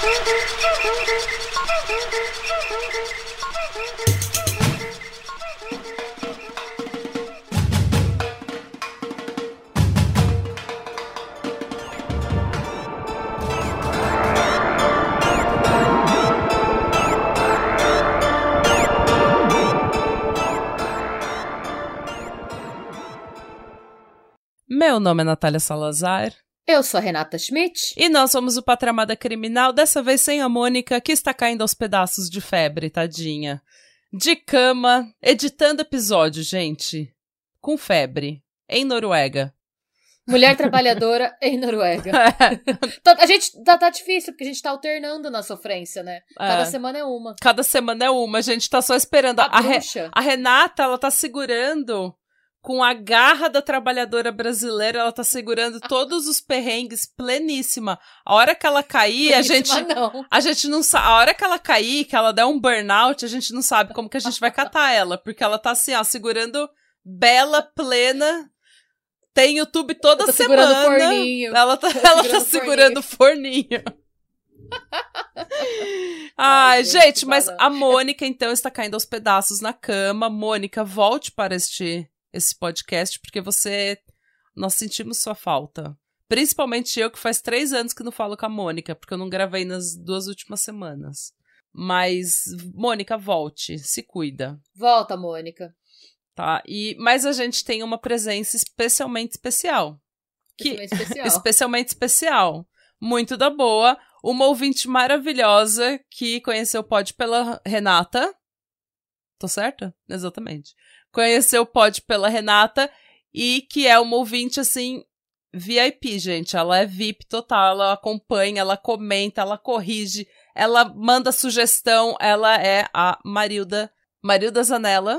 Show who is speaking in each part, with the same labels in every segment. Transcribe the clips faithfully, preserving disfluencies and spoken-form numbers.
Speaker 1: Meu nome é Natália Salazar.
Speaker 2: Eu sou a Renata Schmidt.
Speaker 1: E nós somos o Patramada Criminal, dessa vez sem a Mônica, que está caindo aos pedaços de febre, tadinha. De cama, editando episódio, gente. Com febre. Em Noruega.
Speaker 2: Mulher trabalhadora em Noruega. É. A gente tá, tá difícil, porque a gente tá alternando na sofrência, né? Cada é. semana é uma.
Speaker 1: Cada semana é uma, a gente tá só esperando.
Speaker 2: A,
Speaker 1: a, Re, a Renata, ela tá segurando... Com a garra da trabalhadora brasileira, ela tá segurando todos os perrengues pleníssima. A hora que ela cair, a gente,
Speaker 2: não.
Speaker 1: a gente não sabe. A hora que ela cair, que ela der um burnout, a gente não sabe como que a gente vai catar ela. Porque ela tá assim, ó, segurando bela, plena. Tem YouTube toda
Speaker 2: eu tô
Speaker 1: semana.
Speaker 2: Segurando o forninho.
Speaker 1: Ela tá, ela segurando, tá segurando o forninho. Ai, Ai, gente, gente mas a Mônica, então, está caindo aos pedaços na cama. Mônica, volte para este... esse podcast, porque você... Nós sentimos sua falta. Principalmente eu, que faz três anos que não falo com a Mônica, porque eu não gravei nas duas últimas semanas. Mas, Mônica, volte. Se cuida.
Speaker 2: Volta, Mônica.
Speaker 1: Tá? E, mas a gente tem uma presença especialmente especial. Que,
Speaker 2: especialmente especial.
Speaker 1: especialmente especial. Muito da boa. Uma ouvinte maravilhosa que conheceu o pod pela Renata. Tô certa? Exatamente. Conheceu o pod pela Renata e que é uma ouvinte, assim, V I P, gente. Ela é V I P total, ela acompanha, ela comenta, ela corrige, ela manda sugestão. Ela é a Marilda, Marilda Zanella,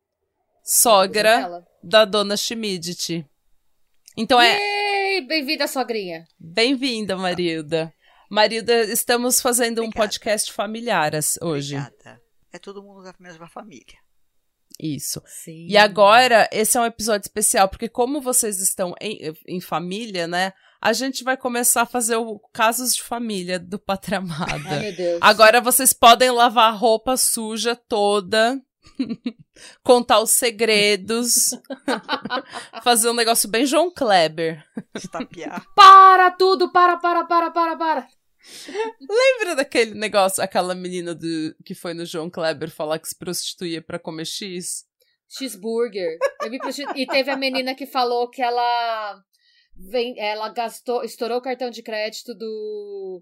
Speaker 1: sogra Zanella. Da dona Schmidt. Então é...
Speaker 2: Yay! Bem-vinda, sogrinha.
Speaker 1: Bem-vinda, Marilda. Marilda, estamos fazendo
Speaker 3: Obrigada.
Speaker 1: Um podcast familiar hoje.
Speaker 3: Obrigada. É todo mundo da mesma família.
Speaker 1: Isso.
Speaker 2: Sim.
Speaker 1: E agora, esse é um episódio especial, porque como vocês estão em, em família, né, a gente vai começar a fazer o Casos de Família do Patramada.
Speaker 2: Ai, meu Deus.
Speaker 1: Agora vocês podem lavar a roupa suja toda, contar os segredos, fazer um negócio bem João Kleber.
Speaker 3: Estapear.
Speaker 2: Para tudo, para, para, para, para, para.
Speaker 1: Lembra daquele negócio, aquela menina do, que foi no João Kleber falar que se prostituía pra comer X?
Speaker 2: Cheeseburger. Eu me prostitu... E teve a menina que falou que ela vem, ela gastou, estourou o cartão de crédito do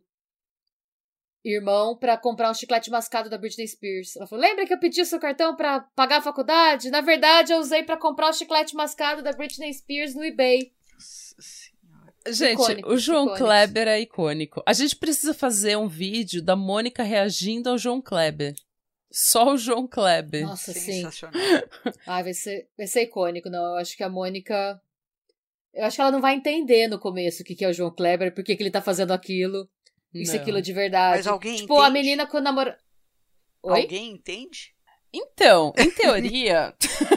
Speaker 2: irmão pra comprar um chiclete mascado da Britney Spears. Ela falou, lembra que eu pedi o seu cartão pra pagar a faculdade? Na verdade, eu usei pra comprar o chiclete mascado da Britney Spears no eBay.
Speaker 1: Gente, icônico, o João icônico. Kleber é icônico. A gente precisa fazer um vídeo da Mônica reagindo ao João Kleber. Só o João Kleber.
Speaker 2: Nossa, sim. Ah, vai ser, vai ser icônico. Não, eu acho que a Mônica... Eu acho que ela não vai entender no começo o que, que é o João Kleber, por que, que ele tá fazendo aquilo. Isso e aquilo de verdade.
Speaker 3: Mas alguém
Speaker 2: tipo,
Speaker 3: entende?
Speaker 2: A menina com namora... Oi?
Speaker 3: Alguém entende?
Speaker 1: Então, em teoria...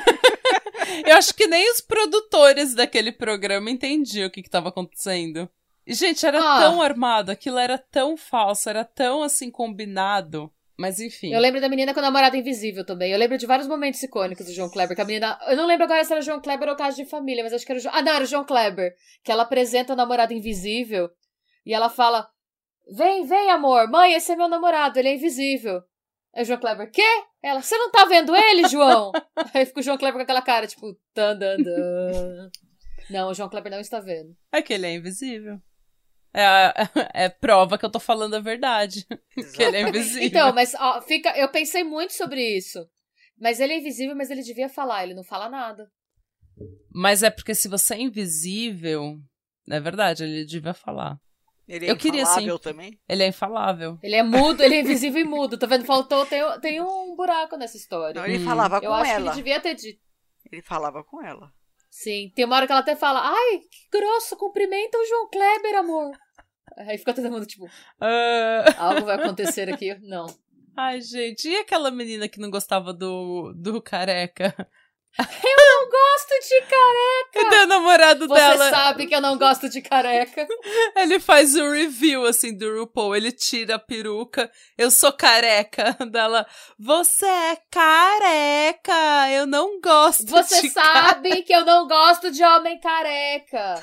Speaker 1: Eu acho que nem os produtores daquele programa entendiam o que estava acontecendo. E, gente, era ah. tão armado, aquilo era tão falso, era tão, assim, combinado. Mas, enfim.
Speaker 2: Eu lembro da menina com o namorado invisível também. Eu lembro de vários momentos icônicos do João Kleber. Que a menina... Eu não lembro agora se era o João Kleber ou Caso de Família, mas acho que era o João... Ah, não, era o João Kleber. Que ela apresenta o namorado invisível e ela fala, vem, vem, amor. Mãe, esse é meu namorado, ele é invisível. Aí o João Kleber, quê? Ela, você não tá vendo ele, João? Aí fica o João Kleber com aquela cara, tipo... Tan, dan, dan. Não, o João Kleber não está vendo.
Speaker 1: É que ele é invisível. É, é, é prova que eu tô falando a verdade. Que ele é invisível.
Speaker 2: Então, mas ó, fica, eu pensei muito sobre isso. Mas ele é invisível, mas ele devia falar. Ele não fala nada.
Speaker 1: Mas é porque se você é invisível... É verdade, ele devia falar.
Speaker 3: Ele é
Speaker 1: eu queria,
Speaker 3: infalável
Speaker 1: assim,
Speaker 3: também?
Speaker 1: Ele é infalável.
Speaker 2: Ele é mudo, ele é invisível e mudo. Tá vendo? Faltou, tem, tem um buraco nessa história.
Speaker 3: Não, ele hum. falava com
Speaker 2: eu
Speaker 3: ela.
Speaker 2: Eu acho que ele devia ter dito.
Speaker 3: Ele falava com ela.
Speaker 2: Sim, tem uma hora que ela até fala, ai, que grosso, cumprimenta o João Kleber, amor. Aí fica todo mundo tipo,
Speaker 1: uh...
Speaker 2: algo vai acontecer aqui? Não.
Speaker 1: Ai, gente, e aquela menina que não gostava do, do careca?
Speaker 2: Eu não gosto de careca!
Speaker 1: E daí o namorado
Speaker 2: Você
Speaker 1: dela...
Speaker 2: sabe que eu não gosto de careca.
Speaker 1: Ele faz o review, assim, do RuPaul. Ele tira a peruca. Eu sou careca. Dela, você é careca. Eu não gosto
Speaker 2: Você
Speaker 1: de
Speaker 2: sabe
Speaker 1: careca.
Speaker 2: que eu não gosto de homem careca.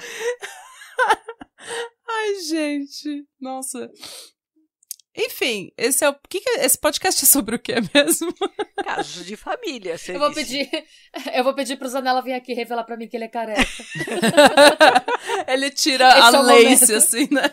Speaker 1: Ai, gente. Nossa. Enfim, esse é o... que que é... Esse podcast é sobre o que mesmo?
Speaker 3: Casos de família, você
Speaker 2: Eu vou
Speaker 3: disse.
Speaker 2: pedir, eu vou pedir pro Zanella vir aqui revelar pra mim que ele é careca.
Speaker 1: Ele tira
Speaker 2: Esse
Speaker 1: a
Speaker 2: é o
Speaker 1: lace,
Speaker 2: momento.
Speaker 1: assim, né?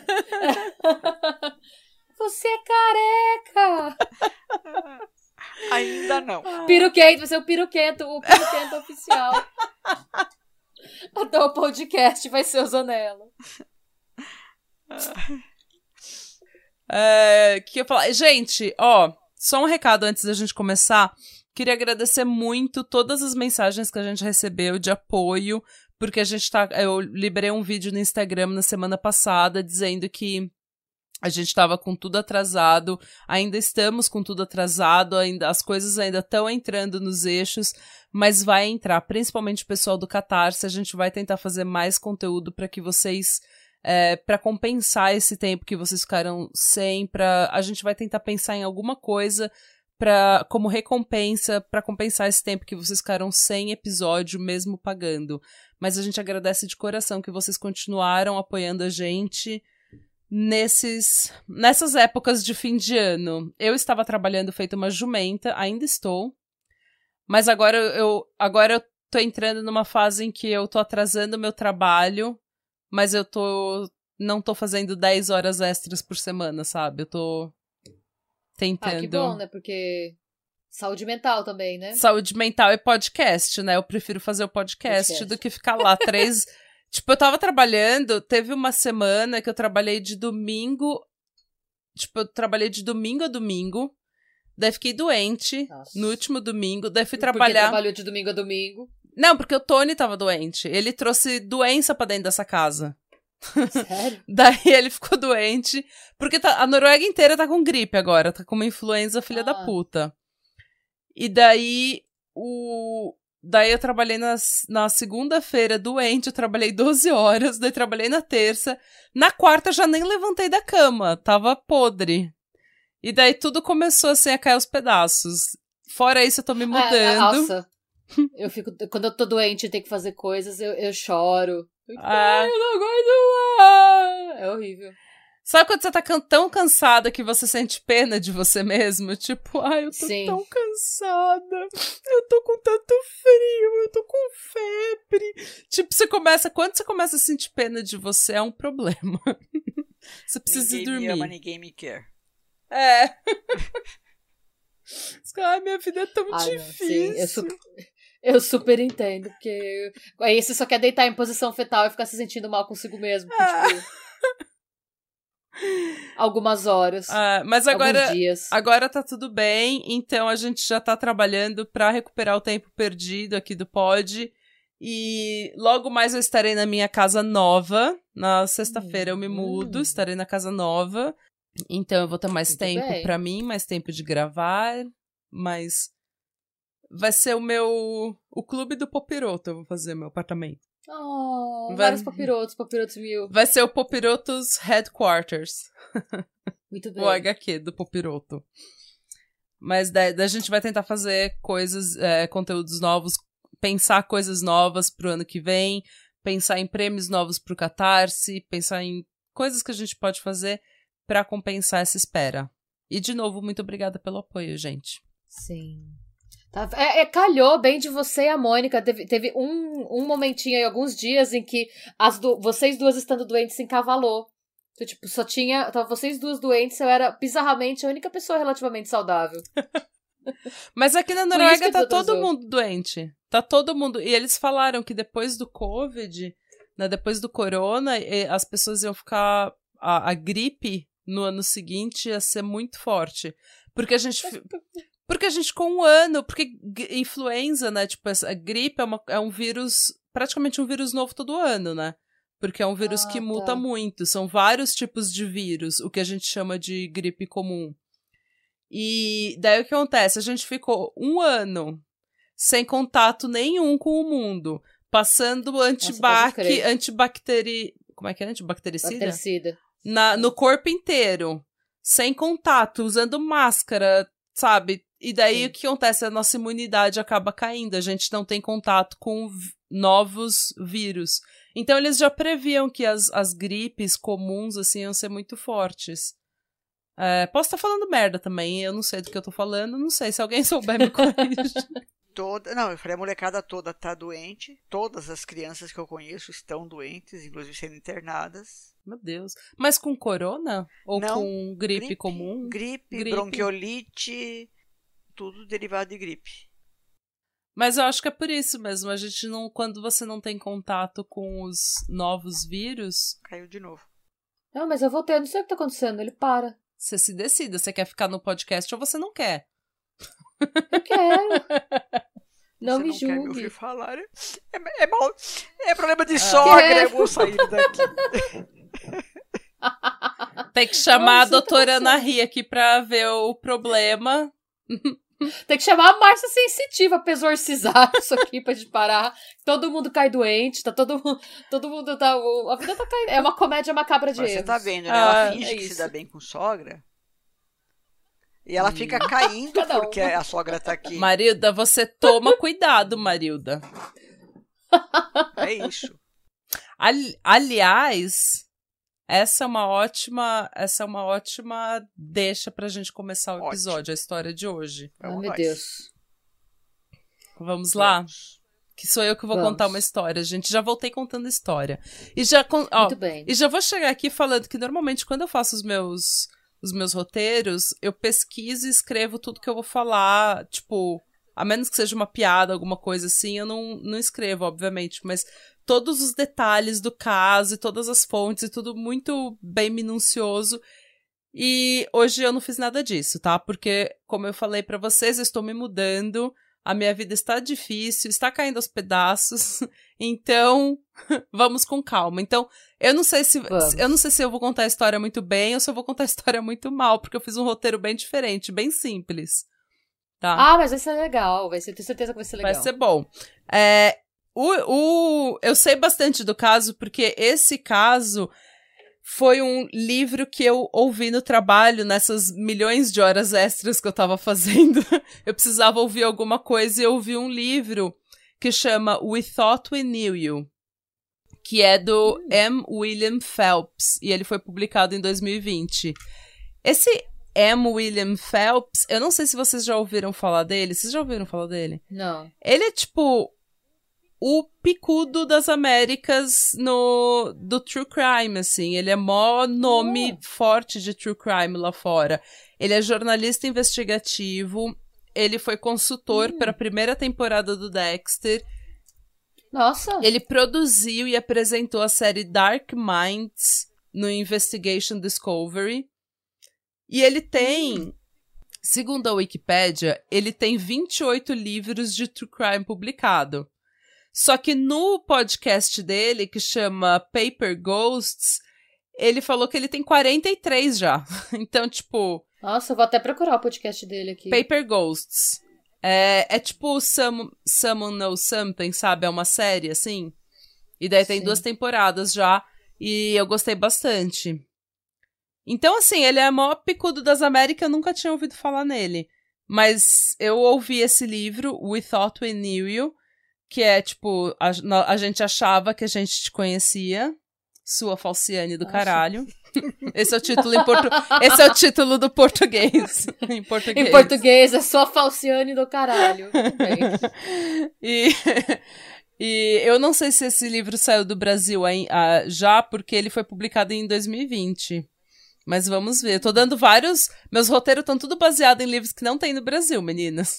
Speaker 2: Você é careca!
Speaker 3: Ainda não.
Speaker 2: Piruquento, vai ser o piruquento, o piruquento oficial. Até o podcast vai ser o Zanella.
Speaker 1: É, que eu ia falar? Gente, ó, só um recado antes da gente começar. Queria agradecer muito todas as mensagens que a gente recebeu de apoio, porque a gente tá. Eu liberei um vídeo no Instagram na semana passada dizendo que a gente tava com tudo atrasado, ainda estamos com tudo atrasado, ainda, as coisas ainda estão entrando nos eixos, mas vai entrar, principalmente o pessoal do Catarse. A gente vai tentar fazer mais conteúdo para que vocês. É, para compensar esse tempo que vocês ficaram sem, pra, a gente vai tentar pensar em alguma coisa pra, como recompensa, para compensar esse tempo que vocês ficaram sem episódio, mesmo pagando. Mas a gente agradece de coração que vocês continuaram apoiando a gente nesses, nessas épocas de fim de ano. Eu estava trabalhando feito uma jumenta, ainda estou, mas agora eu, agora eu tô entrando numa fase em que eu tô atrasando o meu trabalho, mas eu tô não tô fazendo dez horas extras por semana, sabe? Eu tô tentando...
Speaker 2: Ah, que bom, né? Porque saúde mental também, né?
Speaker 1: Saúde mental e podcast, né? Eu prefiro fazer o podcast, podcast. do que ficar lá três... Tipo, eu tava trabalhando, teve uma semana que eu trabalhei de domingo... Tipo, eu trabalhei de domingo a domingo, daí fiquei doente. Nossa. No último domingo, daí fui trabalhar...
Speaker 2: Porque trabalhou de domingo a domingo?
Speaker 1: Não, porque o Tony tava doente. Ele trouxe doença pra dentro dessa casa.
Speaker 2: Sério?
Speaker 1: Daí ele ficou doente. Porque tá, a Noruega inteira tá com gripe agora. Tá com uma influenza filha ah. da puta. E daí, o... Daí eu trabalhei na, na segunda-feira doente. Eu trabalhei doze horas. Daí trabalhei na terça. Na quarta já nem levantei da cama. Tava podre. E daí tudo começou assim a cair aos pedaços. Fora isso, eu tô me mudando.
Speaker 2: Ah, nossa. Eu fico, quando eu tô doente e tenho que fazer coisas, eu, eu choro. Eu,
Speaker 1: ah.
Speaker 2: eu não aguento mais. É horrível.
Speaker 1: Sabe quando você tá tão cansada que você sente pena de você mesmo? Tipo, ai, eu tô
Speaker 2: Sim.
Speaker 1: tão cansada. Eu tô com tanto frio, eu tô com febre. Tipo, você começa... Quando você começa a sentir pena de você, é um problema. Você precisa
Speaker 3: ninguém
Speaker 1: dormir.
Speaker 3: Ninguém me ama, ninguém me quer.
Speaker 1: É. Ai, minha vida é tão
Speaker 2: Ai,
Speaker 1: difícil.
Speaker 2: Sim, eu super, eu super entendo, porque aí você só quer deitar em posição fetal e ficar se sentindo mal consigo mesmo, por, ah. tipo, algumas horas,
Speaker 1: ah, mas agora,
Speaker 2: alguns dias.
Speaker 1: Agora tá tudo bem, então a gente já tá trabalhando pra recuperar o tempo perdido aqui do pod, e logo mais eu estarei na minha casa nova, na sexta-feira eu me mudo, hum. estarei na casa nova. Então eu vou ter mais Muito tempo bem. pra mim, mais tempo de gravar, mas vai ser o meu... O clube do Popiroto eu vou fazer, meu apartamento.
Speaker 2: Oh,
Speaker 1: vai...
Speaker 2: vários Popirotos, Popirotos mil.
Speaker 1: Vai ser o Popirotos Headquarters.
Speaker 2: Muito bem.
Speaker 1: O H Q do Popiroto. Mas daí, daí a gente vai tentar fazer coisas, é, conteúdos novos, pensar coisas novas pro ano que vem, pensar em prêmios novos pro Catarse, pensar em coisas que a gente pode fazer pra compensar essa espera. E, de novo, muito obrigada pelo apoio, gente.
Speaker 2: Sim. Tá, é, é, calhou bem de você e a Mônica. Teve, teve um, um momentinho aí, alguns dias, em que as do, vocês duas estando doentes se encavalou. Então, tipo, só tinha... Então, vocês duas doentes, eu era, bizarramente, a única pessoa relativamente saudável.
Speaker 1: Mas aqui na Noruega tá todo mundo doente. Tá todo mundo... E eles falaram que depois do Covid, né, depois do Corona, as pessoas iam ficar... A, a gripe... no ano seguinte ia ser muito forte. Porque a gente... Porque a gente ficou um ano... Porque influenza, né? Tipo, a gripe é, uma, é um vírus... Praticamente um vírus novo todo ano, né? Porque é um vírus ah, que muta tá. muito. São vários tipos de vírus. O que a gente chama de gripe comum. E daí o que acontece? A gente ficou um ano sem contato nenhum com o mundo, passando antibac, antibacteri... Como é que é? Antibactericida?
Speaker 2: Bactericida.
Speaker 1: Na, no corpo inteiro, sem contato, usando máscara, sabe? E daí Sim. o que acontece? A nossa imunidade acaba caindo, a gente não tem contato com v- novos vírus. Então eles já previam que as, as gripes comuns, assim, iam ser muito fortes. É, posso estar falando merda também, eu não sei do que eu tô falando, não sei, se alguém souber me corrige.
Speaker 3: Toda, não, eu falei, a molecada toda tá doente, todas as crianças que eu conheço estão doentes, inclusive sendo internadas.
Speaker 1: Meu Deus. Mas com corona? Ou
Speaker 3: não,
Speaker 1: com gripe,
Speaker 3: gripe
Speaker 1: comum?
Speaker 3: Gripe,
Speaker 1: gripe,
Speaker 3: bronquiolite, tudo derivado de gripe.
Speaker 1: Mas eu acho que é por isso mesmo, a gente não, quando você não tem contato com os novos vírus...
Speaker 3: Caiu de novo.
Speaker 2: Não, mas eu voltei, eu não sei o que tá acontecendo, ele para.
Speaker 1: Você se decida, você quer ficar no podcast ou você não quer?
Speaker 2: Eu quero. Não
Speaker 3: você
Speaker 2: me
Speaker 3: não
Speaker 2: julgue.
Speaker 3: Quer me ouvir falar? É, é, mal, é problema de sogra, eu vou sair daqui.
Speaker 1: Tem que chamar
Speaker 2: Nossa,
Speaker 1: a doutora
Speaker 2: tá
Speaker 1: Ana Ria aqui pra ver o problema.
Speaker 2: Tem que chamar a Márcia Sensitiva pra exorcizar isso aqui pra gente parar. Todo mundo cai doente, tá todo mundo. Todo mundo tá. A vida tá caindo. É uma comédia macabra de
Speaker 3: Mas
Speaker 2: erros.
Speaker 3: você tá vendo, né?
Speaker 1: Ah,
Speaker 3: Ela finge
Speaker 2: é
Speaker 3: que
Speaker 2: isso.
Speaker 3: se dá bem com sogra. E ela fica caindo
Speaker 2: Cada um.
Speaker 3: porque a sogra tá aqui.
Speaker 1: Marilda, você toma cuidado, Marilda.
Speaker 3: É isso.
Speaker 1: Ali- aliás, essa é uma ótima, essa é uma ótima deixa pra gente começar o episódio,
Speaker 3: Ótimo.
Speaker 1: a história de hoje.
Speaker 2: Ai,
Speaker 3: Vamos
Speaker 2: meu
Speaker 3: nós.
Speaker 2: Deus.
Speaker 1: Vamos lá?
Speaker 3: Vamos.
Speaker 1: Que sou eu que vou
Speaker 2: Vamos.
Speaker 1: contar uma história, gente. Já voltei contando história. E já, con- ó,
Speaker 2: Muito bem.
Speaker 1: e já vou chegar aqui falando que normalmente quando eu faço os meus, os meus roteiros, eu pesquiso e escrevo tudo que eu vou falar, tipo, a menos que seja uma piada, alguma coisa assim, eu não, não escrevo, obviamente, mas todos os detalhes do caso e todas as fontes e tudo muito bem minucioso. E hoje eu não fiz nada disso, tá? Porque, como eu falei pra vocês, eu estou me mudando, a minha vida está difícil, está caindo aos pedaços, então vamos com calma. Então, eu não sei se
Speaker 2: Vamos.
Speaker 1: eu não sei se eu vou contar a história muito bem ou se eu vou contar a história muito mal, porque eu fiz um roteiro bem diferente, bem simples. Tá?
Speaker 2: Ah, mas vai ser legal. Vai ser, tenho certeza que vai ser legal.
Speaker 1: Vai ser bom. É, o, o, eu sei bastante do caso, porque esse caso foi um livro que eu ouvi no trabalho, nessas milhões de horas extras que eu tava fazendo. Eu precisava ouvir alguma coisa e eu ouvi um livro que chama We Thought We Knew You, que é do hum. M. William Phelps, e ele foi publicado em dois mil e vinte. Esse M. William Phelps, eu não sei se vocês já ouviram falar dele. Vocês já ouviram falar dele?
Speaker 2: Não.
Speaker 1: Ele é tipo o picudo das Américas no, do true crime, assim. Ele é mó nome oh. forte de true crime lá fora. Ele é jornalista investigativo. Ele foi consultor hum. para a primeira temporada do Dexter.
Speaker 2: Nossa!
Speaker 1: Ele produziu e apresentou a série Dark Minds no Investigation Discovery. E ele tem, hum. segundo a Wikipédia, ele tem vinte e oito livros de true crime publicado. Só que no podcast dele, que chama Paper Ghosts, ele falou que ele tem quarenta e três já. Então, tipo...
Speaker 2: Nossa, eu vou até procurar o podcast dele aqui.
Speaker 1: Paper Ghosts. É, é tipo Some, Someone Knows Something, sabe? É uma série, assim. E daí tem Sim. duas temporadas já. E eu gostei bastante. Então, assim, ele é o maior picudo das Américas. Eu nunca tinha ouvido falar nele. Mas eu ouvi esse livro, We Thought We Knew You, que é, tipo, a, a gente achava que a gente te conhecia. Sua Falciane do Acho. Caralho. Esse é o título em portu... Esse é o título do português. Em português.
Speaker 2: Em português é Sua Falciane do Caralho. Bem.
Speaker 1: E... e eu não sei se esse livro saiu do Brasil aí, uh, já, porque ele foi publicado em dois mil e vinte. Mas vamos ver. Eu tô dando vários... Meus roteiros estão tudo baseados em livros que não tem no Brasil, meninas.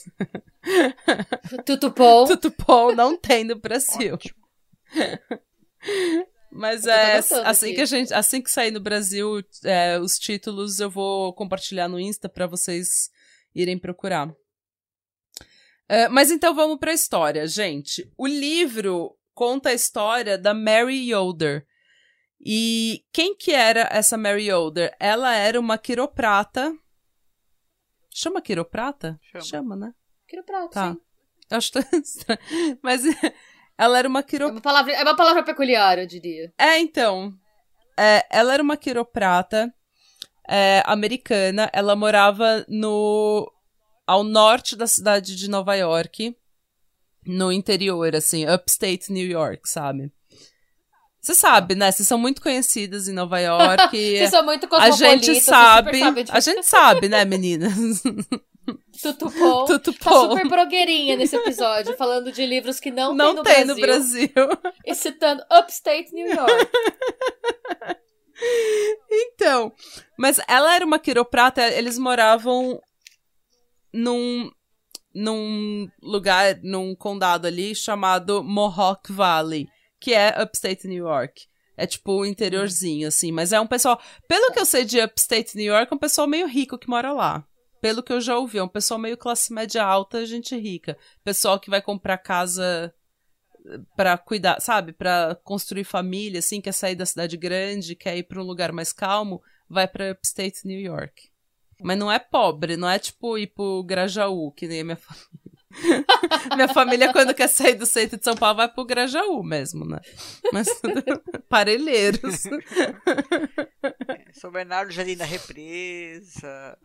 Speaker 2: Tutupom.
Speaker 1: Tutupom não tem no Brasil. Mas é assim que, a gente, assim que sair no Brasil, é, os títulos eu vou compartilhar no Insta pra vocês irem procurar. É, mas então vamos pra história, gente. O livro conta a história da Mary Yoder. E quem que era essa Mary Yoder? Ela era uma quiroprata. Chama quiroprata?
Speaker 3: Chama,
Speaker 1: Chama né?
Speaker 2: Quiroprata,
Speaker 1: tá.
Speaker 2: sim.
Speaker 1: Eu acho tão estranho. Mas ela era uma
Speaker 2: É
Speaker 1: quiroprata.
Speaker 2: uma palavra, é uma palavra peculiar, eu diria.
Speaker 1: É, então. É, ela era uma quiroprata é, americana. Ela morava no ao norte da cidade de Nova York. No interior, assim, upstate New York, sabe? Você sabe, né? Vocês são muito conhecidas em Nova York.
Speaker 2: Vocês são muito
Speaker 1: A
Speaker 2: cosmopolitas.
Speaker 1: gente
Speaker 2: vocês
Speaker 1: sabe.
Speaker 2: super sabem
Speaker 1: A gente sabe, né, meninas?
Speaker 2: Tutupom.
Speaker 1: Tutupom.
Speaker 2: Tá super blogueirinha nesse episódio, falando de livros que não,
Speaker 1: Não
Speaker 2: tem, no,
Speaker 1: tem
Speaker 2: Brasil,
Speaker 1: no Brasil.
Speaker 2: e citando Upstate New York.
Speaker 1: Então, mas ela era uma quiroprata, eles moravam num, num lugar, num condado ali chamado Mohawk Valley, que é Upstate New York. É tipo o interiorzinho, assim, mas é um pessoal... Pelo que eu sei de Upstate New York, é um pessoal meio rico que mora lá. Pelo que eu já ouvi, é um pessoal meio classe média alta, gente rica. Pessoal que vai comprar casa pra cuidar, sabe? Pra construir família, assim, quer sair da cidade grande, quer ir pra um lugar mais calmo, vai pra Upstate New York. Mas não é pobre, não é tipo ir pro Grajaú, que nem a minha família. Minha família, quando quer sair do centro de São Paulo, vai pro Grajaú mesmo, né? Mas parelheiros.
Speaker 3: São Bernardo, Jardim da Represa.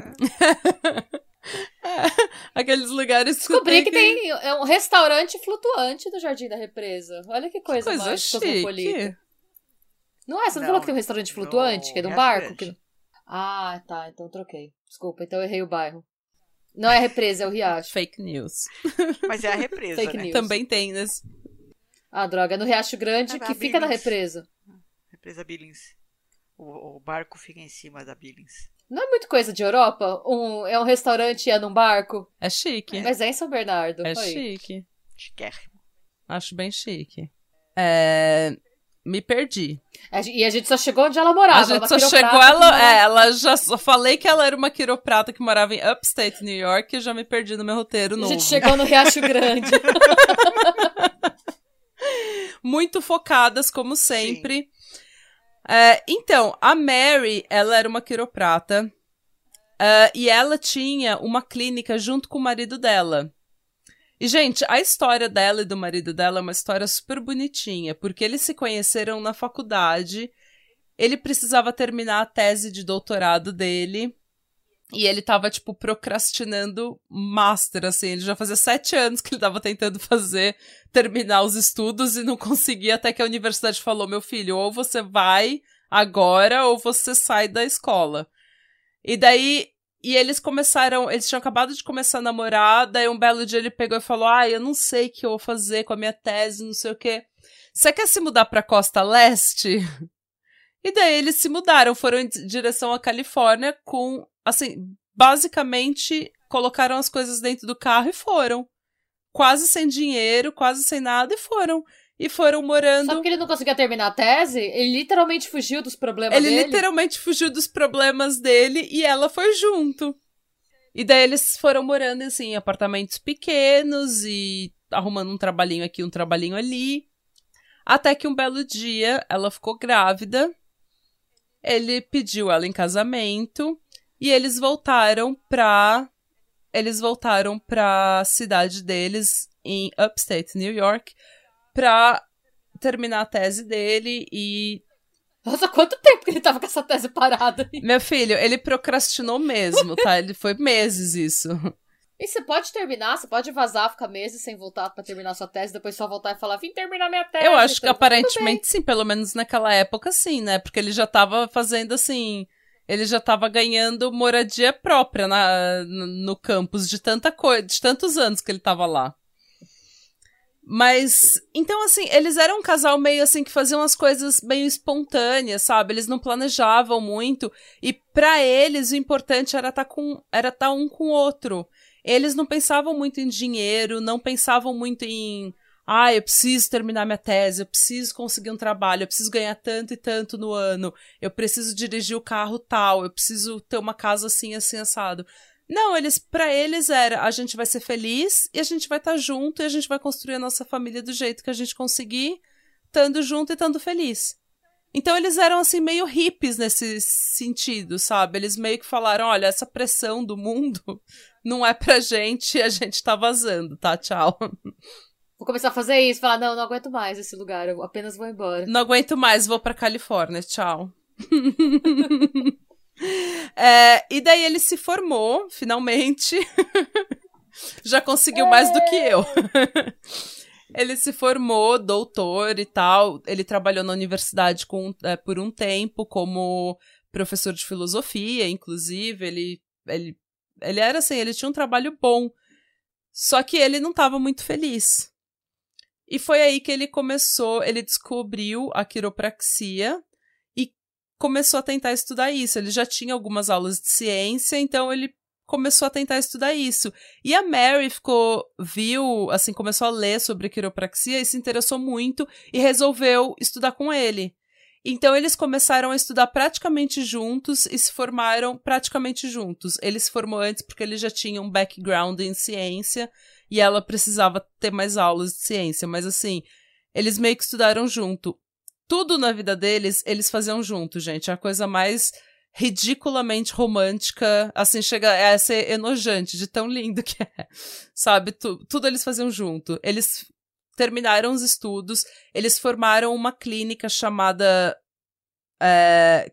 Speaker 1: É, aqueles lugares que
Speaker 2: Descobri
Speaker 1: tem
Speaker 2: que tem é um restaurante flutuante do Jardim da Represa. Olha que coisa,
Speaker 1: coisa
Speaker 2: mais
Speaker 1: chique.
Speaker 2: cosmopolita. Não é? Você não,
Speaker 3: Não,
Speaker 2: falou que tem um restaurante flutuante?
Speaker 3: no
Speaker 2: Que é de um
Speaker 3: Rio
Speaker 2: barco?
Speaker 3: Grande.
Speaker 2: Que... Ah, tá. Então troquei. Desculpa, então eu errei o bairro. Não é a Represa, é o Riacho.
Speaker 1: Fake news.
Speaker 3: Mas é a represa,
Speaker 2: Fake
Speaker 3: né?
Speaker 2: news.
Speaker 1: Também tem, né?
Speaker 2: Ah, droga, é no Riacho Grande,
Speaker 3: É na
Speaker 2: que fica na
Speaker 3: Billings.
Speaker 2: Represa.
Speaker 3: Represa Billings. O, o barco fica em cima da Billings.
Speaker 2: Não é muito coisa de Europa? Um, é um restaurante e é num barco?
Speaker 1: É chique.
Speaker 2: Mas é em São Bernardo.
Speaker 1: É
Speaker 2: Oi.
Speaker 1: chique.
Speaker 3: Chiquérrimo.
Speaker 1: Acho bem chique. É... Me perdi.
Speaker 2: A gen- E a gente só chegou onde ela morava.
Speaker 1: A gente
Speaker 2: uma
Speaker 1: só
Speaker 2: quiroprata
Speaker 1: chegou,
Speaker 2: que
Speaker 1: ela,
Speaker 2: morava-
Speaker 1: é, ela já só falei que ela era uma quiroprata que morava em Upstate New York e já me perdi no meu roteiro
Speaker 2: A
Speaker 1: novo.
Speaker 2: gente chegou no Riacho Grande.
Speaker 1: Muito focadas, como sempre. É, então, a Mary, ela era uma quiroprata é, e ela tinha uma clínica junto com o marido dela. E, gente, a história dela e do marido dela é uma história super bonitinha, porque eles se conheceram na faculdade, ele precisava terminar a tese de doutorado dele, e ele tava, tipo, procrastinando master, assim, ele já fazia sete anos que ele tava tentando fazer, terminar os estudos e não conseguia, até que a universidade falou, meu filho, ou você vai agora, ou você sai da escola. E daí... E eles começaram, eles tinham acabado de começar a namorar, daí um belo dia ele pegou e falou, ai, eu não sei o que eu vou fazer com a minha tese, não sei o quê. Você quer se mudar pra Costa Leste? E daí eles se mudaram, foram em direção à Califórnia com, assim, basicamente colocaram as coisas dentro do carro e foram. Quase sem dinheiro, quase sem nada, e foram. E foram morando...
Speaker 2: Só porque ele não conseguia terminar a tese, ele literalmente fugiu dos problemas
Speaker 1: Ele
Speaker 2: dele.
Speaker 1: literalmente fugiu dos problemas dele e ela foi junto. E daí eles foram morando, assim, em apartamentos pequenos e arrumando um trabalhinho aqui, um trabalhinho ali. Até que um belo dia ela ficou grávida. Ele pediu ela em casamento e eles voltaram pra... Eles voltaram pra cidade deles em Upstate New York pra terminar a tese dele e...
Speaker 2: Nossa, quanto tempo que ele tava com essa tese parada aí?
Speaker 1: Meu filho, ele procrastinou mesmo, tá? Ele foi meses isso.
Speaker 2: E você pode terminar, você pode vazar, ficar meses sem voltar pra terminar sua tese, depois só voltar e falar, vim terminar minha tese.
Speaker 1: Eu acho que
Speaker 2: então, tá tudo bem.
Speaker 1: aparentemente sim, pelo menos naquela época sim, né? Porque ele já tava fazendo assim... Ele já tava ganhando moradia própria na, no campus de tanta coisa, de tantos anos que ele tava lá. Mas, então assim, eles eram um casal meio assim que faziam as coisas meio espontâneas, sabe? Eles não planejavam muito e pra eles o importante era estar com, era estar um com o outro. Eles não pensavam muito em dinheiro, não pensavam muito em, ah, eu preciso terminar minha tese, eu preciso conseguir um trabalho, eu preciso ganhar tanto e tanto no ano, eu preciso dirigir o carro tal, eu preciso ter uma casa assim, assim, assado. Não, eles, pra eles era, a gente vai ser feliz e a gente vai estar junto e a gente vai construir a nossa família do jeito que a gente conseguir, estando junto e estando feliz. Então eles eram, assim, meio hippies nesse sentido, sabe? Eles meio que falaram, olha, essa pressão do mundo não é pra gente, a gente tá vazando, tá? Tchau.
Speaker 2: Vou começar a fazer isso, falar, não, não aguento mais esse lugar, eu apenas vou embora.
Speaker 1: Não aguento mais, vou pra Califórnia, tchau. É, e daí ele se formou, finalmente. Já conseguiu mais do que eu. Ele se formou, doutor e tal. Ele trabalhou na universidade com, é, por um tempo como professor de filosofia, inclusive. Ele, ele, ele era assim, ele tinha um trabalho bom. Só que ele não estava muito feliz. E foi aí que ele começou, ele descobriu a quiropraxia e começou a tentar estudar isso. Ele já tinha algumas aulas de ciência, então ele começou a tentar estudar isso. E a Mary ficou, viu, assim, começou a ler sobre quiropraxia e se interessou muito e resolveu estudar com ele. Então eles começaram a estudar praticamente juntos e se formaram praticamente juntos. Ele se formou antes porque ele já tinha um background em ciência e ela precisava ter mais aulas de ciência. Mas assim, eles meio que estudaram junto. Tudo na vida deles, eles faziam junto, gente. É a coisa mais ridiculamente romântica, assim, chega a ser enojante de tão lindo que é, sabe? Tu, tudo eles faziam junto. Eles terminaram os estudos, eles formaram uma clínica chamada... É...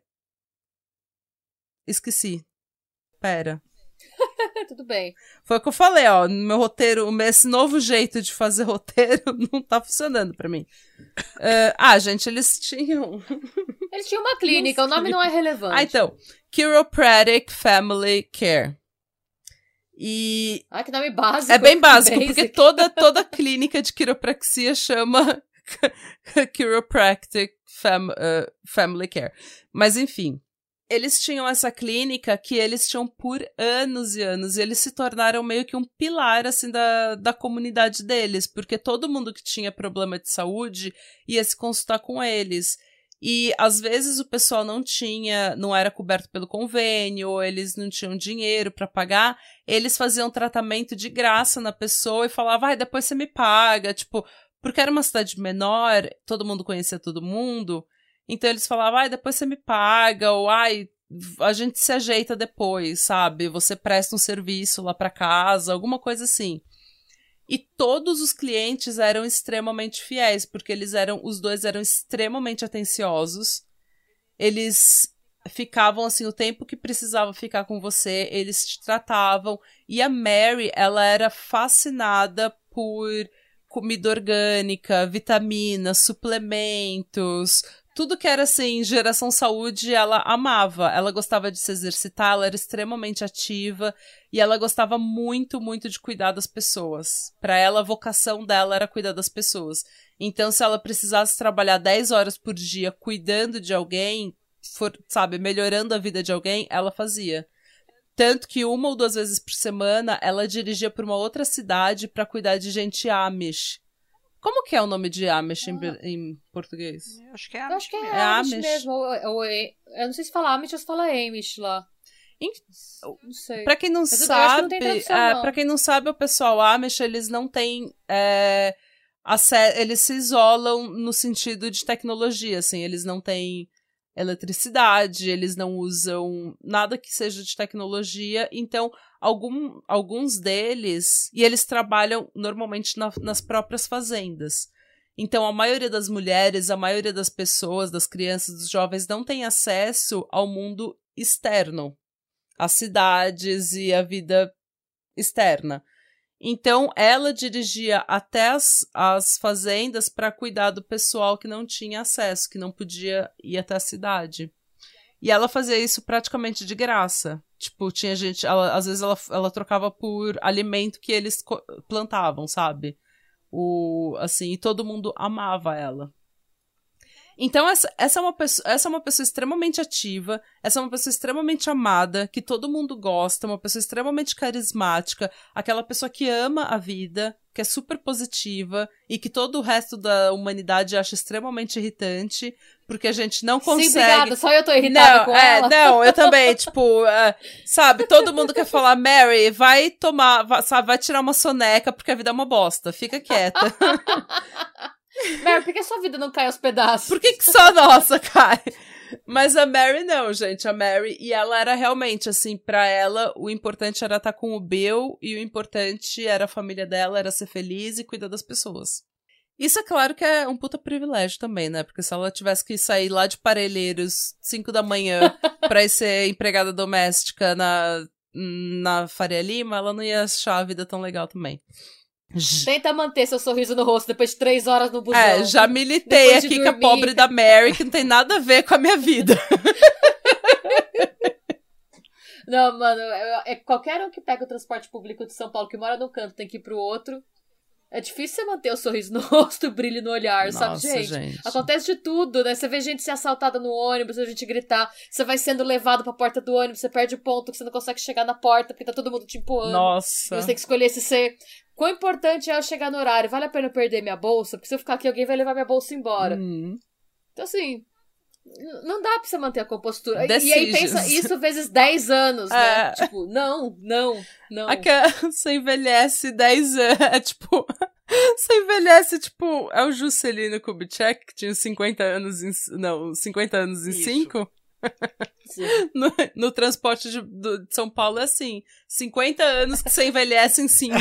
Speaker 1: Esqueci. Pera.
Speaker 2: Tudo bem.
Speaker 1: Foi o que eu falei, ó, no meu roteiro, esse novo jeito de fazer roteiro não tá funcionando pra mim. Uh, ah, gente, eles tinham...
Speaker 2: Eles tinham uma clínica, o nome não é relevante.
Speaker 1: Ah, então, Chiropractic Family Care. E...
Speaker 2: Ah, que nome básico.
Speaker 1: É bem básico,
Speaker 2: Basic.
Speaker 1: porque toda, toda clínica de quiropraxia chama Chiropractic Fam uh, Family Care. Mas, enfim, eles tinham essa clínica que eles tinham por anos e anos, e eles se tornaram meio que um pilar, assim, da, da comunidade deles, porque todo mundo que tinha problema de saúde ia se consultar com eles. E, às vezes, o pessoal não tinha, não era coberto pelo convênio, ou eles não tinham dinheiro para pagar, eles faziam tratamento de graça na pessoa e falavam, ai, depois você me paga, tipo, porque era uma cidade menor, todo mundo conhecia todo mundo, então eles falavam, ai, depois você me paga, ou ai, a gente se ajeita depois, sabe? Você presta um serviço lá para casa, alguma coisa assim. E todos os clientes eram extremamente fiéis, porque eles eram, os dois eram extremamente atenciosos. Eles ficavam, assim, o tempo que precisava ficar com você, eles te tratavam. E a Mary, ela era fascinada por comida orgânica, vitaminas, suplementos, tudo que era, assim, geração saúde, ela amava. Ela gostava de se exercitar, ela era extremamente ativa e ela gostava muito, muito de cuidar das pessoas. Pra ela, a vocação dela era cuidar das pessoas. Então, se ela precisasse trabalhar dez horas por dia cuidando de alguém, for, sabe, melhorando a vida de alguém, ela fazia. Tanto que uma ou duas vezes por semana, ela dirigia para uma outra cidade pra cuidar de gente Amish. Como que é o nome de Amish em,
Speaker 3: Ah.
Speaker 1: em português?
Speaker 3: Eu acho que é
Speaker 2: Eu acho que é,
Speaker 3: mesmo.
Speaker 1: É
Speaker 2: Amish,
Speaker 1: Amish.
Speaker 2: mesmo. Ou, ou, eu não sei se fala Amish ou se fala Amish lá.
Speaker 1: Em-
Speaker 2: Não sei.
Speaker 1: Pra quem não
Speaker 2: Mas eu- eu acho que
Speaker 1: sabe,
Speaker 2: não tem tradução,
Speaker 1: é,
Speaker 2: não.
Speaker 1: pra quem não sabe, o pessoal Amish, eles não têm é, ace- eles se isolam no sentido de tecnologia, assim, eles não têm eletricidade, eles não usam nada que seja de tecnologia, então algum, alguns deles, e eles trabalham normalmente na- nas próprias fazendas. Então a maioria das mulheres, a maioria das pessoas, das crianças, dos jovens não tem acesso ao mundo externo, às cidades e à vida externa. Então, ela dirigia até as, as fazendas para cuidar do pessoal que não tinha acesso, que não podia ir até a cidade. E ela fazia isso praticamente de graça. Tipo, tinha gente... Ela, às vezes ela, ela trocava por alimento que eles co- plantavam, sabe? O, assim, e todo mundo amava ela. Então, essa, essa, é uma pessoa, essa é uma pessoa extremamente ativa, essa é uma pessoa extremamente amada, que todo mundo gosta, uma pessoa extremamente carismática, aquela pessoa que ama a vida, que é super positiva e que todo o resto da humanidade acha extremamente irritante, porque a gente não consegue...
Speaker 2: Sim, obrigada. Só eu tô irritada
Speaker 1: não,
Speaker 2: com
Speaker 1: é,
Speaker 2: ela.
Speaker 1: Não, eu também, tipo, é, sabe, todo mundo quer falar, Mary, vai tomar, vai, sabe, vai tirar uma soneca porque a vida é uma bosta, fica quieta.
Speaker 2: Mary, por que a sua vida não cai aos pedaços?
Speaker 1: Por que, que só a nossa cai? Mas a Mary não, gente. A Mary, e ela era realmente, assim, pra ela, o importante era estar com o Bill e o importante era a família dela, era ser feliz e cuidar das pessoas. Isso é claro que é um puta privilégio também, né? Porque se ela tivesse que sair lá de Parelheiros, cinco da manhã, pra ir ser empregada doméstica na, na Faria Lima, ela não ia achar a vida tão legal também.
Speaker 2: Tenta manter seu sorriso no rosto depois de três horas no busão.
Speaker 1: É, já militei aqui com a pobre da Mary, que não tem nada a ver com a minha vida.
Speaker 2: Não, mano, é, é qualquer um que pega o transporte público de São Paulo, que mora num canto, tem que ir pro outro. É difícil você manter o sorriso no rosto, o brilho no olhar,
Speaker 1: Nossa,
Speaker 2: sabe, gente?
Speaker 1: gente?
Speaker 2: Acontece de tudo, né? Você vê gente ser assaltada no ônibus, a gente gritar, você vai sendo levado pra porta do ônibus, você perde o ponto, que você não consegue chegar na porta, porque tá todo mundo te empurrando.
Speaker 1: Nossa.
Speaker 2: E você tem que escolher se você... Quão importante é eu chegar no horário? Vale a pena eu perder minha bolsa? Porque se eu ficar aqui, alguém vai levar minha bolsa embora.
Speaker 1: Hum.
Speaker 2: Então, assim... Não dá pra você manter a compostura.
Speaker 1: Decisions.
Speaker 2: E aí pensa isso vezes dez anos, né?
Speaker 1: É.
Speaker 2: Tipo, não, não, não.
Speaker 1: Aquela, você envelhece dez anos, é tipo... Você envelhece, tipo... É o Juscelino Kubitschek, que tinha cinquenta anos em... Não, cinquenta anos em cinco? No, no transporte de, do, de São Paulo é assim. cinquenta anos que você envelhece em cinco.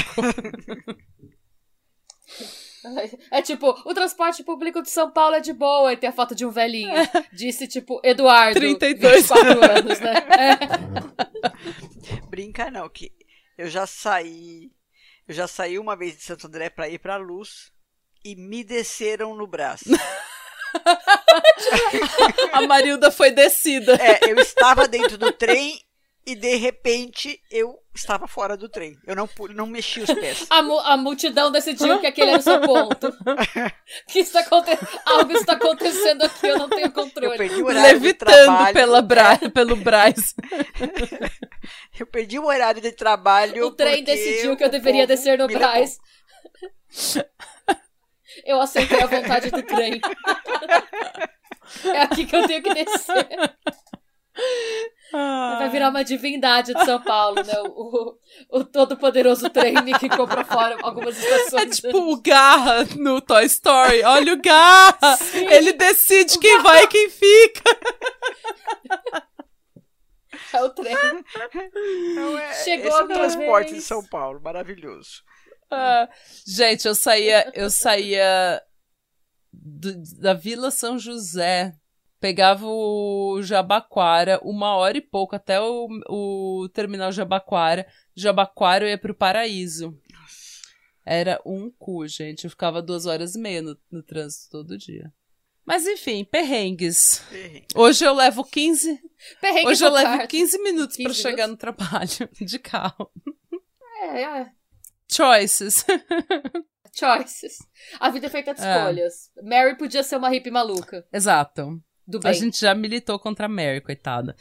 Speaker 2: É tipo, o transporte público de São Paulo é de boa, e tem a foto de um velhinho. Disse, tipo, Eduardo,
Speaker 1: trinta e dois
Speaker 2: vinte e quatro anos, né?
Speaker 3: É. Brinca não, que eu já saí, eu já saí uma vez de Santo André pra ir pra Luz e me desceram no braço.
Speaker 1: A Marilda foi descida.
Speaker 3: É, eu estava dentro do trem e de repente eu estava fora do trem. Eu não, não mexi os pés.
Speaker 2: A, mu a multidão decidiu que aquele era o seu ponto. Que está aconte algo está acontecendo aqui, eu não tenho controle.
Speaker 3: Eu perdi o horário
Speaker 1: Levitando
Speaker 3: de trabalho.
Speaker 1: pela Bra pelo Braz.
Speaker 3: Eu perdi o horário de trabalho.
Speaker 2: O trem decidiu que eu deveria descer no Braz. Eu aceitei a vontade do trem. É aqui que eu tenho que descer. Ah. Vai virar uma divindade de São Paulo, né? O, o, o todo-poderoso trem que compra fora algumas estações.
Speaker 1: É tipo o Garra no Toy Story. Olha o Garra! Sim. Ele decide o quem Garra. Vai e quem fica.
Speaker 2: É o trem.
Speaker 3: Não, é,
Speaker 2: Chegou
Speaker 3: esse
Speaker 2: a
Speaker 3: é o transporte de São Paulo. Maravilhoso.
Speaker 1: Ah, gente, eu saía, eu saía do, da Vila São José, pegava o Jabaquara, uma hora e pouco até o, o terminal Jabaquara. Jabaquara eu ia pro Paraíso. Era um cu, gente. Eu ficava duas horas e meia no, no trânsito todo dia. Mas enfim, perrengues.
Speaker 3: Perrengue.
Speaker 1: Hoje eu levo quinze.
Speaker 2: Perrengue
Speaker 1: Hoje eu levo
Speaker 2: tarde.
Speaker 1: quinze minutos
Speaker 2: quinze
Speaker 1: pra
Speaker 2: minutos?
Speaker 1: chegar no trabalho de carro.
Speaker 2: É, é.
Speaker 1: Choices.
Speaker 2: Choices. A vida é feita de
Speaker 1: É.
Speaker 2: escolhas. Mary podia ser uma hippie maluca.
Speaker 1: Exato.
Speaker 2: Do bem.
Speaker 1: A gente já militou contra a Mary, coitada.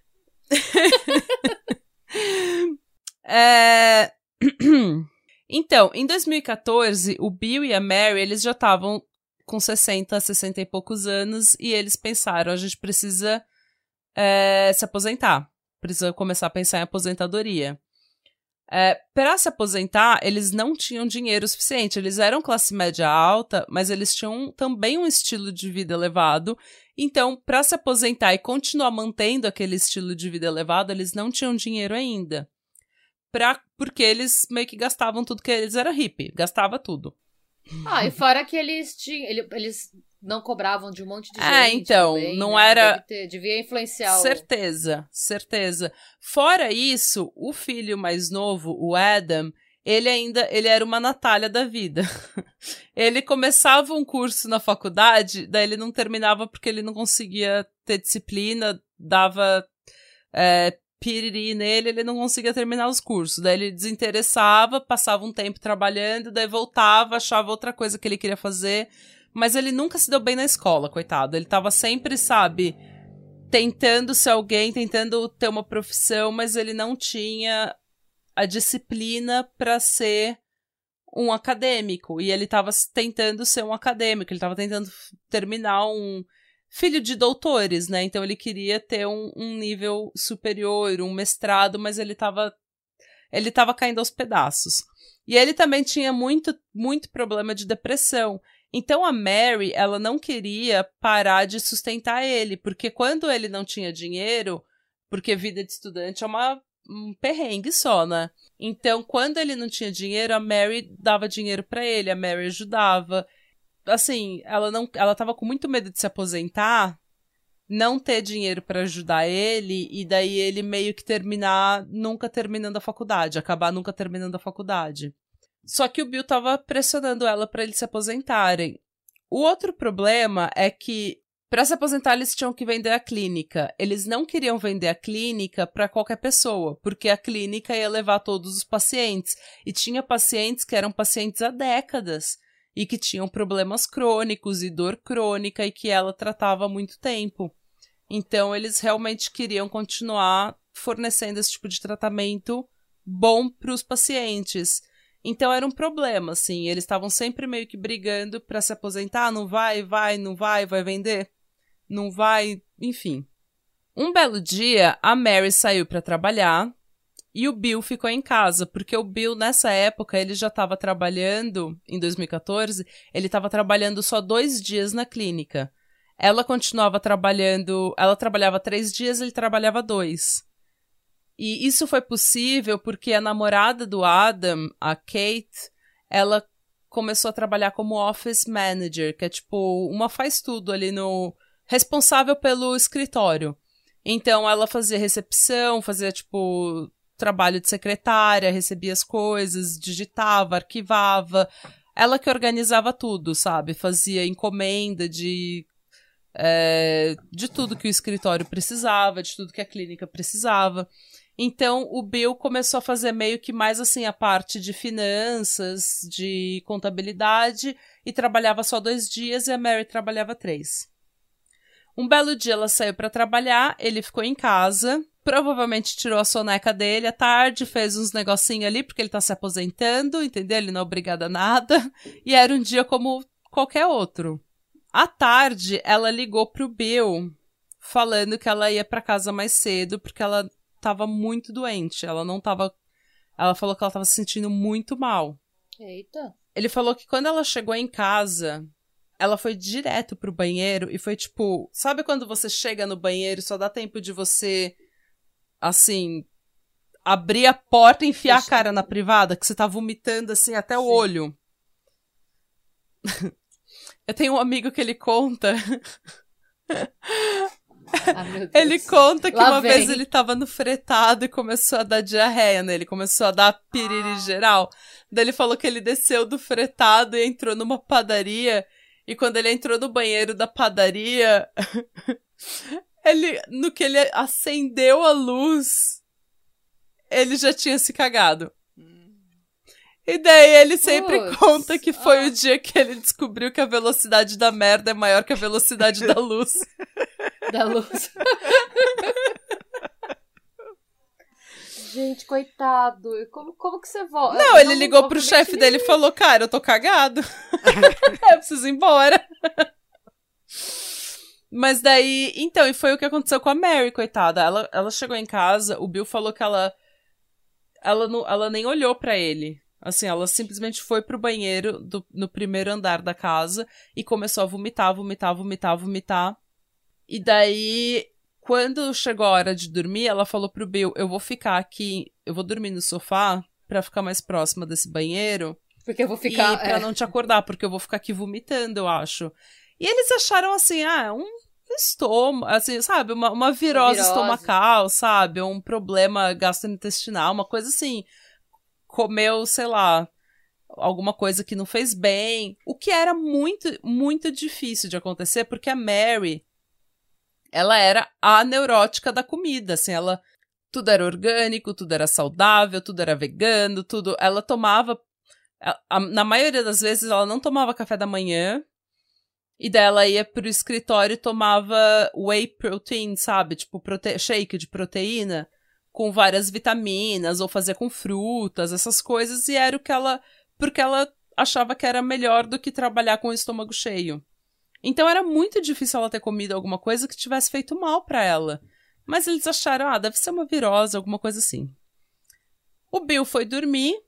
Speaker 1: é... Então, em dois mil e catorze, o Bill e a Mary, eles já estavam com sessenta, sessenta e poucos anos, e eles pensaram, a gente precisa é, se aposentar. Precisa começar a pensar em aposentadoria. É, para se aposentar, eles não tinham dinheiro suficiente. Eles eram classe média alta, mas eles tinham também um estilo de vida elevado. Então, para se aposentar e continuar mantendo aquele estilo de vida elevado, eles não tinham dinheiro ainda. Pra, porque eles meio que gastavam tudo que eles eram hippie. Gastava tudo.
Speaker 2: Ah, e fora que eles tinham... Eles não cobravam de um monte de gente.
Speaker 1: É, então,
Speaker 2: também,
Speaker 1: não
Speaker 2: né?
Speaker 1: era...
Speaker 2: Deve ter, devia influenciar o...
Speaker 1: Certeza, certeza. Fora isso, o filho mais novo, o Adam, ele ainda ele era uma Natália da vida. Ele começava um curso na faculdade, daí ele não terminava porque ele não conseguia ter disciplina, dava é, piriri nele, ele não conseguia terminar os cursos. Daí ele desinteressava, passava um tempo trabalhando, daí voltava, achava outra coisa que ele queria fazer... Mas ele nunca se deu bem na escola, coitado. Ele tava sempre, sabe, tentando ser alguém, tentando ter uma profissão, mas ele não tinha a disciplina pra ser um acadêmico. E ele tava tentando ser um acadêmico, ele tava tentando terminar um filho de doutores, né? Então ele queria ter um, um nível superior, um mestrado, mas ele tava, ele tava caindo aos pedaços. E ele também tinha muito, muito problema de depressão. Então a Mary, ela não queria parar de sustentar ele, porque quando ele não tinha dinheiro, porque vida de estudante é uma, um perrengue só, né? Então, quando ele não tinha dinheiro, a Mary dava dinheiro pra ele, a Mary ajudava. Assim, ela não, ela tava com muito medo de se aposentar, não ter dinheiro pra ajudar ele, e daí ele meio que terminar, nunca terminando a faculdade, acabar nunca terminando a faculdade. Só que o Bill tava pressionando ela pra eles se aposentarem. O outro problema é que, pra se aposentar, eles tinham que vender a clínica. Eles não queriam vender a clínica pra qualquer pessoa, porque a clínica ia levar todos os pacientes. E tinha pacientes que eram pacientes há décadas, e que tinham problemas crônicos e dor crônica, e que ela tratava há muito tempo. Então, eles realmente queriam continuar fornecendo esse tipo de tratamento bom pros pacientes. Então era um problema, assim, eles estavam sempre meio que brigando pra se aposentar, não vai, vai, não vai, vai vender, não vai, enfim. Um belo dia, a Mary saiu pra trabalhar e o Bill ficou em casa, porque o Bill, nessa época, ele já estava trabalhando, em dois mil e catorze, ele estava trabalhando só dois dias na clínica. Ela continuava trabalhando, ela trabalhava três dias, ele trabalhava dois. E isso foi possível porque a namorada do Adam, a Kate, ela começou a trabalhar como office manager, que é tipo uma faz-tudo ali no... responsável pelo escritório. Então ela fazia recepção, fazia tipo trabalho de secretária, recebia as coisas, digitava, arquivava. Ela que organizava tudo, sabe? Fazia encomenda de... É, de tudo que o escritório precisava, de tudo que a clínica precisava. Então, o Bill começou a fazer meio que mais, assim, a parte de finanças, de contabilidade, e trabalhava só dois dias, e a Mary trabalhava três. Um belo dia ela saiu para trabalhar, ele ficou em casa, provavelmente tirou a soneca dele à tarde, fez uns negocinhos ali, porque ele tá se aposentando, entendeu? Ele não é obrigado a nada, e era um dia como qualquer outro. À tarde, ela ligou pro Bill, falando que ela ia para casa mais cedo, porque ela tava muito doente, ela não tava... Ela falou que ela tava se sentindo muito mal.
Speaker 2: Eita.
Speaker 1: Ele falou que quando ela chegou em casa, ela foi direto pro banheiro e foi tipo... Sabe quando você chega no banheiro e só dá tempo de você, assim, abrir a porta e enfiar Poxa. a cara na privada? Que você tá vomitando, assim, até o Sim. olho. Eu tenho um amigo que ele conta...
Speaker 2: Ah, meu Deus.
Speaker 1: Ele conta que
Speaker 2: Lá
Speaker 1: uma
Speaker 2: vem.
Speaker 1: vez ele tava no fretado e começou a dar diarreia nele, começou a dar piriri geral. Daí ele falou que ele desceu do fretado e entrou numa padaria, e quando ele entrou no banheiro da padaria, ele, no que ele acendeu a luz, ele já tinha se cagado. E daí ele sempre
Speaker 2: Puts.
Speaker 1: conta que foi
Speaker 2: ah.
Speaker 1: o dia que ele descobriu que a velocidade da merda é maior que a velocidade da luz.
Speaker 2: Da luz. Gente, coitado. Como, como que você volta?
Speaker 1: Não, ele ligou pro chefe dele e falou, cara, eu tô cagado. Eu preciso ir embora. Mas daí... Então, e foi o que aconteceu com a Mary, coitada. Ela, ela chegou em casa, o Bill falou que ela... Ela, não, ela nem olhou pra ele. Assim, ela simplesmente foi pro banheiro do, no primeiro andar da casa e começou a vomitar, vomitar, vomitar, vomitar. E daí, quando chegou a hora de dormir, ela falou pro Bill, eu vou ficar aqui, eu vou dormir no sofá pra ficar mais próxima desse banheiro.
Speaker 2: Porque eu vou ficar...
Speaker 1: E pra
Speaker 2: é.
Speaker 1: não te acordar, porque eu vou ficar aqui vomitando, eu acho. E eles acharam assim, ah, um estômago, assim, sabe? Uma, uma virose,
Speaker 2: virose
Speaker 1: estomacal, sabe? Um problema gastrointestinal, uma coisa assim. Comeu, sei lá, alguma coisa que não fez bem. O que era muito, muito difícil de acontecer, porque a Mary... Ela era a neurótica da comida, assim, ela... Tudo era orgânico, tudo era saudável, tudo era vegano, tudo... Ela tomava... A, a, na maioria das vezes, ela não tomava café da manhã, e daí ela ia pro escritório e tomava whey protein, sabe? Tipo, prote... shake de proteína, com várias vitaminas, ou fazia com frutas, essas coisas, e era o que ela... Porque ela achava que era melhor do que trabalhar com o estômago cheio. Então era muito difícil ela ter comido alguma coisa que tivesse feito mal pra ela. Mas eles acharam, ah, deve ser uma virose, alguma coisa assim. O Bill foi dormir,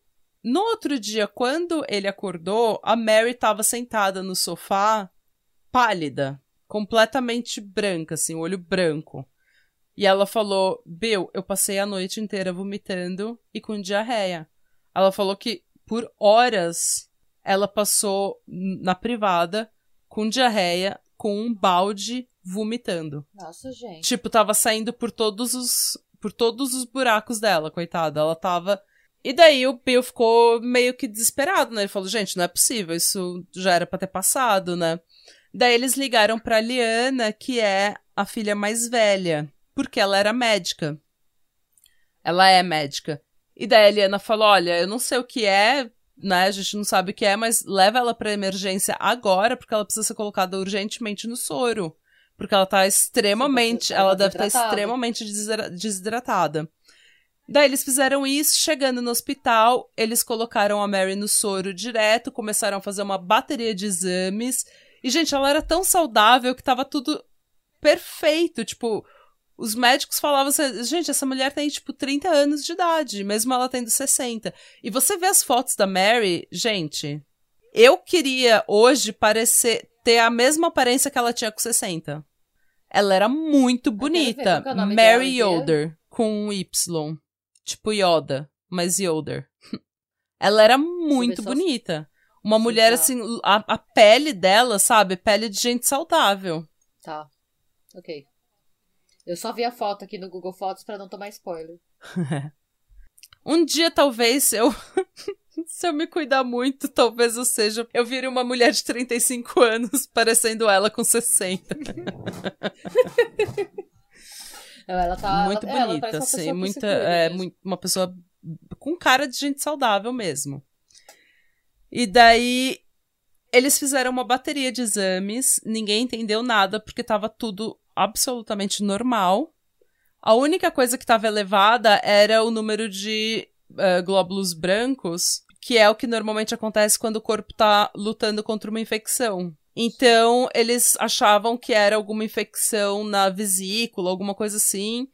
Speaker 1: No outro dia, quando ele acordou, a Mary estava sentada no sofá, pálida, completamente branca, assim, o olho branco. E ela falou, Bill, eu passei a noite inteira vomitando e com diarreia. Ela falou que por horas ela passou na privada com diarreia, com um balde vomitando.
Speaker 2: Nossa, gente.
Speaker 1: Tipo, tava saindo por todos os, por todos os buracos dela, coitada. Ela tava... E daí o Bill ficou meio que desesperado, né? Ele falou, gente, não é possível, isso já era pra ter passado, né? Daí eles ligaram pra Liana, que é a filha mais velha, porque ela era médica. Ela é médica. E daí a Liana falou, olha, eu não sei o que é, né? A gente não sabe o que é, mas leva ela pra emergência agora, porque ela precisa ser colocada urgentemente no soro. Porque ela tá extremamente...
Speaker 2: Sim,
Speaker 1: ela deve estar
Speaker 2: desidratada.
Speaker 1: extremamente desidra- desidratada. Daí eles fizeram isso, chegando no hospital, eles colocaram a Mary no soro direto, começaram a fazer uma bateria de exames. E, gente, ela era tão saudável que tava tudo perfeito. Tipo, os médicos falavam assim, gente, essa mulher tem, tipo, trinta anos de idade, mesmo ela tendo sessenta. E você vê as fotos da Mary, gente, eu queria hoje parecer, ter a mesma aparência que ela tinha com sessenta. Ela era muito bonita.
Speaker 2: Qual que é o nome
Speaker 1: Mary
Speaker 2: dela,
Speaker 1: Yoder, com um Y. Tipo Yoda, mas Yoder. Ela era muito
Speaker 2: se eu-
Speaker 1: bonita. Uma
Speaker 2: Sim,
Speaker 1: mulher,
Speaker 2: tá.
Speaker 1: assim, a, a pele dela, sabe? Pele de gente saudável.
Speaker 2: Tá, ok. Eu só vi a foto aqui no Google Fotos pra não tomar spoiler.
Speaker 1: Um dia, talvez, se eu, se eu me cuidar muito, talvez eu seja... Eu vire uma mulher de trinta e cinco anos, parecendo ela com sessenta.
Speaker 2: Não, ela tá...
Speaker 1: Muito
Speaker 2: ela,
Speaker 1: bonita,
Speaker 2: ela parece uma
Speaker 1: assim.
Speaker 2: pessoa que
Speaker 1: Muita,
Speaker 2: se cuida
Speaker 1: é,
Speaker 2: mesmo.
Speaker 1: mui- uma pessoa com cara de gente saudável mesmo. E daí, eles fizeram uma bateria de exames, ninguém entendeu nada, porque tava tudo absolutamente normal. A única coisa que estava elevada era o número de eh, glóbulos brancos, que é o que normalmente acontece quando o corpo tá lutando contra uma infecção. Então, eles achavam que era alguma infecção na vesícula, alguma coisa assim.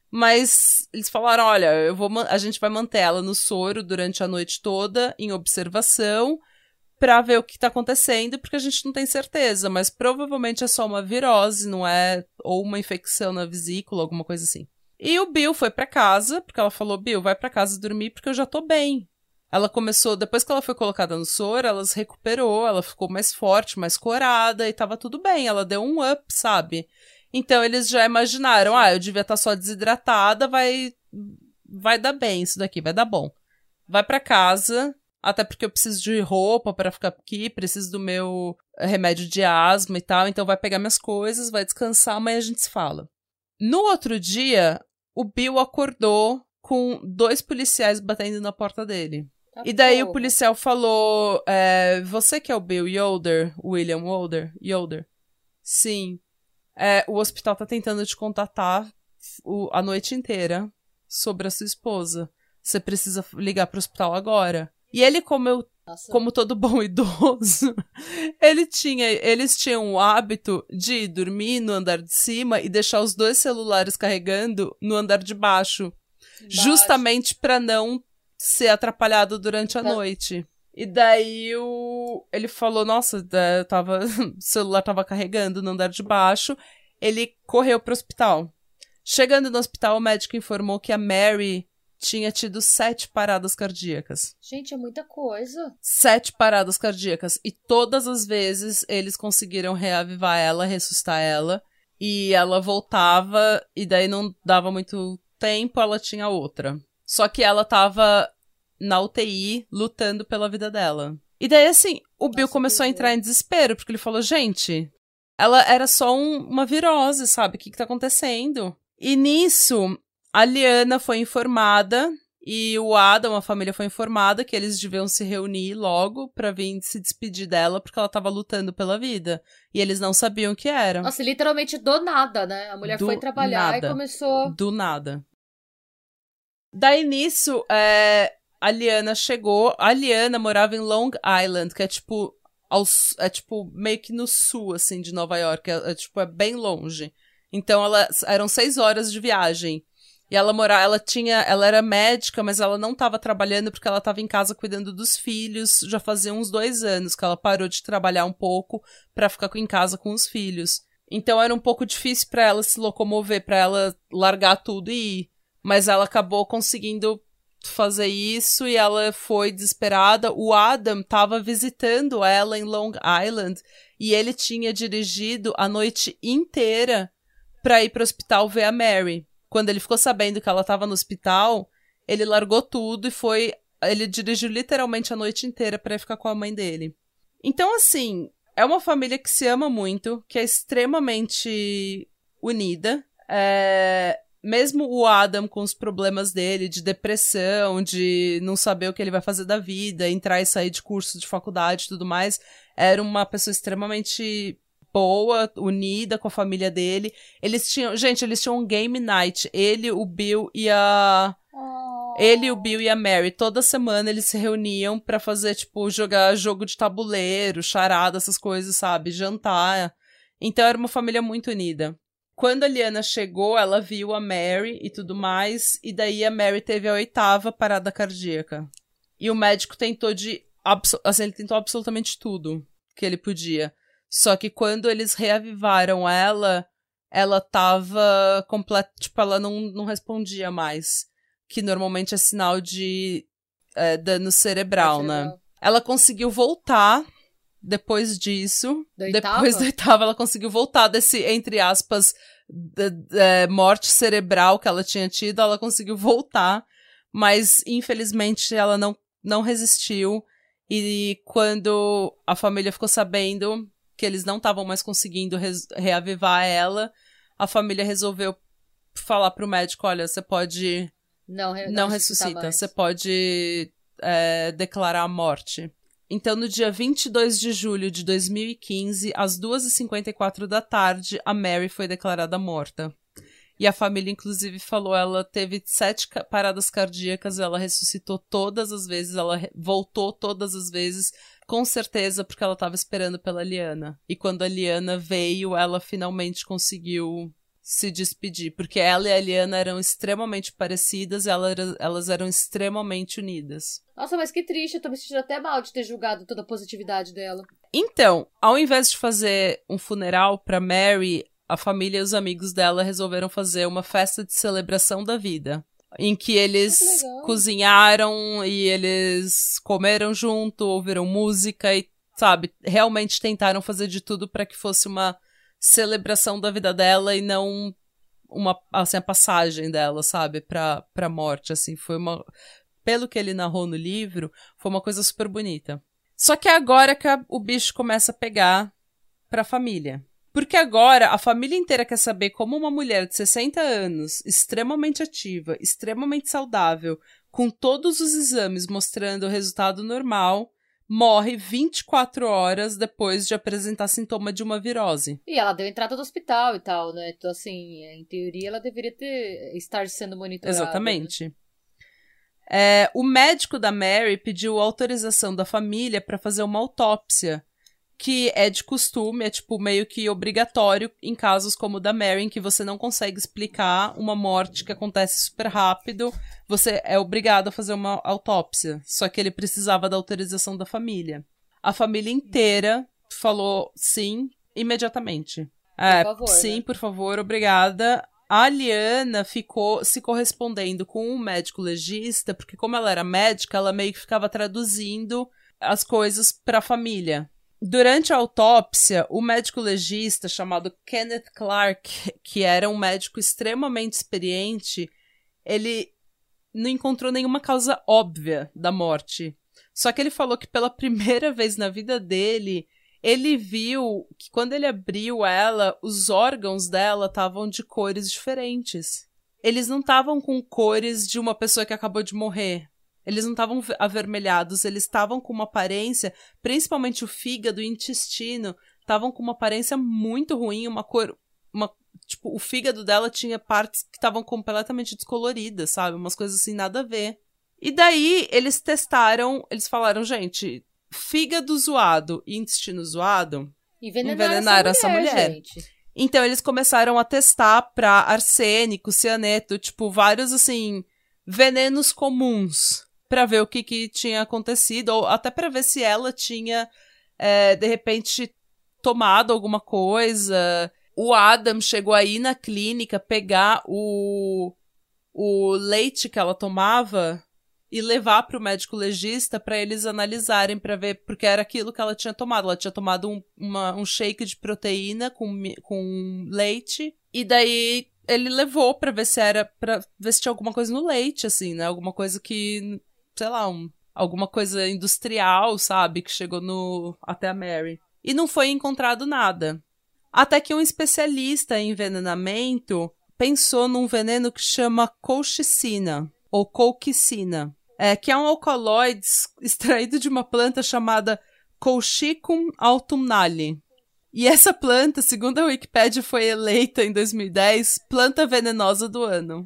Speaker 1: Mas eles falaram, olha, eu vou, man- a gente vai manter ela no soro durante a noite toda, em observação, pra ver o que tá acontecendo, porque a gente não tem certeza, mas provavelmente é só uma virose, não é? Ou uma infecção na vesícula, alguma coisa assim. E o Bill foi pra casa, porque ela falou, Bill, vai pra casa dormir porque eu já tô bem. Ela começou, depois que ela foi colocada no soro, ela se recuperou, ela ficou mais forte, mais corada, e tava tudo bem, ela deu um up, sabe? Então eles já imaginaram, ah, eu devia estar só desidratada, vai, vai dar bem isso daqui, vai dar bom. Vai pra casa... Até porque eu preciso de roupa pra ficar aqui, preciso do meu remédio de asma e tal, então vai pegar minhas coisas, vai descansar, amanhã a gente se fala. No outro dia, o Bill acordou com dois policiais batendo na porta dele.
Speaker 2: Tá
Speaker 1: E daí
Speaker 2: porra.
Speaker 1: o policial falou, é, você que é o Bill Yoder, William Yoder? Yoder? Sim. É, o hospital tá tentando te contatar o- a noite inteira sobre a sua esposa. Você precisa ligar pro hospital agora. E ele, como, eu,
Speaker 2: Nossa.
Speaker 1: como todo bom idoso, ele tinha, eles tinham o hábito de dormir no andar de cima e deixar os dois celulares carregando no andar de baixo.
Speaker 2: Embaixo.
Speaker 1: Justamente pra não ser atrapalhado durante a
Speaker 2: Pra-
Speaker 1: noite. E daí o... ele falou, nossa, é, tava... o celular tava carregando no andar de baixo. Ele correu pro hospital. Chegando no hospital, o médico informou que a Mary tinha tido sete paradas cardíacas.
Speaker 2: Gente, é muita coisa.
Speaker 1: Sete paradas cardíacas. E todas as vezes eles conseguiram reavivar ela, ressuscitar ela. E ela voltava, e daí não dava muito tempo, ela tinha outra. Só que ela tava na U T I, lutando pela vida dela. E daí, assim, o Bill
Speaker 2: Nossa,
Speaker 1: começou a
Speaker 2: que
Speaker 1: entrar em desespero, porque ele falou, gente, ela era só um- uma virose, sabe? O que que tá acontecendo? E nisso, a Liana foi informada, e o Adam, a família, foi informada que eles deviam se reunir logo pra vir se despedir dela, porque ela tava lutando pela vida. E eles não sabiam o que era.
Speaker 2: Nossa, literalmente do nada, né? A mulher
Speaker 1: Do
Speaker 2: foi trabalhar
Speaker 1: nada.
Speaker 2: e começou...
Speaker 1: Do nada. Daí nisso, é, a Liana chegou. A Liana morava em Long Island, que é tipo, ao, su- é tipo meio que no sul, assim, de Nova York. É, é, tipo, é bem longe. Então, ela, eram seis horas de viagem. E ela morava, ela tinha, ela era médica, mas ela não tava trabalhando porque ela tava em casa cuidando dos filhos. Já fazia uns dois anos que ela parou de trabalhar um pouco pra ficar em casa com os filhos. Então era um pouco difícil pra ela se locomover, pra ela largar tudo e ir. Mas ela acabou conseguindo fazer isso e ela foi desesperada. O Adam tava visitando ela em Long Island e ele tinha dirigido a noite inteira pra ir pro hospital ver a Mary. Quando ele ficou sabendo que ela tava no hospital, ele largou tudo e foi... Ele dirigiu literalmente a noite inteira pra ficar com a mãe dele. Então, assim, é uma família que se ama muito, que é extremamente unida. É... Mesmo o Adam com os problemas dele, de depressão, de não saber o que ele vai fazer da vida, entrar e sair de curso de faculdade e tudo mais, era uma pessoa extremamente... boa, unida com a família dele. Eles tinham... Gente, eles tinham um game night. Ele, o Bill e a... Oh. Ele, o Bill e a Mary. Toda semana eles se reuniam pra fazer, tipo, jogar jogo de tabuleiro, charada, essas coisas, sabe? Jantar. Então era uma família muito unida. Quando a Liana chegou, ela viu a Mary e tudo mais. E daí a Mary teve a oitava parada cardíaca. E o médico tentou de... Abso... Assim, ele tentou absolutamente tudo que ele podia. Só que quando eles reavivaram ela, ela tava completa, tipo, ela não, não respondia mais. Que normalmente é sinal de é, dano cerebral, é cerebral, né? Ela conseguiu voltar depois disso.
Speaker 2: Da oitava?
Speaker 1: Depois da oitava, ela conseguiu voltar desse, entre aspas, de, de, morte cerebral que ela tinha tido. Ela conseguiu voltar, mas infelizmente ela não, não resistiu. E quando a família ficou sabendo que eles não estavam mais conseguindo re- reavivar ela, a família resolveu falar pro médico, olha, você pode...
Speaker 2: Não, re-
Speaker 1: não
Speaker 2: não
Speaker 1: ressuscita, você pode é, declarar a morte. Então, no dia vinte e dois de julho de dois mil e quinze, às duas e cinquenta e quatro da tarde, a Mary foi declarada morta. E a família, inclusive, falou, ela teve sete ca- paradas cardíacas, ela ressuscitou todas as vezes, ela re- voltou todas as vezes, com certeza, porque ela estava esperando pela Liana. E quando a Liana veio, ela finalmente conseguiu se despedir, porque ela e a Liana eram extremamente parecidas, ela era, elas eram extremamente unidas.
Speaker 2: Nossa, mas que triste, eu tô me sentindo até mal de ter julgado toda a positividade dela.
Speaker 1: Então, ao invés de fazer um funeral pra Mary, a família e os amigos dela resolveram fazer uma festa de celebração da vida, em que eles
Speaker 2: que
Speaker 1: cozinharam e eles comeram junto, ouviram música e, sabe, realmente tentaram fazer de tudo para que fosse uma celebração da vida dela e não uma, assim, a passagem dela, sabe, pra, pra morte, assim, foi uma... Pelo que ele narrou no livro, foi uma coisa super bonita. Só que agora que a, o bicho começa a pegar pra família. Porque agora a família inteira quer saber como uma mulher de sessenta anos, extremamente ativa, extremamente saudável, com todos os exames mostrando o resultado normal, morre vinte e quatro horas depois de apresentar sintoma de uma virose.
Speaker 2: E ela deu entrada no hospital e tal, né? Então, assim, em teoria ela deveria ter estar sendo monitorada.
Speaker 1: Exatamente.
Speaker 2: Né?
Speaker 1: É, o médico da Mary pediu autorização da família para fazer uma autópsia, que é de costume, é tipo meio que obrigatório em casos como o da Mary, em que você não consegue explicar uma morte que acontece super rápido, você é obrigado a fazer uma autópsia. Só que ele precisava da autorização da família. A família inteira falou sim, imediatamente. É,
Speaker 2: por favor,
Speaker 1: sim,
Speaker 2: né?
Speaker 1: por favor, obrigada. A Liana ficou se correspondendo com um médico legista, porque como ela era médica, ela meio que ficava traduzindo as coisas para a família. Durante a autópsia, o médico legista chamado Kenneth Clark, que era um médico extremamente experiente, ele não encontrou nenhuma causa óbvia da morte. Só que ele falou que pela primeira vez na vida dele, ele viu que quando ele abriu ela, os órgãos dela estavam de cores diferentes. Eles não estavam com cores de uma pessoa que acabou de morrer. Eles não estavam avermelhados, eles estavam com uma aparência, principalmente o fígado e o intestino, estavam com uma aparência muito ruim, uma cor... Uma, tipo, o fígado dela tinha partes que estavam completamente descoloridas, sabe? Umas coisas assim, nada a ver. E daí, eles testaram, eles falaram, gente, fígado zoado e intestino zoado
Speaker 2: Envenenaram,
Speaker 1: envenenaram
Speaker 2: essa mulher,
Speaker 1: essa mulher.
Speaker 2: gente.
Speaker 1: Então eles começaram a testar pra arsênico, cianeto, tipo, vários, assim, venenos comuns pra ver o que, que tinha acontecido, ou até pra ver se ela tinha, é, de repente, tomado alguma coisa. O Adam chegou aí na clínica pegar o, o leite que ela tomava e levar pro médico legista pra eles analisarem pra ver, porque era aquilo que ela tinha tomado. Ela tinha tomado um, uma, um shake de proteína com, com leite, e daí ele levou pra ver se era, pra ver se tinha alguma coisa no leite, assim, né? Alguma coisa que, sei lá, um, alguma coisa industrial, sabe? Que chegou no, até a Mary. E não foi encontrado nada. Até que um especialista em envenenamento pensou num veneno que chama colchicina, ou colchicina. É, que é um alcaloide extraído de uma planta chamada Colchicum autumnale. E essa planta, segundo a Wikipédia, foi eleita em dois mil e dez planta venenosa do ano.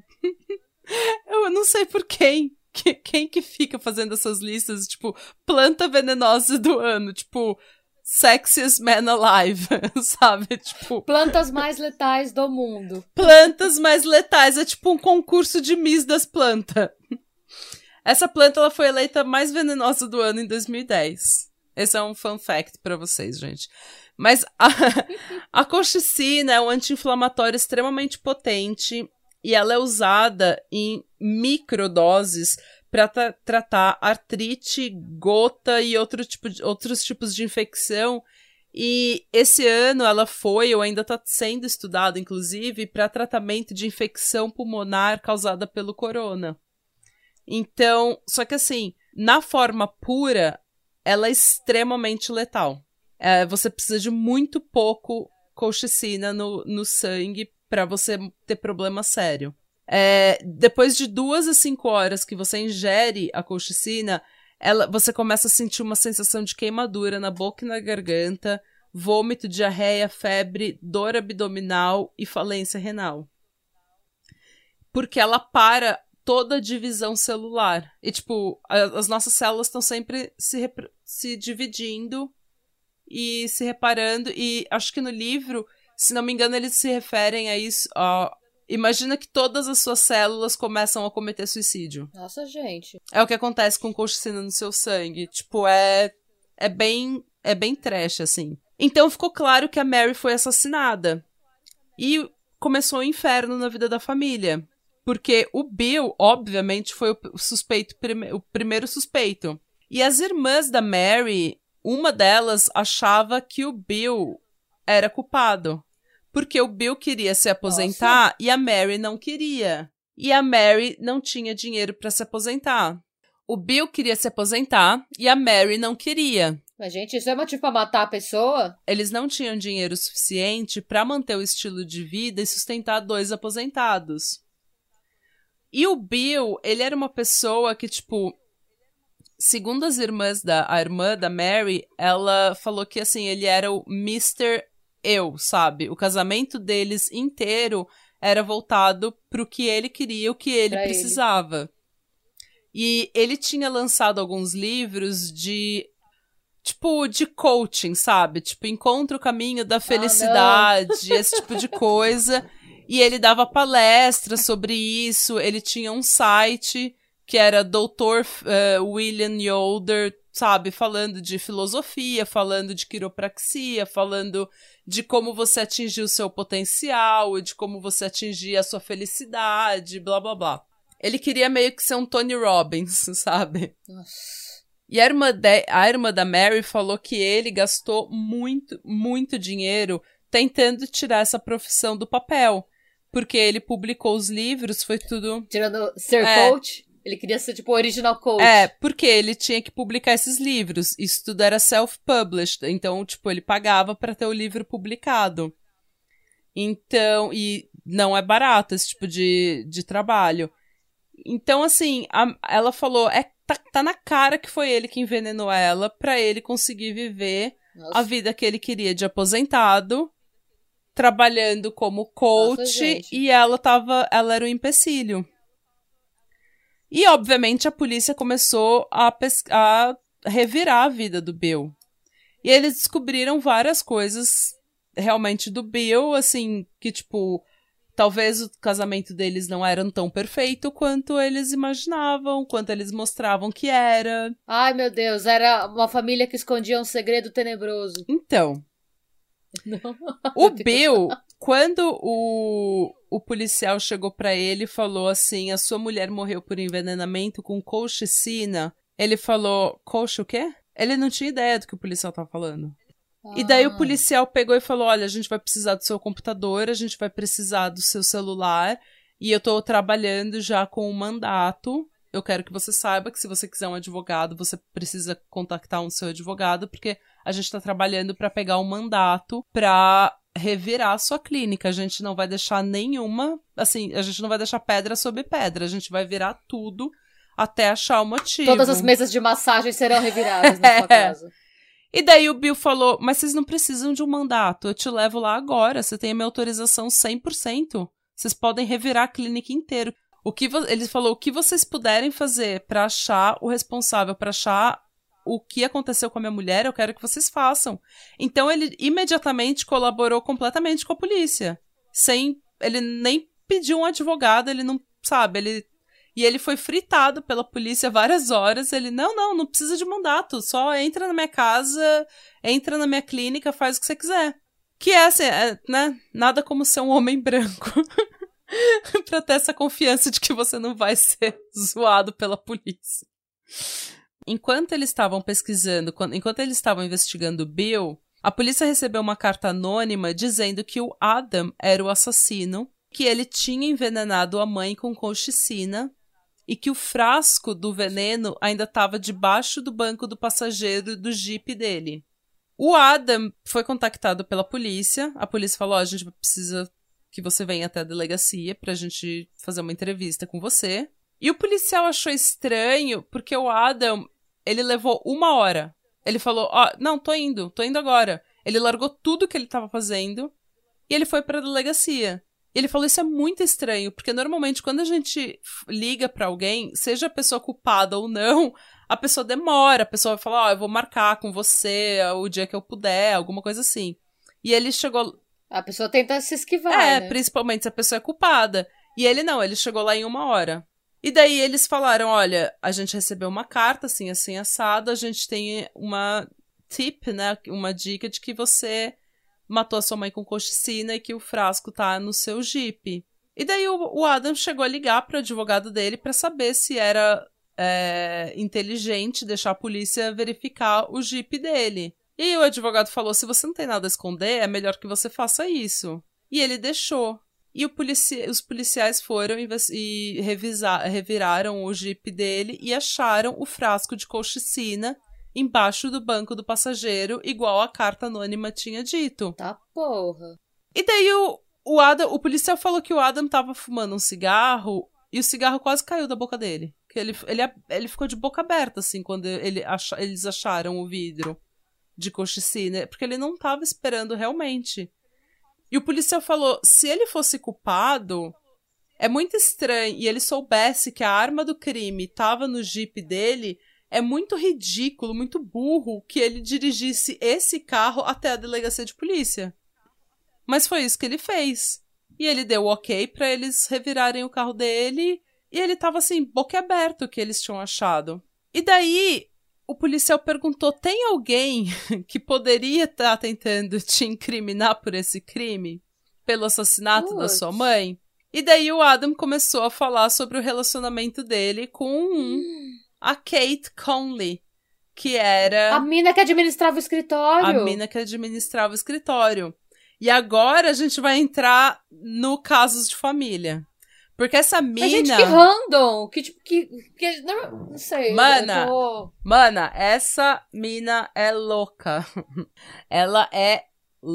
Speaker 1: Eu não sei por quem. Quem que fica fazendo essas listas, tipo, planta venenosa do ano, tipo, sexiest man alive, sabe? Tipo,
Speaker 2: plantas mais letais do mundo.
Speaker 1: Plantas mais letais, é tipo um concurso de Miss das plantas. Essa planta ela foi eleita mais venenosa do ano em dois mil e dez. Esse é um fun fact pra vocês, gente. Mas a, a colchicina é um anti-inflamatório extremamente potente e ela é usada em microdoses para tra- tratar artrite, gota e outro tipo de, outros tipos de infecção. E esse ano ela foi, ou ainda está sendo estudada, inclusive, para tratamento de infecção pulmonar causada pelo corona. Então, só que assim, na forma pura, ela é extremamente letal. É, você precisa de muito pouco colchicina no, no sangue para você ter problema sério. É, depois de duas a cinco horas que você ingere a colchicina, ela, você começa a sentir uma sensação de queimadura na boca e na garganta, vômito, diarreia, febre, dor abdominal e falência renal. Porque ela para toda a divisão celular. E, tipo, a, as nossas células estão sempre se, repro- se dividindo e se reparando. E acho que no livro, se não me engano, eles se referem a isso. Ó, imagina que todas as suas células começam a cometer suicídio.
Speaker 2: Nossa, gente.
Speaker 1: É o que acontece com colchicina no seu sangue. Tipo, é, é bem é bem trash, assim. Então ficou claro que a Mary foi assassinada. E começou o inferno na vida da família. Porque o Bill, obviamente, foi o suspeito, o primeiro suspeito. E as irmãs da Mary, uma delas achava que o Bill era culpado. Porque o Bill queria se aposentar. Nossa. E a Mary não queria. E a Mary não tinha dinheiro para se aposentar. O Bill queria se aposentar e a Mary não queria.
Speaker 2: Mas, gente, isso é motivo pra matar a pessoa?
Speaker 1: Eles não tinham dinheiro suficiente para manter o estilo de vida e sustentar dois aposentados. E o Bill, ele era uma pessoa que, tipo, segundo as irmãs da, a irmã da Mary, ela falou que, assim, ele era o mister Eu, sabe? O casamento deles inteiro era voltado pro que ele queria, o que ele pra precisava. Ele. E ele tinha lançado alguns livros de, tipo, de coaching, sabe? Tipo, encontra o caminho da felicidade, ah, esse tipo de coisa. E ele dava palestras sobre isso, ele tinha um site que era doutor uh, William Yoder, sabe? Falando de filosofia, falando de quiropraxia, falando de como você atingir o seu potencial, de como você atingir a sua felicidade, blá, blá, blá. Ele queria meio que ser um Tony Robbins, sabe?
Speaker 2: Nossa.
Speaker 1: E a irmã, de, a irmã da Mary falou que ele gastou muito, muito dinheiro tentando tirar essa profissão do papel. Porque ele publicou os livros, foi tudo...
Speaker 2: Tirando ser é, coach? Ele queria ser, tipo, original coach.
Speaker 1: É, porque ele tinha que publicar esses livros. Isso tudo era self-published. Então, tipo, ele pagava pra ter o livro publicado. Então, e não é barato esse tipo de, de trabalho. Então, assim, a, ela falou, é, tá, tá na cara que foi ele que envenenou ela pra ele conseguir viver Nossa. A vida que ele queria de aposentado, trabalhando como coach. Nossa, e ela tava, ela era um empecilho. E, obviamente, a polícia começou a, pes- a revirar a vida do Bill. E eles descobriram várias coisas realmente do Bill, assim, que, tipo, talvez o casamento deles não era tão perfeito quanto eles imaginavam, quanto eles mostravam que era.
Speaker 2: Ai, meu Deus, era uma família que escondia um segredo tenebroso.
Speaker 1: Então,
Speaker 2: Não.
Speaker 1: o Bill, quando o, o policial chegou pra ele e falou assim, a sua mulher morreu por envenenamento com colchicina, ele falou, colcha o quê? Ele não tinha ideia do que o policial tava falando. E daí o policial pegou e falou, olha, a gente vai precisar do seu computador, a gente vai precisar do seu celular, e eu tô trabalhando já com um mandato. Eu quero que você saiba que se você quiser um advogado, você precisa contactar um seu advogado, porque a gente tá trabalhando pra pegar um mandato pra revirar a sua clínica. A gente não vai deixar nenhuma, assim, a gente não vai deixar pedra sobre pedra, a gente vai virar tudo até achar o motivo.
Speaker 2: Todas as mesas de massagem serão reviradas na sua casa.
Speaker 1: E daí o Bill falou, mas vocês não precisam de um mandato, eu te levo lá agora, você tem a minha autorização cem por cento. Vocês podem revirar a clínica inteira. O que vo- ele falou, o que vocês puderem fazer pra achar o responsável, pra achar o que aconteceu com a minha mulher, eu quero que vocês façam. Então ele imediatamente colaborou completamente com a polícia. Sem, ele nem pediu um advogado, ele não, sabe, ele... E ele foi fritado pela polícia várias horas. Ele, não, não, não precisa de mandato. Só entra na minha casa, entra na minha clínica, faz o que você quiser. Que é assim, é, né? Nada como ser um homem branco. Pra ter essa confiança de que você não vai ser zoado pela polícia. Enquanto eles estavam pesquisando, quando, enquanto eles estavam investigando o Bill, a polícia recebeu uma carta anônima dizendo que o Adam era o assassino, que ele tinha envenenado a mãe com colchicina, e que o frasco do veneno ainda estava debaixo do banco do passageiro do Jeep dele. O Adam foi contactado pela polícia. A polícia falou, ó, a gente precisa que você venha até a delegacia pra gente fazer uma entrevista com você. E o policial achou estranho, porque o Adam, ele levou uma hora. Ele falou, ó, não, tô indo, tô indo agora. Ele largou tudo que ele tava fazendo e ele foi pra delegacia. E ele falou, isso é muito estranho, porque normalmente quando a gente liga pra alguém, seja a pessoa culpada ou não, a pessoa demora, a pessoa vai falar, ó, oh, eu vou marcar com você o dia que eu puder, alguma coisa assim. E ele chegou...
Speaker 2: A pessoa tenta se esquivar,
Speaker 1: É,
Speaker 2: né?
Speaker 1: principalmente se a pessoa é culpada. E ele não, ele chegou lá em uma hora. E daí eles falaram, olha, a gente recebeu uma carta, assim, assim, assado, a gente tem uma tip, né, uma dica de que você... matou a sua mãe com colchicina e que o frasco tá no seu Jeep. E daí o, o Adam chegou a ligar pro advogado dele pra saber se era é, inteligente deixar a polícia verificar o Jeep dele. E aí o advogado falou, se você não tem nada a esconder, é melhor que você faça isso. E ele deixou. E o polici- os policiais foram e revisar, reviraram o Jeep dele e acharam o frasco de colchicina embaixo do banco do passageiro, igual a carta anônima tinha dito.
Speaker 2: Tá porra.
Speaker 1: E daí o, o Adam, o policial falou que o Adam tava fumando um cigarro e o cigarro quase caiu da boca dele. Que ele, ele, ele ficou de boca aberta, assim, quando ele acha, eles acharam o vidro de colchicina, porque ele não tava esperando realmente. E o policial falou, se ele fosse culpado, é muito estranho, e ele soubesse que a arma do crime tava no Jeep dele... É muito ridículo, muito burro que ele dirigisse esse carro até a delegacia de polícia. Mas foi isso que ele fez. E ele deu ok pra eles revirarem o carro dele. E ele tava assim, boquiaberto o que eles tinham achado. E daí, o policial perguntou, tem alguém que poderia estar tentando te incriminar por esse crime? Pelo assassinato
Speaker 2: Putz.
Speaker 1: da sua mãe? E daí o Adam começou a falar sobre o relacionamento dele com um... a Kate Conley, que era...
Speaker 2: A mina que administrava o escritório.
Speaker 1: A mina que administrava o escritório. E agora a gente vai entrar no Casos de Família. Porque essa mina...
Speaker 2: Mas, gente, que random. Que, tipo, que... que não, não sei.
Speaker 1: Mana,
Speaker 2: eu tô...
Speaker 1: mana, essa mina é louca. Ela é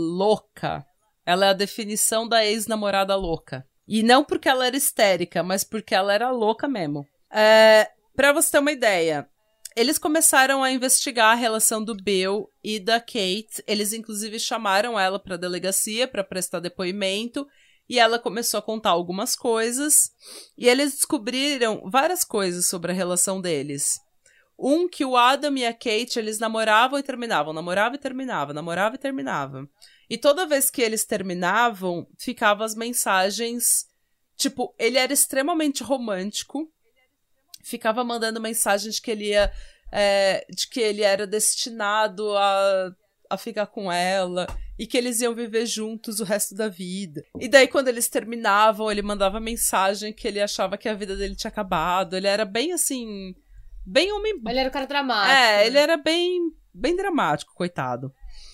Speaker 1: louca. Ela é a definição da ex-namorada louca. E não porque ela era histérica, mas porque ela era louca mesmo. É... Pra você ter uma ideia, eles começaram a investigar a relação do Bill e da Kate. Eles, inclusive, chamaram ela pra delegacia pra prestar depoimento. E ela começou a contar algumas coisas. E eles descobriram várias coisas sobre a relação deles. Um, que o Adam e a Kate, eles namoravam e terminavam. Namoravam e terminavam. Namoravam e terminavam. E toda vez que eles terminavam, ficavam as mensagens... Tipo, ele era extremamente romântico. Ficava mandando mensagem de que ele ia... É, de que ele era destinado a, a ficar com ela. E que eles iam viver juntos o resto da vida. E daí, quando eles terminavam, ele mandava mensagem que ele achava que a vida dele tinha acabado. Ele era bem, assim... Bem homem...
Speaker 2: Ele era um cara dramático.
Speaker 1: É,
Speaker 2: né?
Speaker 1: ele era bem, bem dramático, coitado.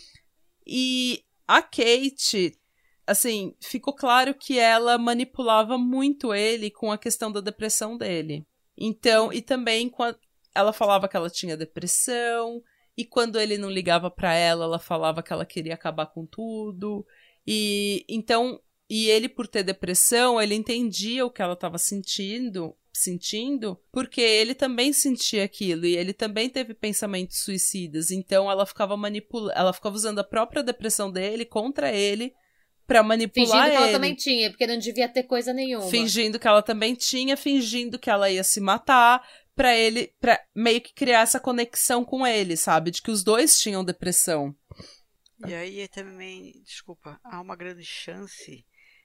Speaker 1: E a Kate, assim, ficou claro que ela manipulava muito ele com a questão da depressão dele. Então, e também quando ela falava que ela tinha depressão... E quando ele não ligava pra ela, ela falava que ela queria acabar com tudo. E então, e ele, por ter depressão, ele entendia o que ela estava sentindo, sentindo, porque ele também sentia aquilo. E ele também teve pensamentos suicidas. Então ela ficava manipulando, ela ficava usando a própria depressão dele contra ele pra manipular
Speaker 2: fingindo
Speaker 1: ele.
Speaker 2: que ela também tinha, porque não devia ter coisa nenhuma.
Speaker 1: Fingindo que ela também tinha, fingindo que ela ia se matar. Pra ele, pra meio que criar essa conexão com ele, sabe? De que os dois tinham depressão.
Speaker 3: E aí também, desculpa, há uma grande chance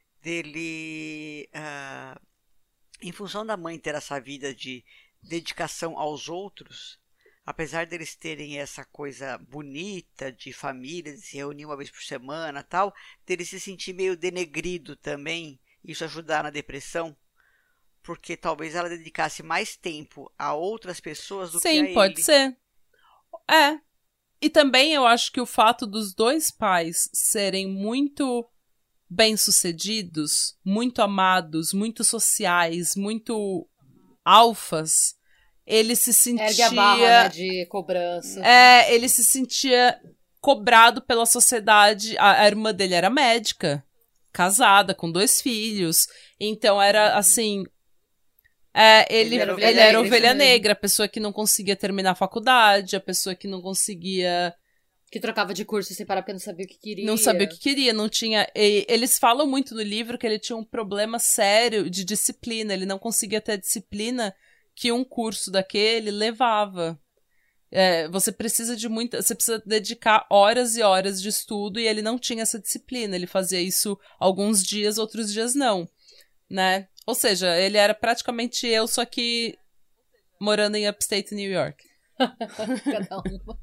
Speaker 3: dele, uh, em função da mãe ter essa vida de dedicação aos outros, apesar deles terem essa coisa bonita de família, de se reunir uma vez por semana tal, dele se sentir meio denegrido também, isso ajudar na depressão. Porque talvez ela dedicasse mais tempo a outras pessoas do
Speaker 1: Sim,
Speaker 3: que a ele.
Speaker 1: Sim, pode ser. É. E também eu acho que o fato dos dois pais serem muito bem-sucedidos, muito amados, muito sociais, muito alfas, ele se sentia...
Speaker 2: Ergue a barra, né, de cobrança.
Speaker 1: É, ele se sentia cobrado pela sociedade. A, a irmã dele era médica, casada, com dois filhos. Então era, assim... É, ele, ele era ovelha, ele era negra, ovelha negra, a pessoa que não conseguia terminar a faculdade, a pessoa que não conseguia...
Speaker 2: Que trocava de curso sem parar porque não sabia o que queria.
Speaker 1: Não sabia o que queria, não tinha... E, eles falam muito no livro que ele tinha um problema sério de disciplina, ele não conseguia ter a disciplina que um curso daquele levava. É, você precisa de muita... Você precisa dedicar horas e horas de estudo e ele não tinha essa disciplina, ele fazia isso alguns dias, outros dias não, né? Ou seja, ele era praticamente eu, só que morando em upstate New York.
Speaker 2: Cada uma.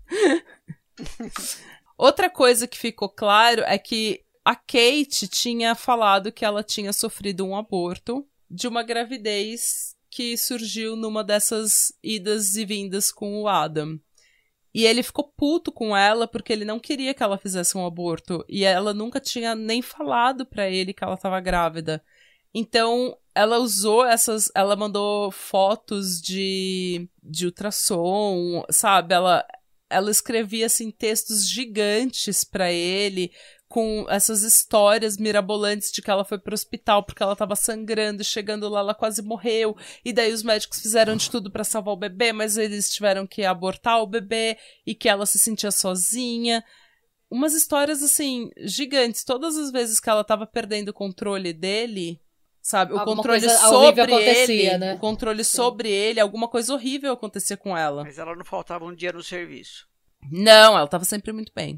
Speaker 1: Outra coisa que ficou claro é que a Kate tinha falado que ela tinha sofrido um aborto de uma gravidez que surgiu numa dessas idas e vindas com o Adam. E ele ficou puto com ela porque ele não queria que ela fizesse um aborto. E ela nunca tinha nem falado pra ele que ela estava grávida. Então, ela usou essas... Ela mandou fotos de, de ultrassom, sabe? Ela, ela escrevia, assim, textos gigantes pra ele, com essas histórias mirabolantes de que ela foi pro hospital porque ela tava sangrando, chegando lá, ela quase morreu. E daí os médicos fizeram de tudo pra salvar o bebê, mas eles tiveram que abortar o bebê e que ela se sentia sozinha. Umas histórias, assim, gigantes. Todas as vezes que ela tava perdendo o controle dele... Sabe, o
Speaker 2: alguma
Speaker 1: controle sobre ele, né? O controle Sim. sobre ele, alguma coisa horrível acontecia com ela.
Speaker 3: Mas ela não faltava um dia no serviço.
Speaker 1: Não, ela tava sempre muito bem.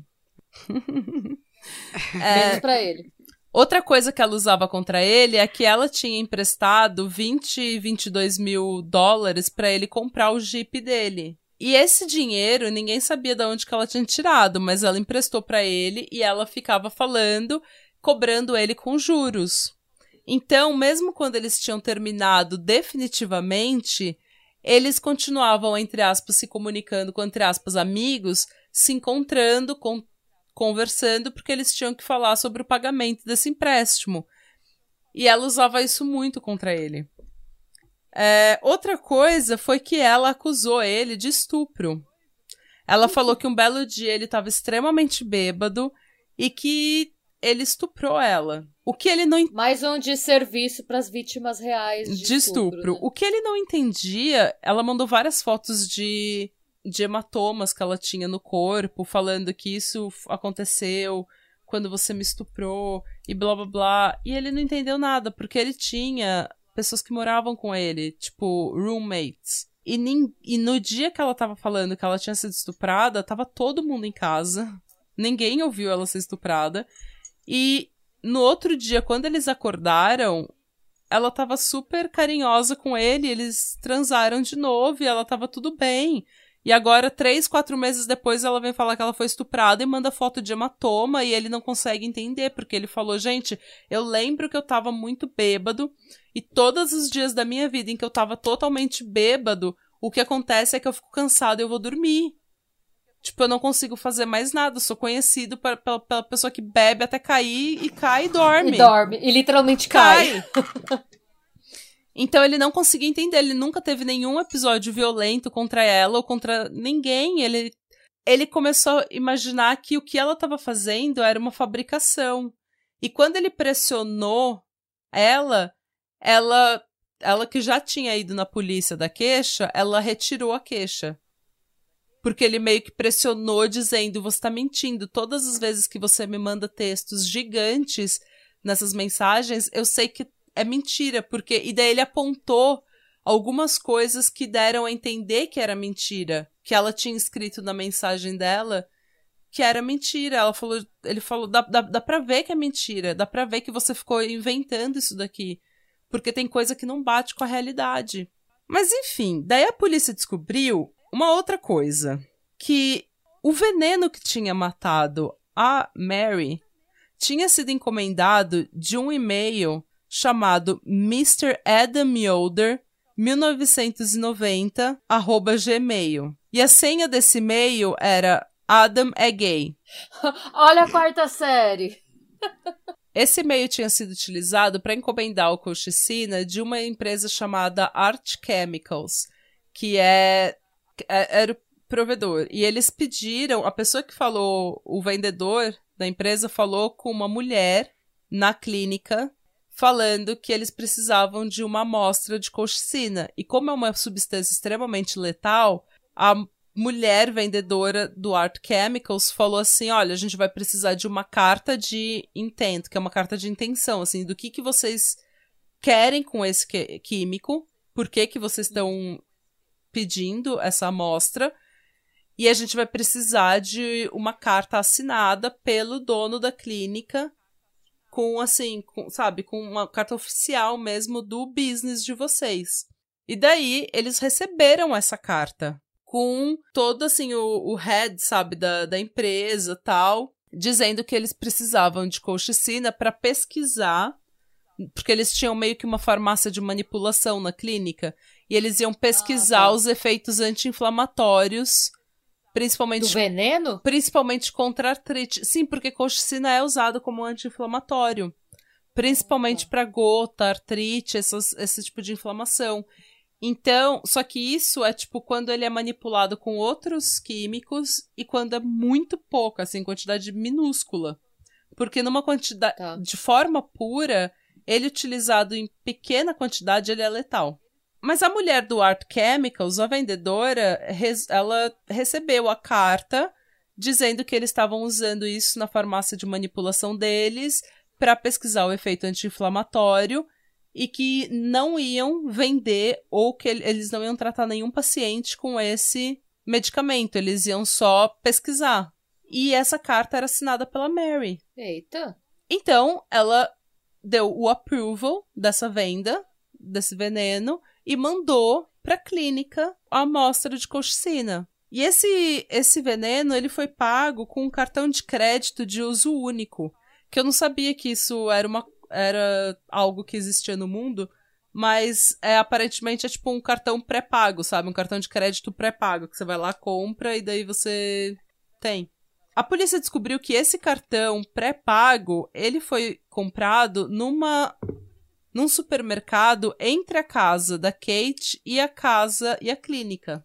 Speaker 2: é, Menos pra ele.
Speaker 1: Outra coisa que ela usava contra ele é que ela tinha emprestado vinte, vinte e dois mil dólares pra ele comprar o Jeep dele. E esse dinheiro, ninguém sabia de onde que ela tinha tirado, mas ela emprestou pra ele e ela ficava falando, cobrando ele com juros. Então, mesmo quando eles tinham terminado definitivamente, eles continuavam, entre aspas, se comunicando com, entre aspas, amigos, se encontrando, com, conversando, porque eles tinham que falar sobre o pagamento desse empréstimo. E ela usava isso muito contra ele. É, outra coisa foi que ela acusou ele de estupro. Ela falou que um belo dia ele estava extremamente bêbado e que ele estuprou ela. O que ele não...
Speaker 2: Mais um desserviço para as vítimas reais de,
Speaker 1: de estupro.
Speaker 2: estupro né?
Speaker 1: O que ele não entendia, ela mandou várias fotos de, de hematomas que ela tinha no corpo, falando que isso aconteceu quando você me estuprou e blá blá blá. E ele não entendeu nada, porque ele tinha pessoas que moravam com ele, tipo roommates. E, nem, e no dia que ela tava falando que ela tinha sido estuprada, tava todo mundo em casa. Ninguém ouviu ela ser estuprada. E no outro dia, quando eles acordaram, ela tava super carinhosa com ele, eles transaram de novo e ela tava tudo bem. E agora, três, quatro meses depois, ela vem falar que ela foi estuprada e manda foto de hematoma e ele não consegue entender, porque ele falou, gente, eu lembro que eu tava muito bêbado e todos os dias da minha vida em que eu tava totalmente bêbado, o que acontece é que eu fico cansado e eu vou dormir. Tipo, eu não consigo fazer mais nada, eu sou conhecido pela, pela, pela pessoa que bebe até cair e cai e dorme.
Speaker 2: E dorme, e literalmente cai.
Speaker 1: cai. Então ele não conseguia entender, ele nunca teve nenhum episódio violento contra ela ou contra ninguém. Ele, ele começou a imaginar que o que ela estava fazendo era uma fabricação. E quando ele pressionou ela, ela, ela que já tinha ido na polícia da queixa, ela retirou a queixa. Porque ele meio que pressionou dizendo, você tá mentindo, todas as vezes que você me manda textos gigantes nessas mensagens, eu sei que é mentira, porque... E daí ele apontou algumas coisas que deram a entender que era mentira, que ela tinha escrito na mensagem dela, que era mentira. Ela falou, ele falou, dá, dá, dá pra ver que é mentira, dá pra ver que você ficou inventando isso daqui, porque tem coisa que não bate com a realidade. Mas enfim, daí a polícia descobriu uma outra coisa, que o veneno que tinha matado a Mary tinha sido encomendado de um e-mail chamado mister Adam Yoder mil novecentos e noventa arroba gmail. E a senha desse e-mail era Adam é gay.
Speaker 2: Olha a quarta série.
Speaker 1: Esse e-mail tinha sido utilizado para encomendar o colchicina de uma empresa chamada Art Chemicals, que é, é era o provedor. E eles pediram, a pessoa que falou, o vendedor da empresa falou com uma mulher na clínica falando que eles precisavam de uma amostra de colchicina. E como é uma substância extremamente letal, a mulher vendedora do Art Chemicals falou assim, olha, a gente vai precisar de uma carta de intent, que é uma carta de intenção, assim, do que, que vocês querem com esse químico, por que, que vocês estão pedindo essa amostra, e a gente vai precisar de uma carta assinada pelo dono da clínica, com, assim, com, sabe, com uma carta oficial mesmo do business de vocês. E daí, eles receberam essa carta com todo, assim, o, o head, sabe, da, da empresa e tal, dizendo que eles precisavam de colchicina para pesquisar, porque eles tinham meio que uma farmácia de manipulação na clínica, e eles iam pesquisar ah, tá. os efeitos anti-inflamatórios, principalmente...
Speaker 2: Do veneno?
Speaker 1: Principalmente contra artrite. Sim, porque colchicina é usado como anti-inflamatório. Principalmente para gota, artrite, essas, esse tipo de inflamação. Então, só que isso é tipo quando ele é manipulado com outros químicos e quando é muito pouco, assim, quantidade minúscula. Porque numa quantidade... Tá. De forma pura, ele utilizado em pequena quantidade, ele é letal. Mas a mulher do Art Chemicals, a vendedora, ela recebeu a carta dizendo que eles estavam usando isso na farmácia de manipulação deles para pesquisar o efeito anti-inflamatório e que não iam vender ou que eles não iam tratar nenhum paciente com esse medicamento, eles iam só pesquisar. E essa carta era assinada pela Mary.
Speaker 2: Eita!
Speaker 1: Então, ela deu o approval dessa venda, desse veneno, e mandou para a clínica a amostra de colchicina. E esse, esse veneno ele foi pago com um cartão de crédito de uso único, que eu não sabia que isso era, uma, era algo que existia no mundo, mas é, aparentemente é tipo um cartão pré-pago, sabe? Um cartão de crédito pré-pago, que você vai lá, compra e daí você tem. A polícia descobriu que esse cartão pré-pago, ele foi comprado numa... num supermercado entre a casa da Kate e a casa e a clínica.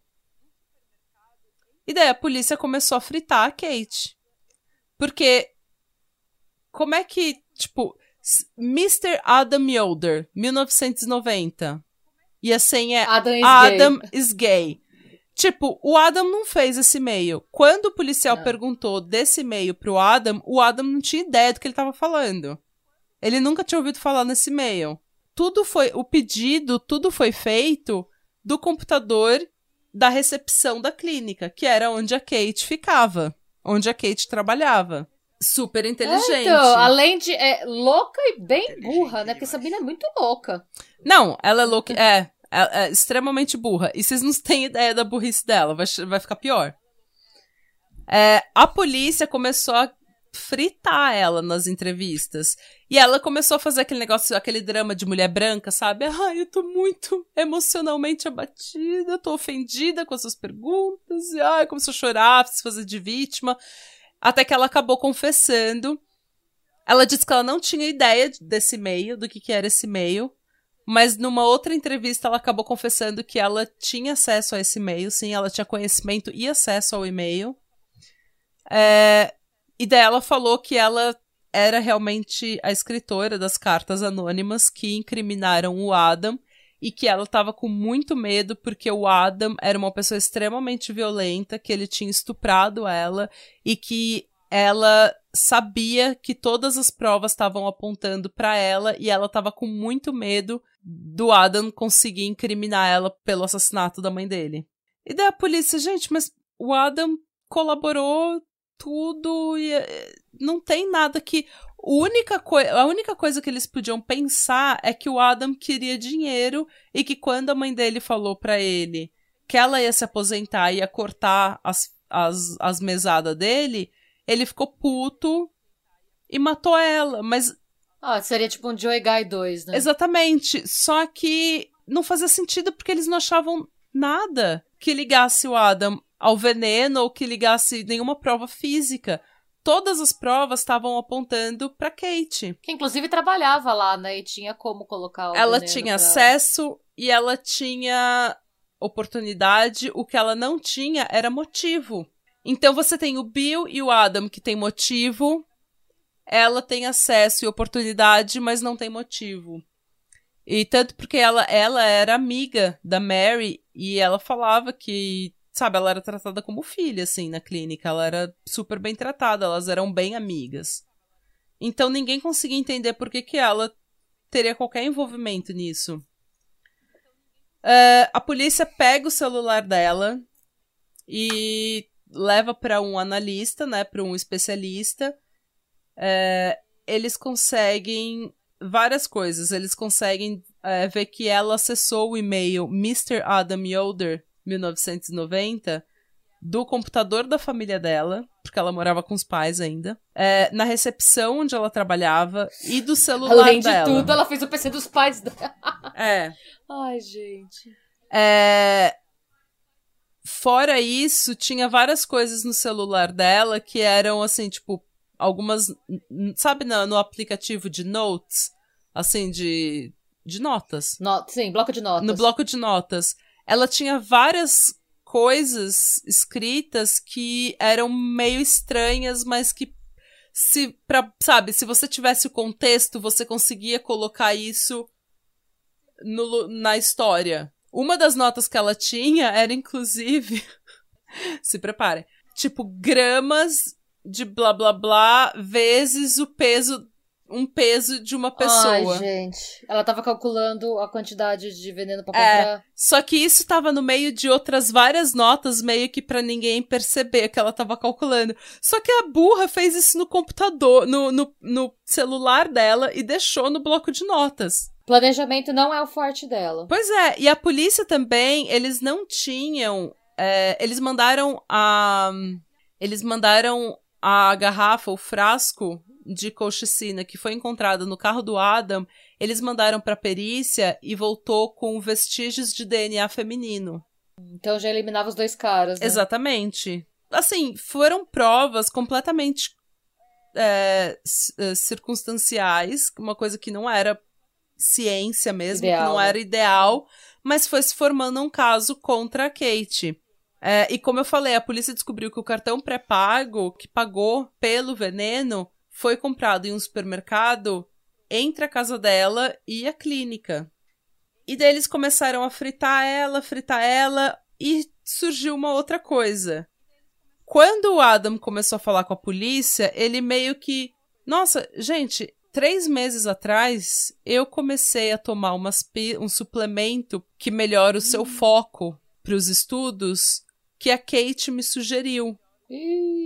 Speaker 1: E daí a polícia começou a fritar a Kate. Porque, como é que, tipo, mister Adam Yoder, mil novecentos e noventa, e a senha é
Speaker 2: Adam is
Speaker 1: Adam
Speaker 2: gay.
Speaker 1: is gay. Tipo, o Adam não fez esse e-mail. Quando o policial não. perguntou desse e-mail pro Adam, o Adam não tinha ideia do que ele tava falando. Ele nunca tinha ouvido falar nesse e-mail. Tudo foi, o pedido, tudo foi feito do computador da recepção da clínica, que era onde a Kate ficava. onde a Kate trabalhava. Super inteligente.
Speaker 2: É, então, além de é, louca e bem burra, né? Porque essa mina é muito louca.
Speaker 1: Não, ela é louca, é, é, é extremamente burra. E vocês não têm ideia da burrice dela, vai, vai ficar pior. É, a polícia começou a fritar ela nas entrevistas. E ela começou a fazer aquele negócio, aquele drama de mulher branca, sabe? Ai, eu tô muito emocionalmente abatida, eu tô ofendida com as suas perguntas. E, ai, começou a chorar, se fazer de vítima. Até que ela acabou confessando. Ela disse que ela não tinha ideia desse e-mail, do que, que era esse e-mail. Mas numa outra entrevista ela acabou confessando que ela tinha acesso a esse e-mail. Sim, ela tinha conhecimento e acesso ao e-mail. É, e daí ela falou que ela era realmente a escritora das cartas anônimas que incriminaram o Adam. E que ela estava com muito medo porque o Adam era uma pessoa extremamente violenta, que ele tinha estuprado ela e que ela sabia que todas as provas estavam apontando para ela e ela estava com muito medo do Adam conseguir incriminar ela pelo assassinato da mãe dele. E daí a polícia, gente, mas o Adam colaborou tudo e não tem nada que... A única, coi- a única coisa que eles podiam pensar é que o Adam queria dinheiro e que quando a mãe dele falou pra ele que ela ia se aposentar e ia cortar as, as, as mesadas dele, ele ficou puto e matou ela. Mas
Speaker 2: Ah, seria tipo um Joey Guy dois, né?
Speaker 1: exatamente. Só que não fazia sentido porque eles não achavam nada que ligasse o Adam ao veneno ou que ligasse nenhuma prova física. Todas as provas estavam apontando pra Kate.
Speaker 2: Que inclusive trabalhava lá, né? E tinha como colocar o
Speaker 1: Ela
Speaker 2: veneno
Speaker 1: tinha
Speaker 2: pra...
Speaker 1: acesso e ela tinha oportunidade. O que ela não tinha era motivo. Então você tem o Bill e o Adam que tem motivo. Ela tem acesso e oportunidade, mas não tem motivo. E tanto porque ela, ela era amiga da Mary e ela falava que... Sabe, ela era tratada como filha, assim, na clínica. Ela era super bem tratada, elas eram bem amigas. Então ninguém conseguia entender por que, que ela teria qualquer envolvimento nisso. Uh, a polícia pega o celular dela e leva para um analista, né, para um especialista. Uh, eles conseguem várias coisas. Eles conseguem uh, ver que ela acessou o e-mail mister Adam Yoder, mil novecentos e noventa, do computador da família dela, porque ela morava com os pais ainda, é, na recepção onde ela trabalhava e do celular
Speaker 2: Além de
Speaker 1: dela.
Speaker 2: tudo, ela fez o P C dos pais dela.
Speaker 1: É.
Speaker 2: Ai, gente.
Speaker 1: É... Fora isso, tinha várias coisas no celular dela que eram, assim, tipo, algumas... Sabe no, no aplicativo de notes? Assim, de, de notas.
Speaker 2: No... Sim, bloco de notas.
Speaker 1: No bloco de notas. Ela tinha várias coisas escritas que eram meio estranhas, mas que, se, pra, sabe, se você tivesse o contexto, você conseguia colocar isso no, na história. Uma das notas que ela tinha era, inclusive, se preparem, tipo, gramas de blá blá blá vezes o peso... um peso de uma pessoa.
Speaker 2: Ai, gente. Ela tava calculando a quantidade de veneno pra
Speaker 1: É,
Speaker 2: comprar.
Speaker 1: só que isso tava no meio de outras várias notas, meio que pra ninguém perceber que ela tava calculando. Só que a burra fez isso no computador, no, no, no celular dela e deixou no bloco de notas.
Speaker 2: Planejamento não é o forte dela.
Speaker 1: Pois é, e a polícia também, eles não tinham... É, eles mandaram a... Eles mandaram a garrafa, o frasco de colchicina que foi encontrado no carro do Adam, eles mandaram pra perícia e voltou com vestígios de D N A feminino.
Speaker 2: Então já eliminava os dois caras, né?
Speaker 1: Exatamente. Assim, foram provas completamente é, circunstanciais, uma coisa que não era ciência mesmo,
Speaker 2: Ideal,
Speaker 1: que não
Speaker 2: né?
Speaker 1: era ideal, mas foi se formando um caso contra a Kate. É, e como eu falei, a polícia descobriu que o cartão pré-pago, que pagou pelo veneno, foi comprado em um supermercado entre a casa dela e a clínica. E daí eles começaram a fritar ela, fritar ela, e surgiu uma outra coisa. Quando o Adam começou a falar com a polícia, ele meio que... Nossa, gente, três meses atrás, eu comecei a tomar umas pi- um suplemento que melhora o seu foco para os estudos, que a Kate me sugeriu.
Speaker 2: Ih.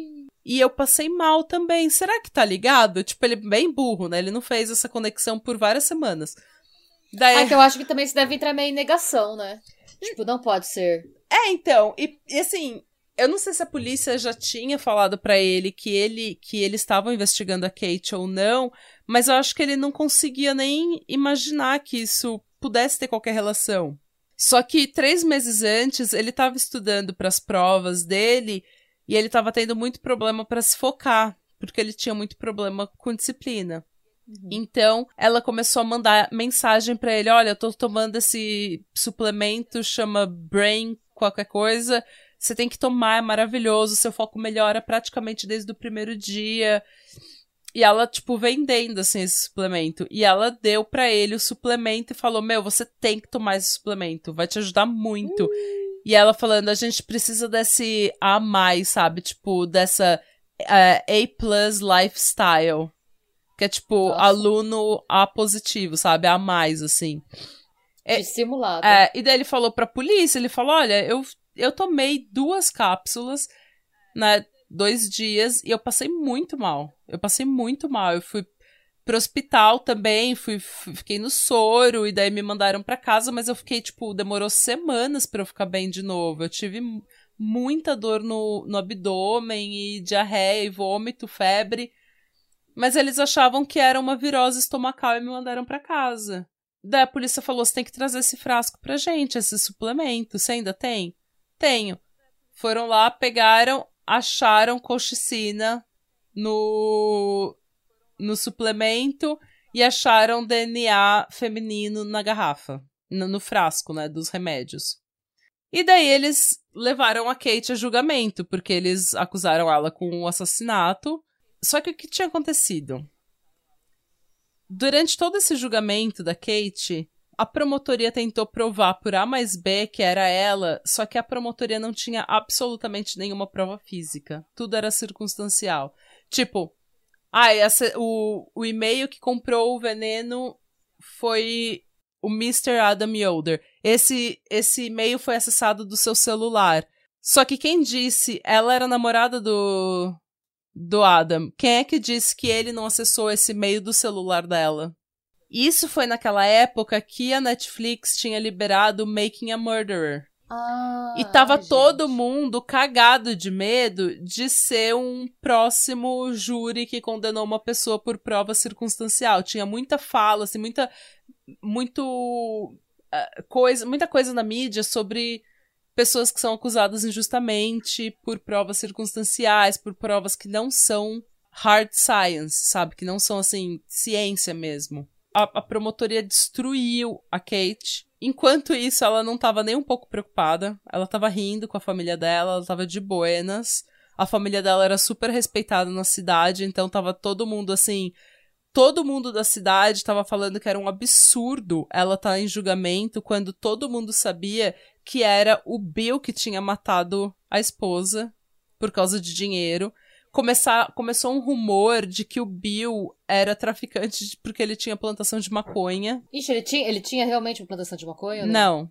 Speaker 1: e eu passei mal também. Será que tá ligado? Tipo, ele é bem burro, né? Ele não fez essa conexão por várias semanas. Daí...
Speaker 2: Ah, então eu acho que também você deve entrar meio em negação, né? Tipo, não pode ser.
Speaker 1: É, então, e, e assim, eu não sei se a polícia já tinha falado pra ele que ele que eles estavam investigando a Kate ou não, mas eu acho que ele não conseguia nem imaginar que isso pudesse ter qualquer relação. Só que três meses antes, ele estava estudando para as provas dele e ele estava tendo muito problema para se focar, porque ele tinha muito problema com disciplina. Uhum. Então, ela começou a mandar mensagem pra ele, olha, eu tô tomando esse suplemento, chama Brain qualquer coisa, você tem que tomar, é maravilhoso, seu foco melhora praticamente desde o primeiro dia. E ela, tipo, vendendo, assim, esse suplemento. E ela deu pra ele o suplemento e falou, meu, você tem que tomar esse suplemento, vai te ajudar muito. Uhum. E ela falando, a gente precisa desse A mais, sabe? Tipo, dessa uh, A plus lifestyle. Que é, tipo, Nossa. Aluno A positivo, sabe? A mais, assim.
Speaker 2: Dissimulado.
Speaker 1: É, e daí ele falou pra polícia, ele falou, olha, eu, eu tomei duas cápsulas, né, dois dias, e eu passei muito mal. Eu passei muito mal. Eu fui pro hospital também, fui, fui, fiquei no soro, e daí me mandaram pra casa, mas eu fiquei, tipo, demorou semanas pra eu ficar bem de novo. Eu tive muita dor no, no abdômen, e diarreia, e vômito, febre. Mas eles achavam que era uma virose estomacal e me mandaram pra casa. Daí a polícia falou, você tem que trazer esse frasco pra gente, esse suplemento. Você ainda tem? Tenho. Foram lá, pegaram, acharam colchicina no, no suplemento e acharam D N A feminino na garrafa. No, no frasco, né, dos remédios. E daí eles levaram a Kate a julgamento, porque eles acusaram ela com um assassinato. Só que o que tinha acontecido? Durante todo esse julgamento da Kate, a promotoria tentou provar por A mais B que era ela, só que a promotoria não tinha absolutamente nenhuma prova física. Tudo era circunstancial. Tipo, ah, essa, o, o e-mail que comprou o veneno foi o mister Adam Yoder. Esse, esse e-mail foi acessado do seu celular. Só que quem disse, ela era namorada do... do Adam. Quem é que disse que ele não acessou esse e-mail do celular dela? Isso foi naquela época que a Netflix tinha liberado Making a Murderer.
Speaker 2: Ah,
Speaker 1: e tava
Speaker 2: ai,
Speaker 1: todo
Speaker 2: gente.
Speaker 1: mundo cagado de medo de ser um próximo júri que condenou uma pessoa por prova circunstancial. Tinha muita fala, assim, muita muito, uh, coisa, muita coisa na mídia sobre pessoas que são acusadas injustamente por provas circunstanciais, por provas que não são hard science, sabe? Que não são, assim, ciência mesmo. A, a promotoria destruiu a Kate. Enquanto isso, ela não tava nem um pouco preocupada. Ela tava rindo com a família dela, ela tava de buenas. A família dela era super respeitada na cidade, então tava todo mundo, assim... Todo mundo da cidade tava falando que era um absurdo ela estar em julgamento quando todo mundo sabia que era o Bill que tinha matado a esposa por causa de dinheiro. Começar, começou um rumor de que o Bill era traficante porque ele tinha plantação de maconha.
Speaker 2: Ixi, ele tinha, ele tinha realmente uma plantação de maconha? Né?
Speaker 1: Não.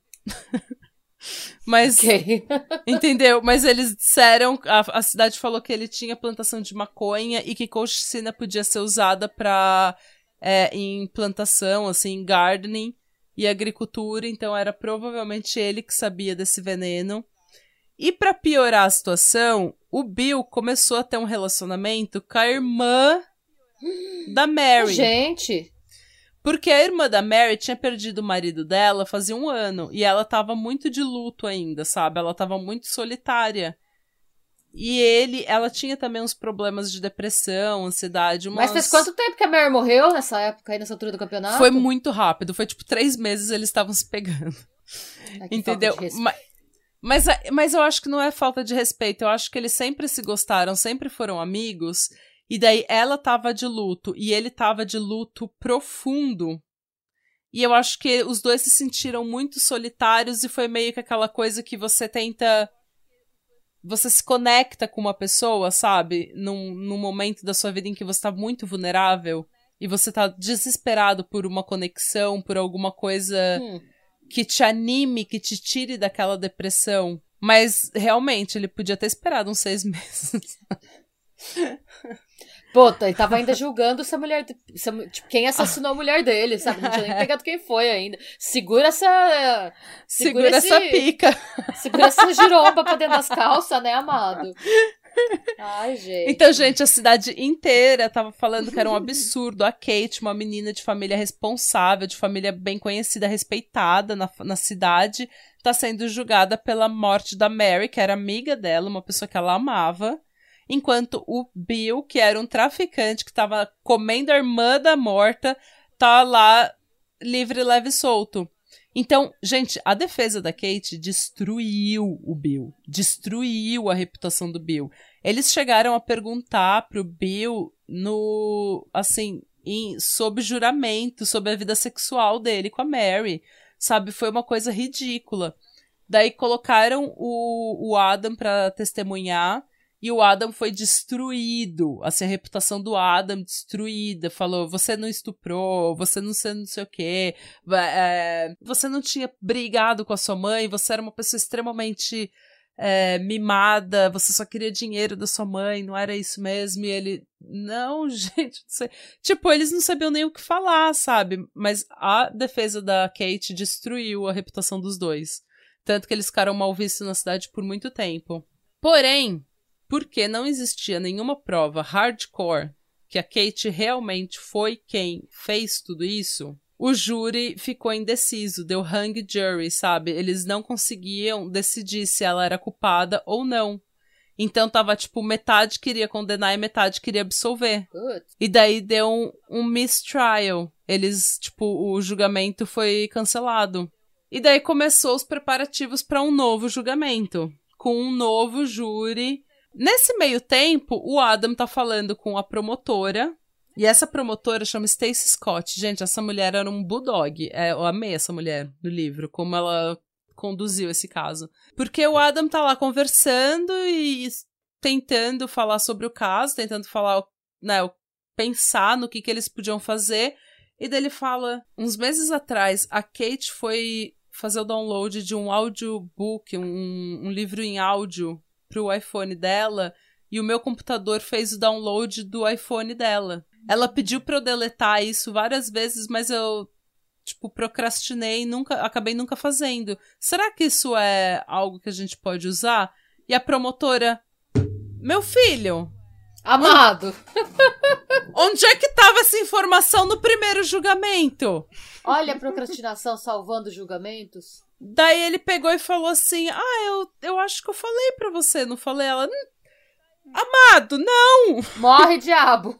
Speaker 1: Mas,
Speaker 2: okay.
Speaker 1: entendeu? Mas eles disseram, a, a cidade falou que ele tinha plantação de maconha e que colchicina podia ser usada pra, é, em plantação, assim, gardening e agricultura, então era provavelmente ele que sabia desse veneno. E pra piorar a situação, o Bill começou a ter um relacionamento com a irmã da Mary.
Speaker 2: Gente!
Speaker 1: Porque a irmã da Mary tinha perdido o marido dela fazia um ano. E ela tava muito de luto ainda, sabe? Ela tava muito solitária. E ele, ela tinha também uns problemas de depressão, ansiedade. Umas...
Speaker 2: Mas faz quanto tempo que a Mary morreu nessa época aí, nessa altura do campeonato?
Speaker 1: Foi muito rápido. Foi tipo três meses eles estavam se pegando.
Speaker 2: Ai,
Speaker 1: entendeu? Mas, mas, mas eu acho que não é falta de respeito. Eu acho que eles sempre se gostaram, sempre foram amigos. E daí ela tava de luto e ele tava de luto profundo. E eu acho que os dois se sentiram muito solitários e foi meio que aquela coisa que você tenta... Você se conecta com uma pessoa, sabe? Num, num momento da sua vida em que você tá muito vulnerável e você tá desesperado por uma conexão, por alguma coisa hum. que te anime, que te tire daquela depressão. Mas, realmente, ele podia ter esperado uns seis meses.
Speaker 2: Pô, ele tava ainda julgando essa mulher. Essa, tipo, quem assassinou a mulher dele, sabe? Não tinha nem pegado quem foi ainda. Segura essa.
Speaker 1: Segura, segura
Speaker 2: esse,
Speaker 1: essa pica.
Speaker 2: Segura essa giromba pra dentro das calças, né, amado? Ai, gente.
Speaker 1: Então, gente, a cidade inteira tava falando que era um absurdo. A Kate, uma menina de família responsável, de família bem conhecida, respeitada na, na cidade, tá sendo julgada pela morte da Mary, que era amiga dela, uma pessoa que ela amava. Enquanto o Bill, que era um traficante que tava comendo a irmã da morta, tá lá livre, leve e solto. Então, gente, a defesa da Kate destruiu o Bill. Destruiu a reputação do Bill. Eles chegaram a perguntar pro Bill no, assim, em, sob juramento, sobre a vida sexual dele com a Mary. Sabe, foi uma coisa ridícula. Daí colocaram o, o Adam pra testemunhar. E o Adam foi destruído, assim, a reputação do Adam destruída. Falou, você não estuprou, você não sei, não sei o quê, é, você não tinha brigado com a sua mãe, você era uma pessoa extremamente é, mimada, você só queria dinheiro da sua mãe, não era isso mesmo? E ele, não, gente, não sei. Tipo, eles não sabiam nem o que falar, sabe? Mas a defesa da Kate destruiu a reputação dos dois. Tanto que eles ficaram mal vistos na cidade por muito tempo. Porém, porque não existia nenhuma prova hardcore que a Kate realmente foi quem fez tudo isso, o júri ficou indeciso, deu hung jury, sabe? Eles não conseguiam decidir se ela era culpada ou não. Então tava, tipo, metade queria condenar e metade queria absolver.
Speaker 2: Good.
Speaker 1: E daí deu um, um mistrial. Eles, tipo, o julgamento foi cancelado. E daí começou os preparativos para um novo julgamento, com um novo júri. Nesse meio tempo, o Adam tá falando com a promotora, e essa promotora chama Stacey Scott. Gente, essa mulher era um bulldog. É, eu amei essa mulher no livro, como ela conduziu esse caso. Porque o Adam tá lá conversando e tentando falar sobre o caso, tentando falar, né, pensar no que, que eles podiam fazer, e daí ele fala, uns meses atrás, a Kate foi fazer o download de um audiobook, um, um livro em áudio, pro iPhone dela, e o meu computador fez o download do iPhone dela. Ela pediu pra eu deletar isso várias vezes, mas eu, tipo, procrastinei e nunca, acabei nunca fazendo. Será que isso é algo que a gente pode usar? E a promotora, meu filho...
Speaker 2: Amado!
Speaker 1: Onde, onde é que tava essa informação no primeiro julgamento?
Speaker 2: Olha a procrastinação salvando julgamentos.
Speaker 1: Daí ele pegou e falou assim, ah, eu, eu acho que eu falei pra você, não falei? Ela, amado, não!
Speaker 2: Morre, diabo!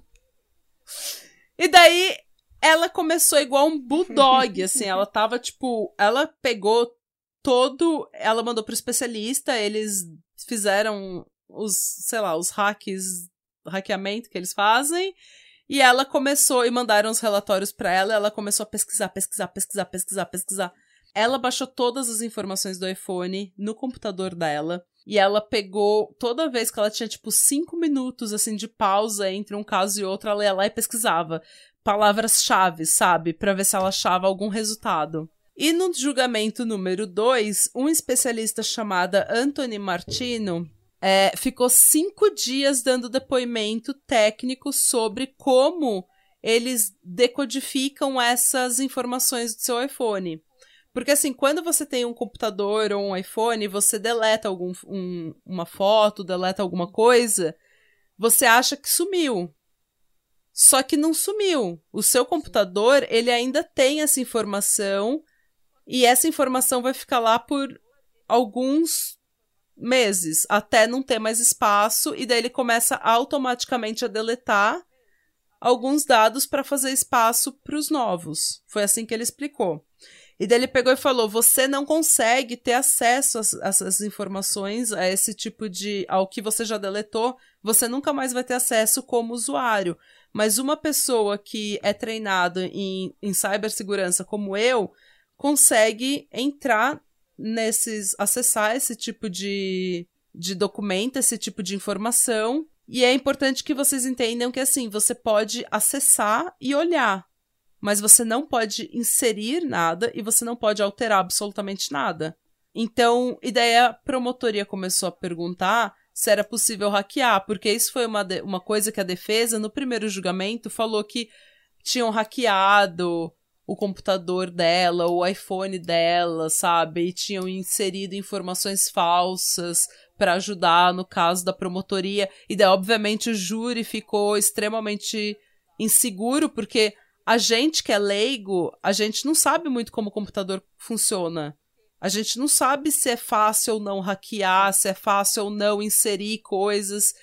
Speaker 1: E daí ela começou igual um bulldog, assim, ela tava, tipo, ela pegou todo, ela mandou pro especialista, eles fizeram os, sei lá, os hacks, hackeamento que eles fazem, e ela começou, e mandaram os relatórios pra ela, ela começou a pesquisar, pesquisar, pesquisar, pesquisar, pesquisar. Ela baixou todas as informações do iPhone no computador dela. E ela pegou, toda vez que ela tinha, tipo, cinco minutos, assim, de pausa entre um caso e outro, ela ia lá e pesquisava palavras-chave, sabe? Pra ver se ela achava algum resultado. E no julgamento número dois, um especialista chamado Anthony Martino é, ficou cinco dias dando depoimento técnico sobre como eles decodificam essas informações do seu iPhone. Porque, assim, quando você tem um computador ou um iPhone, você deleta algum, um, uma foto, deleta alguma coisa, você acha que sumiu. Só que não sumiu. O seu computador, ele ainda tem essa informação, e essa informação vai ficar lá por alguns meses, até não ter mais espaço, e daí ele começa automaticamente a deletar alguns dados para fazer espaço para os novos. Foi assim que ele explicou. E daí ele pegou e falou, você não consegue ter acesso a essas informações, a esse tipo de... ao que você já deletou, você nunca mais vai ter acesso como usuário. Mas uma pessoa que é treinada em, em cibersegurança como eu, consegue entrar nesses... acessar esse tipo de, de documento, esse tipo de informação. E é importante que vocês entendam que, assim, você pode acessar e olhar. Mas você não pode inserir nada e você não pode alterar absolutamente nada. Então, e daí a promotoria começou a perguntar se era possível hackear, porque isso foi uma, de- uma coisa que a defesa, no primeiro julgamento, falou que tinham hackeado o computador dela, o iPhone dela, sabe? E tinham inserido informações falsas para ajudar no caso da promotoria. E daí, obviamente, o júri ficou extremamente inseguro, porque a gente que é leigo, a gente não sabe muito como o computador funciona. A gente não sabe se é fácil ou não hackear, se é fácil ou não inserir coisas.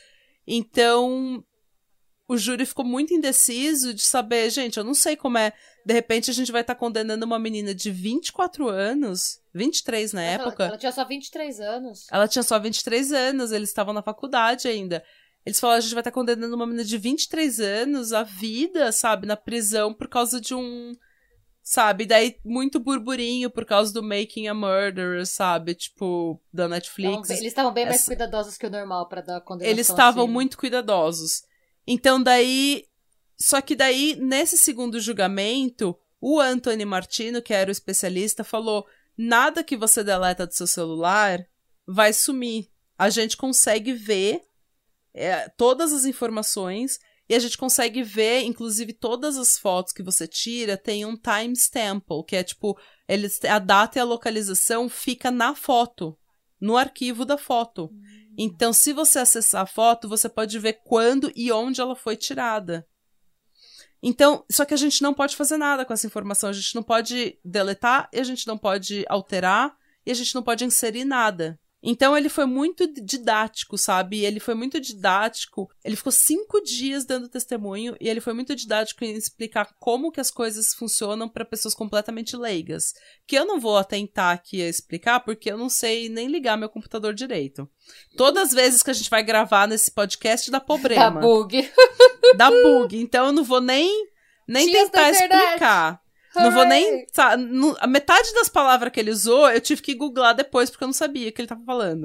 Speaker 1: Então, o júri ficou muito indeciso de saber, gente, eu não sei como é. De repente, a gente vai estar condenando uma menina de vinte e quatro anos, vinte e três na
Speaker 2: Ela,
Speaker 1: época.
Speaker 2: ela tinha só vinte e três anos.
Speaker 1: Ela tinha só vinte e três anos, eles estavam na faculdade ainda. Eles falaram, a gente vai estar condenando uma menina de vinte e três anos à vida, sabe, na prisão por causa de um... Sabe, daí muito burburinho por causa do Making a Murderer, sabe, tipo, da Netflix.
Speaker 2: Então, eles estavam bem mais
Speaker 1: Essa...
Speaker 2: cuidadosos que o normal pra dar a condenação.
Speaker 1: Eles estavam
Speaker 2: assim.
Speaker 1: muito cuidadosos. Então daí... Só que daí, nesse segundo julgamento, o Anthony Martino, que era o especialista, falou, nada que você deleta do seu celular vai sumir. A gente consegue ver é, todas as informações e a gente consegue ver, inclusive, todas as fotos que você tira tem um timestamp, que é tipo, eles, a data e a localização fica na foto, no arquivo da foto. Hum. Então, se você acessar a foto, você pode ver quando e onde ela foi tirada. Então, só que a gente não pode fazer nada com essa informação, a gente não pode deletar, e a gente não pode alterar, e a gente não pode inserir nada. Então ele foi muito didático, sabe? Ele foi muito didático, ele ficou cinco dias dando testemunho, e ele foi muito didático em explicar como que as coisas funcionam para pessoas completamente leigas. Que eu não vou atentar aqui a explicar, porque eu não sei nem ligar meu computador direito. Todas as vezes que a gente vai gravar nesse podcast dá problema.
Speaker 2: Dá bug.
Speaker 1: Dá bug, então eu não vou nem, nem tentar explicar. Não vou nem... Sabe, a metade das palavras que ele usou, eu tive que googlar depois, porque eu não sabia o que ele tava falando.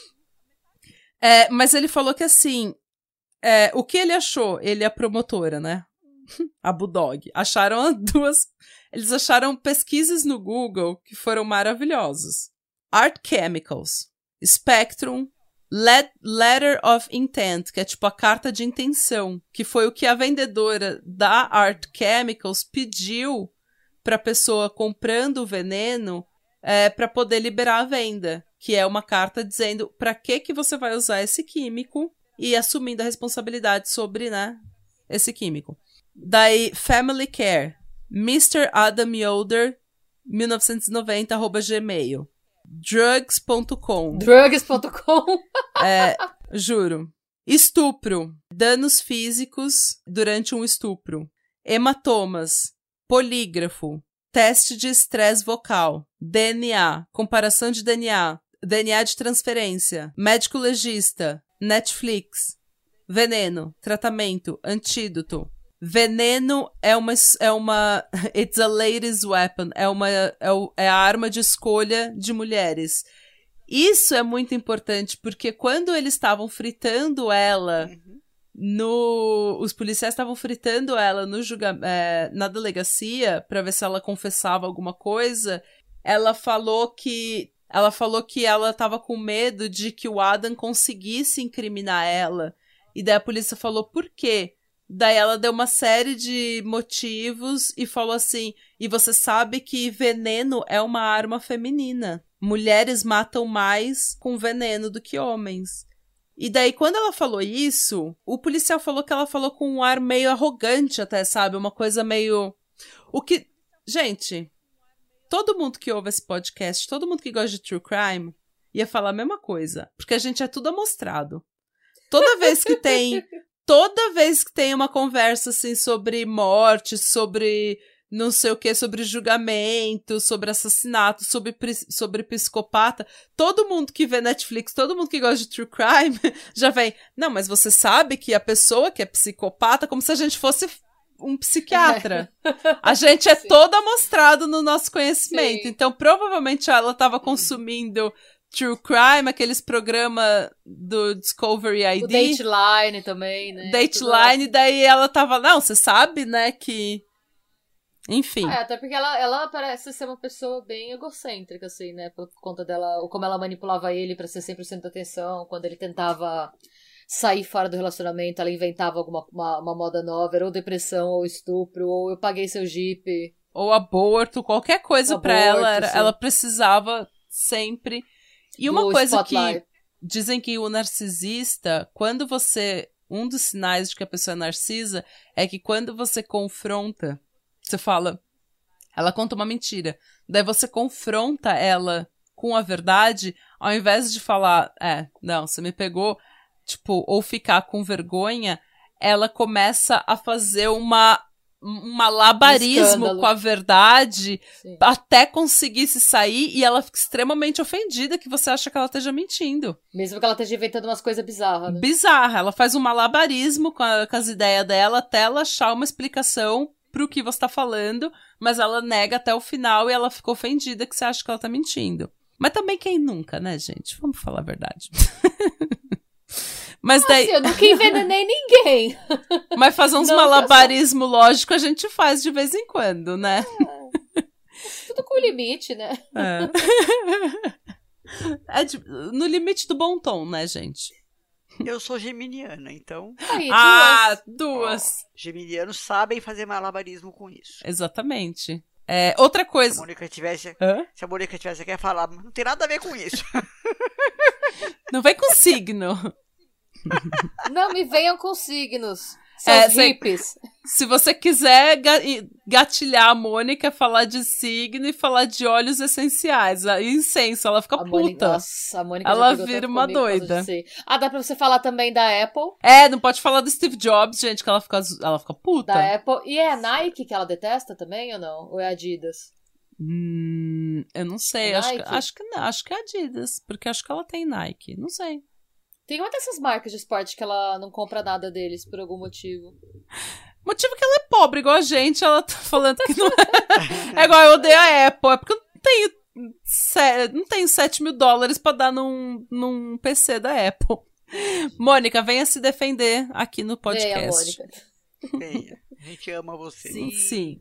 Speaker 1: É, mas ele falou que, assim, é, o que ele achou? Ele é a promotora, né? A Bulldog. Acharam duas... Eles acharam pesquisas no Google que foram maravilhosas. Art Chemicals, Spectrum, Let- Letter of Intent, que é tipo a carta de intenção, que foi o que a vendedora da Art Chemicals pediu para a pessoa comprando o veneno é, para poder liberar a venda, que é uma carta dizendo para que que você vai usar esse químico e assumindo a responsabilidade sobre, né, esse químico. Daí, Family Care, mister Adam Yoder, mil novecentos e noventa, arroba gmail. Drugs ponto com.
Speaker 2: Drugs ponto com?
Speaker 1: É, juro. Estupro, danos físicos durante um estupro. Hematomas, polígrafo, teste de estresse vocal, D N A, comparação de D N A, D N A de transferência, médico legista, Netflix, veneno, tratamento, antídoto. Veneno é uma, é uma, it's a ladies' weapon, é, uma, é, o, é a arma de escolha de mulheres. Isso é muito importante, porque quando eles estavam fritando ela... Uhum. No, os policiais estavam fritando ela no julga, é, na delegacia para ver se ela confessava alguma coisa. Ela falou que ela falou que ela estava com medo de que o Adam conseguisse incriminar ela. E daí a polícia falou por quê? Daí ela deu uma série de motivos e falou assim: e você sabe que veneno é uma arma feminina. Mulheres matam mais com veneno do que homens. E daí, quando ela falou isso, o policial falou que ela falou com um ar meio arrogante até, sabe? Uma coisa meio... O que... Gente, todo mundo que ouve esse podcast, todo mundo que gosta de true crime, ia falar a mesma coisa. Porque a gente é tudo amostrado. Toda vez que tem... Toda vez que tem uma conversa, assim, sobre morte, sobre... não sei o que, sobre julgamento, sobre assassinato, sobre, sobre psicopata, todo mundo que vê Netflix, todo mundo que gosta de true crime, já vem, não, mas você sabe que a pessoa que é psicopata, como se a gente fosse um psiquiatra. A gente é todo amostrado no nosso conhecimento. Sim. Então, provavelmente ela estava consumindo true crime, aqueles programas do Discovery I D.
Speaker 2: O Dateline também, né?
Speaker 1: Dateline, daí ela tava, não, você sabe, né, que... Enfim.
Speaker 2: É, até porque ela, ela parece ser uma pessoa bem egocêntrica, assim, né? Por conta dela, ou como ela manipulava ele pra ser cem por cento da atenção, quando ele tentava sair fora do relacionamento, ela inventava alguma uma, uma moda nova, era ou depressão, ou estupro, ou eu paguei seu Jeep.
Speaker 1: Ou aborto, qualquer coisa
Speaker 2: Aborto,
Speaker 1: pra ela, era,
Speaker 2: sim.
Speaker 1: ela precisava sempre. E uma
Speaker 2: Do
Speaker 1: coisa
Speaker 2: spotlight.
Speaker 1: que dizem que o narcisista, quando você... Um dos sinais de que a pessoa é narcisa é que quando você confronta, você fala... Ela conta uma mentira. Daí você confronta ela com a verdade, ao invés de falar, é, não, você me pegou, tipo, ou ficar com vergonha, ela começa a fazer uma... um malabarismo
Speaker 2: Escândalo.
Speaker 1: com a verdade
Speaker 2: Sim.
Speaker 1: até conseguir se sair e ela fica extremamente ofendida que você acha que ela esteja mentindo.
Speaker 2: Mesmo que ela esteja inventando umas coisas bizarras, né?
Speaker 1: Bizarra. Ela faz um malabarismo com, a- com as ideias dela até ela achar uma explicação pro que você tá falando, mas ela nega até o final e ela fica ofendida que você acha que ela tá mentindo. Mas também quem nunca, né, gente? Vamos falar a verdade. Mas daí...
Speaker 2: Assim, eu nunca envenenei ninguém.
Speaker 1: Mas fazer uns
Speaker 2: Não,
Speaker 1: malabarismo lógico a gente faz de vez em quando, né?
Speaker 2: Tudo com limite, né?
Speaker 1: É. É de- no limite do bom tom, né, gente?
Speaker 3: Eu sou geminiana, então...
Speaker 2: Aí,
Speaker 1: Ah,
Speaker 2: duas.
Speaker 1: duas.
Speaker 3: Ó, geminianos sabem fazer malabarismo com isso.
Speaker 1: Exatamente. É, outra
Speaker 3: Se a
Speaker 1: coisa...
Speaker 3: Mônica tivesse...
Speaker 1: Hã?
Speaker 3: Se a Mônica tivesse quer falar, não tem nada a ver com isso.
Speaker 1: Não vem com signo.
Speaker 2: Não me venham com signos.
Speaker 1: É,
Speaker 2: Seus
Speaker 1: cê-
Speaker 2: hippies.
Speaker 1: Se você quiser ga- e- gatilhar a Mônica, falar de signo e falar de óleos essenciais, a incenso, ela fica
Speaker 2: A Mônica,
Speaker 1: puta.
Speaker 2: nossa, a Mônica
Speaker 1: Ela
Speaker 2: já pegou
Speaker 1: vira
Speaker 2: tanto
Speaker 1: uma
Speaker 2: comigo por causa
Speaker 1: doida.
Speaker 2: disso aí. Ah, dá pra você falar também da Apple.
Speaker 1: É, não pode falar do Steve Jobs, gente, que ela fica, zo- ela fica puta.
Speaker 2: Da Apple. E é Nike que ela detesta também ou não? Ou é Adidas?
Speaker 1: Hum, eu não sei,
Speaker 2: É
Speaker 1: acho que,
Speaker 2: Nike?
Speaker 1: acho que não, acho que é Adidas, porque acho que ela tem Nike, não sei.
Speaker 2: Tem uma dessas marcas de esporte que ela não compra nada deles por algum motivo.
Speaker 1: Motivo que ela é pobre, igual a gente, ela tá falando que não é. É igual eu odeio a Apple, é porque eu não tenho, se- não tenho sete mil dólares pra dar num, num P C da Apple. Mônica, venha se defender aqui no podcast.
Speaker 2: Venha, Mônica.
Speaker 3: Venha, a gente ama você.
Speaker 1: Sim. Sim.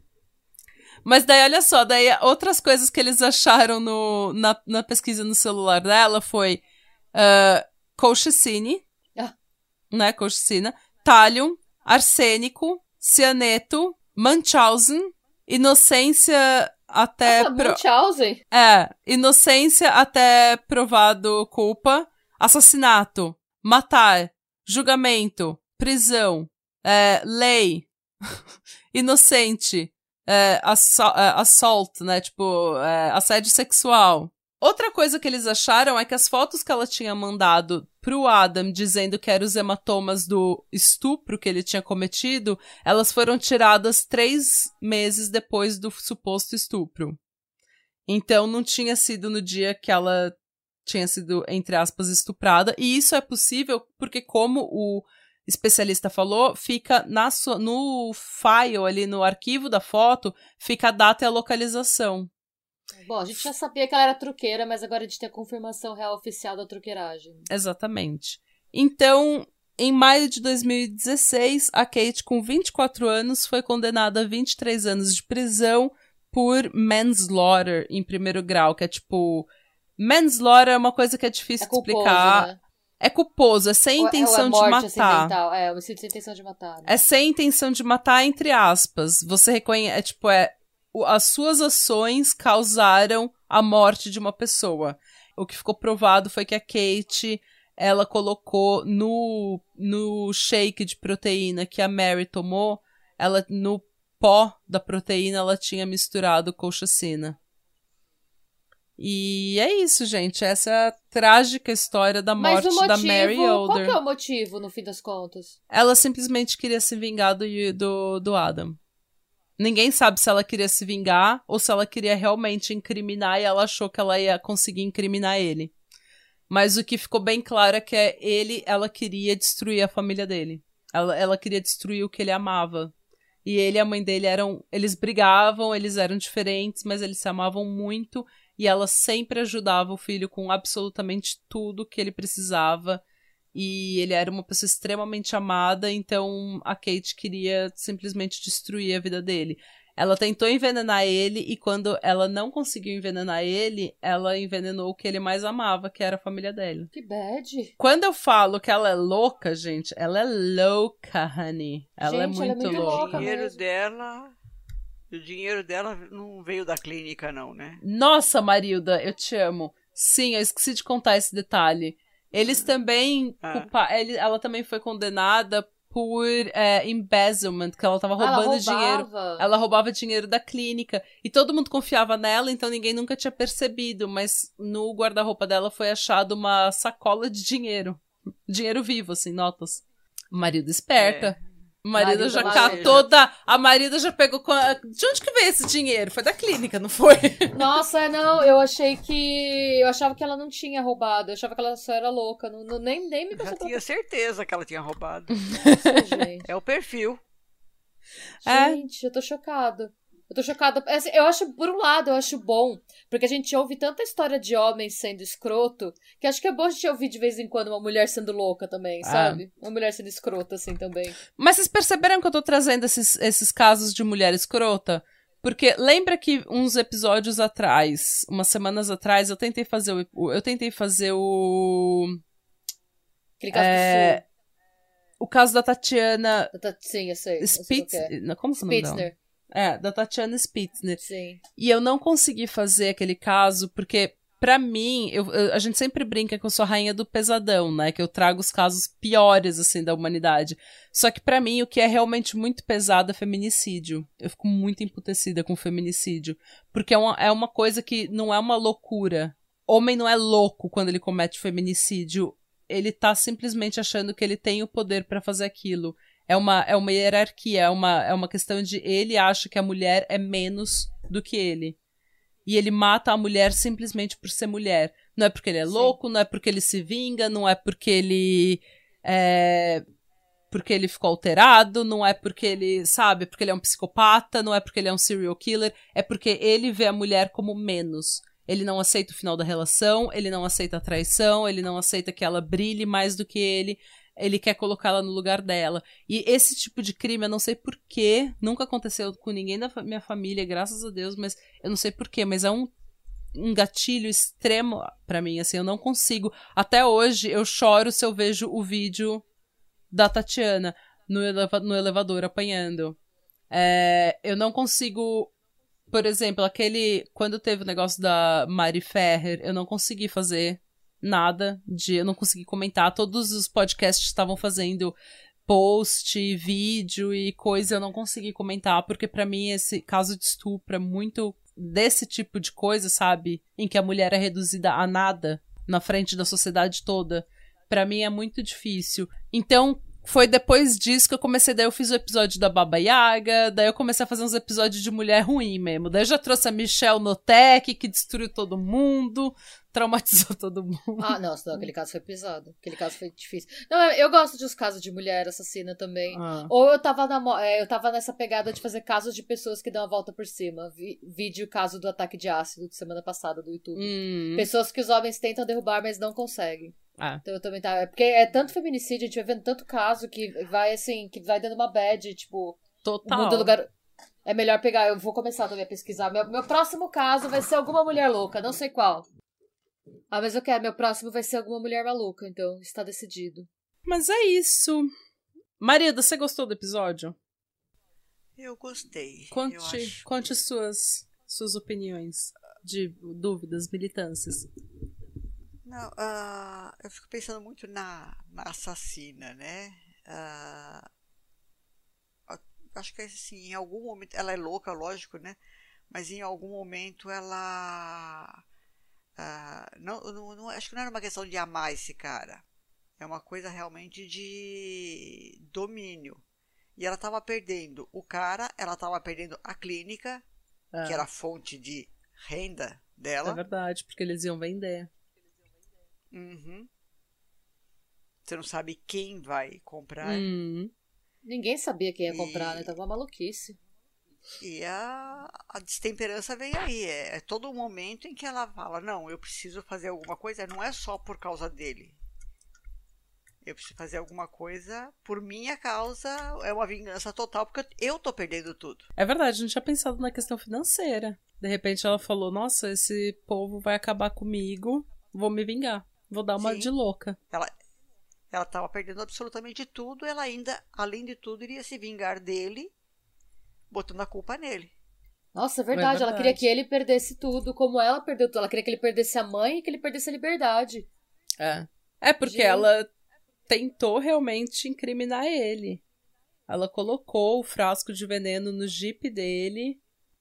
Speaker 1: Mas daí, olha só, daí outras coisas que eles acharam no, na, na pesquisa no celular dela foi uh, colchicine,
Speaker 2: Ah.
Speaker 1: né, colchicina, thallium, arsênico, cianeto, Munchausen, inocência até...
Speaker 2: Nossa,
Speaker 1: pro-
Speaker 2: Munchausen?
Speaker 1: É, inocência até provado culpa, assassinato, matar, julgamento, prisão, é, lei, inocente, é, asso- é, assault, né, tipo, é, assédio sexual. Outra coisa que eles acharam é que as fotos que ela tinha mandado pro Adam dizendo que eram os hematomas do estupro que ele tinha cometido, elas foram tiradas três meses depois do suposto estupro. Então não tinha sido no dia que ela tinha sido, entre aspas, estuprada. E isso é possível porque, como o especialista falou, fica na sua, no file ali, no arquivo da foto, fica a data e a localização.
Speaker 2: Bom, a gente já sabia que ela era truqueira, mas agora a gente tem a confirmação real oficial da truqueiragem.
Speaker 1: Exatamente. Então, em maio de dois mil e dezesseis, a Kate, com vinte e quatro anos, foi condenada a vinte e três anos de prisão por manslaughter em primeiro grau, que é tipo... Manslaughter é uma coisa que é difícil
Speaker 2: É
Speaker 1: de
Speaker 2: culposo,
Speaker 1: explicar.
Speaker 2: né?
Speaker 1: É culposo, é sem
Speaker 2: Ou-
Speaker 1: intenção
Speaker 2: ou é
Speaker 1: de
Speaker 2: morte
Speaker 1: matar.
Speaker 2: acidental. É, homicídio sem intenção de matar. Né?
Speaker 1: É sem intenção de matar, entre aspas. Você reconhece, é tipo, é... o- As suas ações causaram a morte de uma pessoa. O que ficou provado foi que a Kate, ela colocou no, no shake de proteína que a Mary tomou, ela, no pó da proteína, ela tinha misturado colchicina. E é isso, gente. Essa é a trágica história da
Speaker 2: Mas
Speaker 1: morte
Speaker 2: o
Speaker 1: da
Speaker 2: motivo,
Speaker 1: Mary
Speaker 2: qual
Speaker 1: Older.
Speaker 2: que é o motivo, no fim das contas?
Speaker 1: Ela simplesmente queria se vingar do, do, do Adam. Ninguém sabe se ela queria se vingar ou se ela queria realmente incriminar e ela achou que ela ia conseguir incriminar ele. Mas o que ficou bem claro é que ele, ela queria destruir a família dele. Ela, ela queria destruir o que ele amava. E ele e a mãe dele eram... Eles brigavam, eles eram diferentes, mas eles se amavam muito. E ela sempre ajudava o filho com absolutamente tudo que ele precisava. E ele era uma pessoa extremamente amada, então a Kate queria simplesmente destruir a vida dele. Ela tentou envenenar ele e quando ela não conseguiu envenenar ele, ela envenenou o que ele mais amava, que era a família dele.
Speaker 2: Que bad.
Speaker 1: Quando eu falo que ela é louca, gente, ela é louca, honey. Ela
Speaker 2: Gente,
Speaker 1: é
Speaker 2: ela é
Speaker 1: muito
Speaker 2: muito
Speaker 1: louca.
Speaker 3: O
Speaker 2: louca
Speaker 3: dinheiro
Speaker 2: mesmo.
Speaker 3: dela. O dinheiro dela não veio da clínica, não, né?
Speaker 1: Nossa, Marilda, eu te amo. Sim, eu esqueci de contar esse detalhe. Eles também.
Speaker 3: Ah.
Speaker 1: Culpa... ele- Ela também foi condenada por é, embezzlement, que ela tava
Speaker 2: Ah, ela
Speaker 1: roubando dinheiro.
Speaker 2: roubava.
Speaker 1: Ela roubava dinheiro da clínica. E todo mundo confiava nela, então ninguém nunca tinha percebido. Mas no guarda-roupa dela foi achado uma sacola de dinheiro. Dinheiro vivo, assim, notas. Marido esperta.
Speaker 3: É.
Speaker 1: Marida
Speaker 2: Marida
Speaker 1: já
Speaker 2: malandra.
Speaker 1: catou da... A Marida já pegou... com a- De onde que veio esse dinheiro? Foi da clínica, não foi?
Speaker 2: Nossa, não, eu achei que. Eu achava que ela não tinha roubado. Eu achava que ela só era louca. Não, não- nem, nem me
Speaker 3: Eu já
Speaker 2: passou
Speaker 3: tinha certeza que ela tinha roubado.
Speaker 2: pra gente.
Speaker 3: É o perfil.
Speaker 1: É.
Speaker 2: Gente, eu tô chocada. Eu tô chocada. Assim, eu acho, por um lado, eu acho bom, porque a gente ouve tanta história de homens sendo escroto, que acho que é bom a gente ouvir de vez em quando uma mulher sendo louca também,
Speaker 1: Ah.
Speaker 2: sabe? Uma mulher sendo escrota, assim, também.
Speaker 1: Mas vocês perceberam que eu tô trazendo esses, esses casos de mulher escrota? Porque lembra que uns episódios atrás, umas semanas atrás, eu tentei fazer o... Eu tentei fazer o...
Speaker 2: Aquele caso
Speaker 1: É,
Speaker 2: do
Speaker 1: O caso da Tatiana
Speaker 2: Sul. Tá- Sim, eu sei. Eu sei qual
Speaker 1: Spitz...
Speaker 2: que é.
Speaker 1: não, Como que é o nome dela?
Speaker 2: Spitzner.
Speaker 1: É, da Tatiana Spitzner.
Speaker 2: Sim.
Speaker 1: E eu não consegui fazer aquele caso porque, pra mim, eu, eu- a gente sempre brinca que eu sou a rainha do pesadão, né? Que eu trago os casos piores, assim, da humanidade. Só que pra mim, o que é realmente muito pesado é feminicídio. Eu fico muito emputecida com feminicídio. Porque é uma, é uma coisa que não é uma loucura. Homem não é louco quando ele comete feminicídio. Ele tá simplesmente achando que ele tem o poder pra fazer aquilo. É uma, é uma hierarquia, é uma, é uma questão de ele acha que a mulher é menos do que ele. E ele mata a mulher simplesmente por ser mulher. Não é porque ele é
Speaker 2: Sim.
Speaker 1: louco, não é porque ele se vinga, não é porque ele é, porque ele ficou alterado, não é porque ele, sabe, porque ele é um psicopata, não é porque ele é um serial killer, é porque ele vê a mulher como menos. Ele não aceita o final da relação, ele não aceita a traição, ele não aceita que ela brilhe mais do que ele. Ele quer colocá-la no lugar dela. E esse tipo de crime, eu não sei porquê, nunca aconteceu com ninguém da fa- minha família, graças a Deus, mas eu não sei porquê, mas é um, um gatilho extremo pra mim, assim, eu não consigo. Até hoje, eu choro se eu vejo o vídeo da Tatiana no, eleva- no elevador apanhando. É, eu não consigo... Por exemplo, aquele... Quando teve o negócio da Mari Ferrer, eu não consegui fazer nada de... Eu não consegui comentar. Todos os podcasts estavam fazendo post, vídeo e coisa, eu não consegui comentar, porque pra mim esse caso de estupro é muito desse tipo de coisa, sabe? Em que a mulher é reduzida a nada na frente da sociedade toda. Pra mim é muito difícil. Então, foi depois disso que eu comecei, daí eu fiz o episódio da Baba Yaga, daí eu comecei a fazer uns episódios de mulher ruim mesmo. Daí eu já trouxe a Michelle Notec, que destruiu todo mundo, traumatizou todo mundo.
Speaker 2: Ah, não, não, aquele caso foi pesado. Aquele caso foi difícil. Não, eu, eu gosto dos casos de mulher assassina também.
Speaker 1: Ah.
Speaker 2: Ou eu tava, na, mo- é, eu tava nessa pegada de fazer casos de pessoas que dão a volta por cima. Vi, vídeo o caso do ataque de ácido de semana passada do YouTube.
Speaker 1: Hum.
Speaker 2: Pessoas que os homens tentam derrubar, mas não conseguem.
Speaker 1: Ah.
Speaker 2: Então eu também tava. É porque é tanto feminicídio, a gente vai vendo tanto caso que vai assim, que vai dando uma bad, tipo,
Speaker 1: Total.
Speaker 2: muda o lugar. É melhor pegar. Eu vou começar também a pesquisar. Meu, meu próximo caso vai ser alguma mulher louca, não sei qual. Ah, mas eu quero. Meu próximo vai ser alguma mulher maluca, então está decidido.
Speaker 1: Mas é isso. Marida, você gostou do episódio?
Speaker 3: Eu gostei.
Speaker 1: Conte,
Speaker 3: eu acho.
Speaker 1: conte suas, suas opiniões, de dúvidas, militâncias.
Speaker 3: Não, ah, eu fico pensando muito na, na assassina, né? Ah, a- acho que assim, em algum momento, ela é louca, lógico, né? Mas em algum momento ela. ah, não, não, não- acho que não era uma questão de amar esse cara. É uma coisa realmente de domínio. E ela estava perdendo o cara, ela estava perdendo a clínica,
Speaker 1: É,
Speaker 3: que era a fonte de renda
Speaker 1: é
Speaker 3: dela.
Speaker 1: verdade, porque eles iam vender.
Speaker 3: Uhum. Você não sabe quem vai comprar.
Speaker 1: Hum.
Speaker 2: Ninguém sabia quem ia comprar,
Speaker 3: E-
Speaker 2: né? Tava uma maluquice.
Speaker 3: E a, a destemperança vem aí. É, é todo o momento em que ela fala: não, eu preciso fazer alguma coisa. Não é só por causa dele. Eu preciso fazer alguma coisa por minha causa, é uma vingança total, porque eu tô perdendo tudo.
Speaker 1: É verdade, a gente tinha pensado na questão financeira. De repente ela falou, nossa, esse povo vai acabar comigo, vou me vingar. Vou dar uma
Speaker 3: Sim.
Speaker 1: de louca.
Speaker 3: Ela, ela tava perdendo absolutamente tudo, ela ainda, além de tudo, iria se vingar dele, botando a culpa nele.
Speaker 2: Nossa, é verdade,
Speaker 1: É verdade.
Speaker 2: ela queria que ele perdesse tudo, como ela perdeu tudo. Ela queria que ele perdesse a mãe e que ele perdesse a liberdade.
Speaker 1: É. É porque
Speaker 2: Gente.
Speaker 1: ela tentou realmente incriminar ele. Ela colocou o frasco de veneno no jipe dele.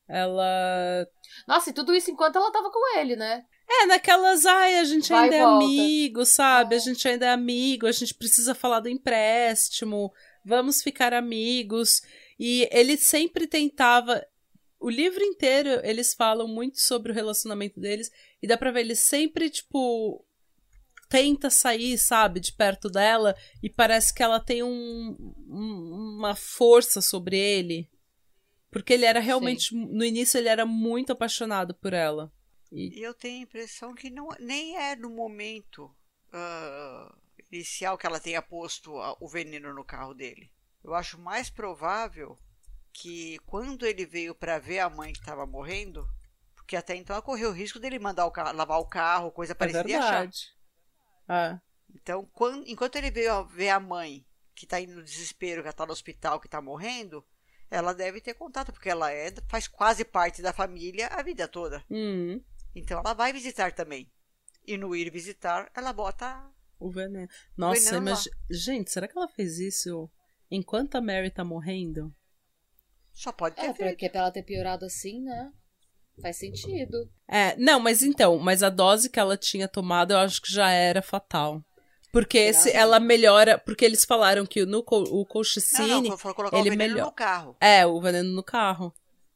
Speaker 1: Ela...
Speaker 2: Nossa, e tudo isso enquanto ela tava com ele, né?
Speaker 1: É, naquelas, ai, a gente
Speaker 2: Vai
Speaker 1: ainda
Speaker 2: e
Speaker 1: é
Speaker 2: volta.
Speaker 1: amigo, sabe?
Speaker 2: É.
Speaker 1: A gente ainda é amigo, a gente precisa falar do empréstimo, vamos ficar amigos. E ele sempre tentava... O livro inteiro, eles falam muito sobre o relacionamento deles, e dá pra ver, ele sempre, tipo... tenta sair, sabe, de perto dela, e parece que ela tem um, um- uma força sobre ele. Porque ele era realmente, no início ele era muito apaixonado por ela. E,
Speaker 3: E eu tenho a impressão que não, nem é no momento ah, inicial que ela tenha posto a- o veneno no carro dele. Eu acho mais provável que quando ele veio para ver a mãe que estava morrendo, porque até então ela correu o risco dele mandar o carro, lavar o carro, coisa
Speaker 1: é
Speaker 3: parecida e achar.
Speaker 1: verdade. É.
Speaker 3: Então, quando, enquanto ele veio a ver a mãe que está indo no desespero, que está no hospital, que está morrendo, ela deve ter contato, porque ela é, faz quase parte da família a vida toda.
Speaker 1: Hum,
Speaker 3: Então ela vai visitar também. E no ir visitar, ela bota.
Speaker 1: o veneno. Nossa,
Speaker 3: veneno lá.
Speaker 1: imagi- gente, será que ela fez isso enquanto a Mary tá morrendo?
Speaker 3: Só pode ter
Speaker 2: É,
Speaker 3: feito.
Speaker 2: porque pra ela ter piorado assim, né? Faz sentido.
Speaker 1: É, não, mas então, mas a dose que ela tinha tomado eu acho que já era fatal. Porque esse,
Speaker 2: Será?
Speaker 1: ela melhora, porque eles falaram que no, co- o
Speaker 3: Não,
Speaker 1: colchicine,
Speaker 3: não, foi colocar
Speaker 1: ele
Speaker 3: o veneno
Speaker 1: melhor-
Speaker 3: no carro.
Speaker 1: é, o veneno no carro.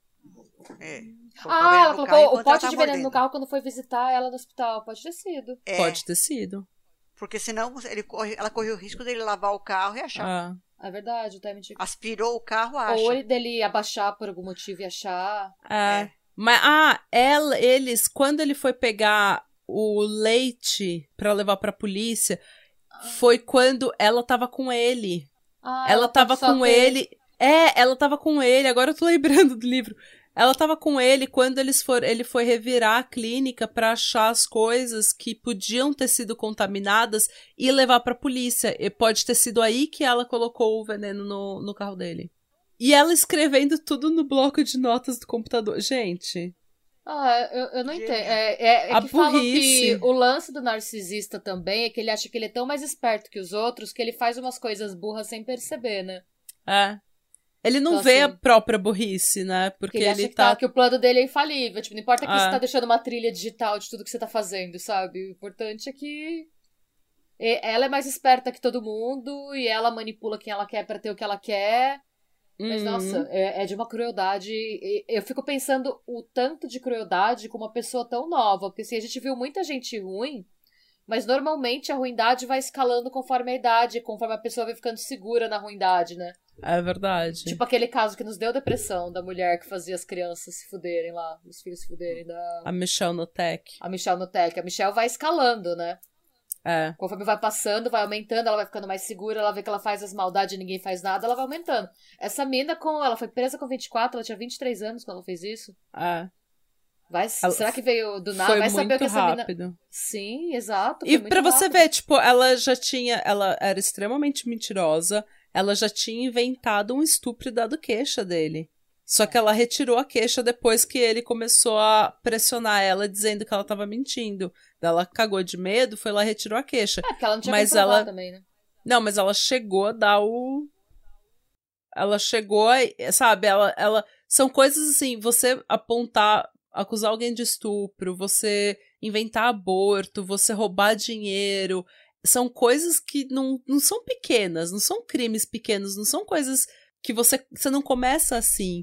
Speaker 3: É. Colocar o
Speaker 2: Ah,
Speaker 3: veneno
Speaker 2: ela
Speaker 3: no
Speaker 2: colocou
Speaker 3: carro
Speaker 2: o
Speaker 3: enquanto
Speaker 2: pote
Speaker 3: ela
Speaker 2: de
Speaker 3: tá
Speaker 2: veneno no
Speaker 3: mordendo.
Speaker 2: carro quando foi visitar ela no hospital. Pode ter sido.
Speaker 3: É,
Speaker 1: Pode ter sido.
Speaker 3: porque senão ele corre, ela correu o risco dele lavar o carro e achar.
Speaker 1: Ah,
Speaker 2: É verdade, o timing de...
Speaker 3: Aspirou o carro, acha.
Speaker 2: Ou ele dele abaixar por algum motivo e achar.
Speaker 1: é.
Speaker 3: É.
Speaker 1: Mas, ah, ela, eles, quando ele foi pegar o leite pra levar pra polícia, foi quando ela tava com ele.
Speaker 2: Ah,
Speaker 1: Ela tava
Speaker 2: pode só
Speaker 1: com
Speaker 2: ter-
Speaker 1: ele. É, ela tava com ele. Agora eu tô lembrando do livro. Ela tava com ele quando eles for, ele foi revirar a clínica pra achar as coisas que podiam ter sido contaminadas e levar pra polícia. E pode ter sido aí que ela colocou o veneno no, no carro dele. E ela escrevendo tudo no bloco de notas do computador. Gente,
Speaker 2: Ah, eu, eu não
Speaker 3: Gênio.
Speaker 2: entendo. É, é, é
Speaker 1: A
Speaker 2: que falam
Speaker 1: burrice.
Speaker 2: que o lance do narcisista também é que ele acha que ele é tão mais esperto que os outros que ele faz umas coisas burras sem perceber, né?
Speaker 1: é. Ele não
Speaker 2: Então,
Speaker 1: vê
Speaker 2: assim,
Speaker 1: a própria burrice, né? Porque
Speaker 2: Que ele, acha
Speaker 1: ele
Speaker 2: que, tá,
Speaker 1: tá.
Speaker 2: que o plano dele é infalível. Tipo, não importa que
Speaker 1: Ah.
Speaker 2: você tá deixando uma trilha digital de tudo que você tá fazendo, sabe? O importante é que e- ela é mais esperta que todo mundo e ela manipula quem ela quer pra ter o que ela quer. Mas,
Speaker 1: Hum,
Speaker 2: nossa, é, é de uma crueldade. e Eu fico pensando o tanto de crueldade com uma pessoa tão nova. Porque assim, a gente viu muita gente ruim, mas normalmente a ruindade vai escalando conforme a idade, conforme a pessoa vai ficando segura na ruindade, né?
Speaker 1: é verdade.
Speaker 2: Tipo aquele caso que nos deu depressão da mulher que fazia as crianças se fuderem lá, os filhos se fuderem da.
Speaker 1: A Michelle Notek.
Speaker 2: A Michelle Notek. A Michelle vai escalando, né?
Speaker 1: É.
Speaker 2: Conforme vai passando, vai aumentando, ela vai ficando mais segura, ela vê que ela faz as maldades e ninguém faz nada, ela vai aumentando. Essa mina, com ela foi presa com vinte e quatro, ela tinha vinte e três anos quando ela fez isso.
Speaker 1: É.
Speaker 2: Vai,
Speaker 1: Ela
Speaker 2: será que veio do nada?
Speaker 1: Foi
Speaker 2: Vai saber o
Speaker 1: muito
Speaker 2: que essa mina.
Speaker 1: rápido.
Speaker 2: Sim, exato.
Speaker 1: E
Speaker 2: foi muito
Speaker 1: pra você
Speaker 2: rápido.
Speaker 1: ver, tipo, ela já tinha. Ela era extremamente mentirosa. Ela já tinha inventado um estupro e dado queixa dele. Só que ela retirou a queixa depois que ele começou a pressionar ela, dizendo que ela tava mentindo. Daí ela cagou de medo, foi lá e retirou a queixa.
Speaker 2: É, porque ela não tinha
Speaker 1: Mas
Speaker 2: como provar
Speaker 1: ela-
Speaker 2: também, né?
Speaker 1: Não, mas ela chegou a dar o. Ela chegou a. Sabe, ela, ela. São coisas assim, você apontar, acusar alguém de estupro, você inventar aborto, você roubar dinheiro. São coisas que não, não são pequenas, não são crimes pequenos, não são coisas que você, você não começa assim.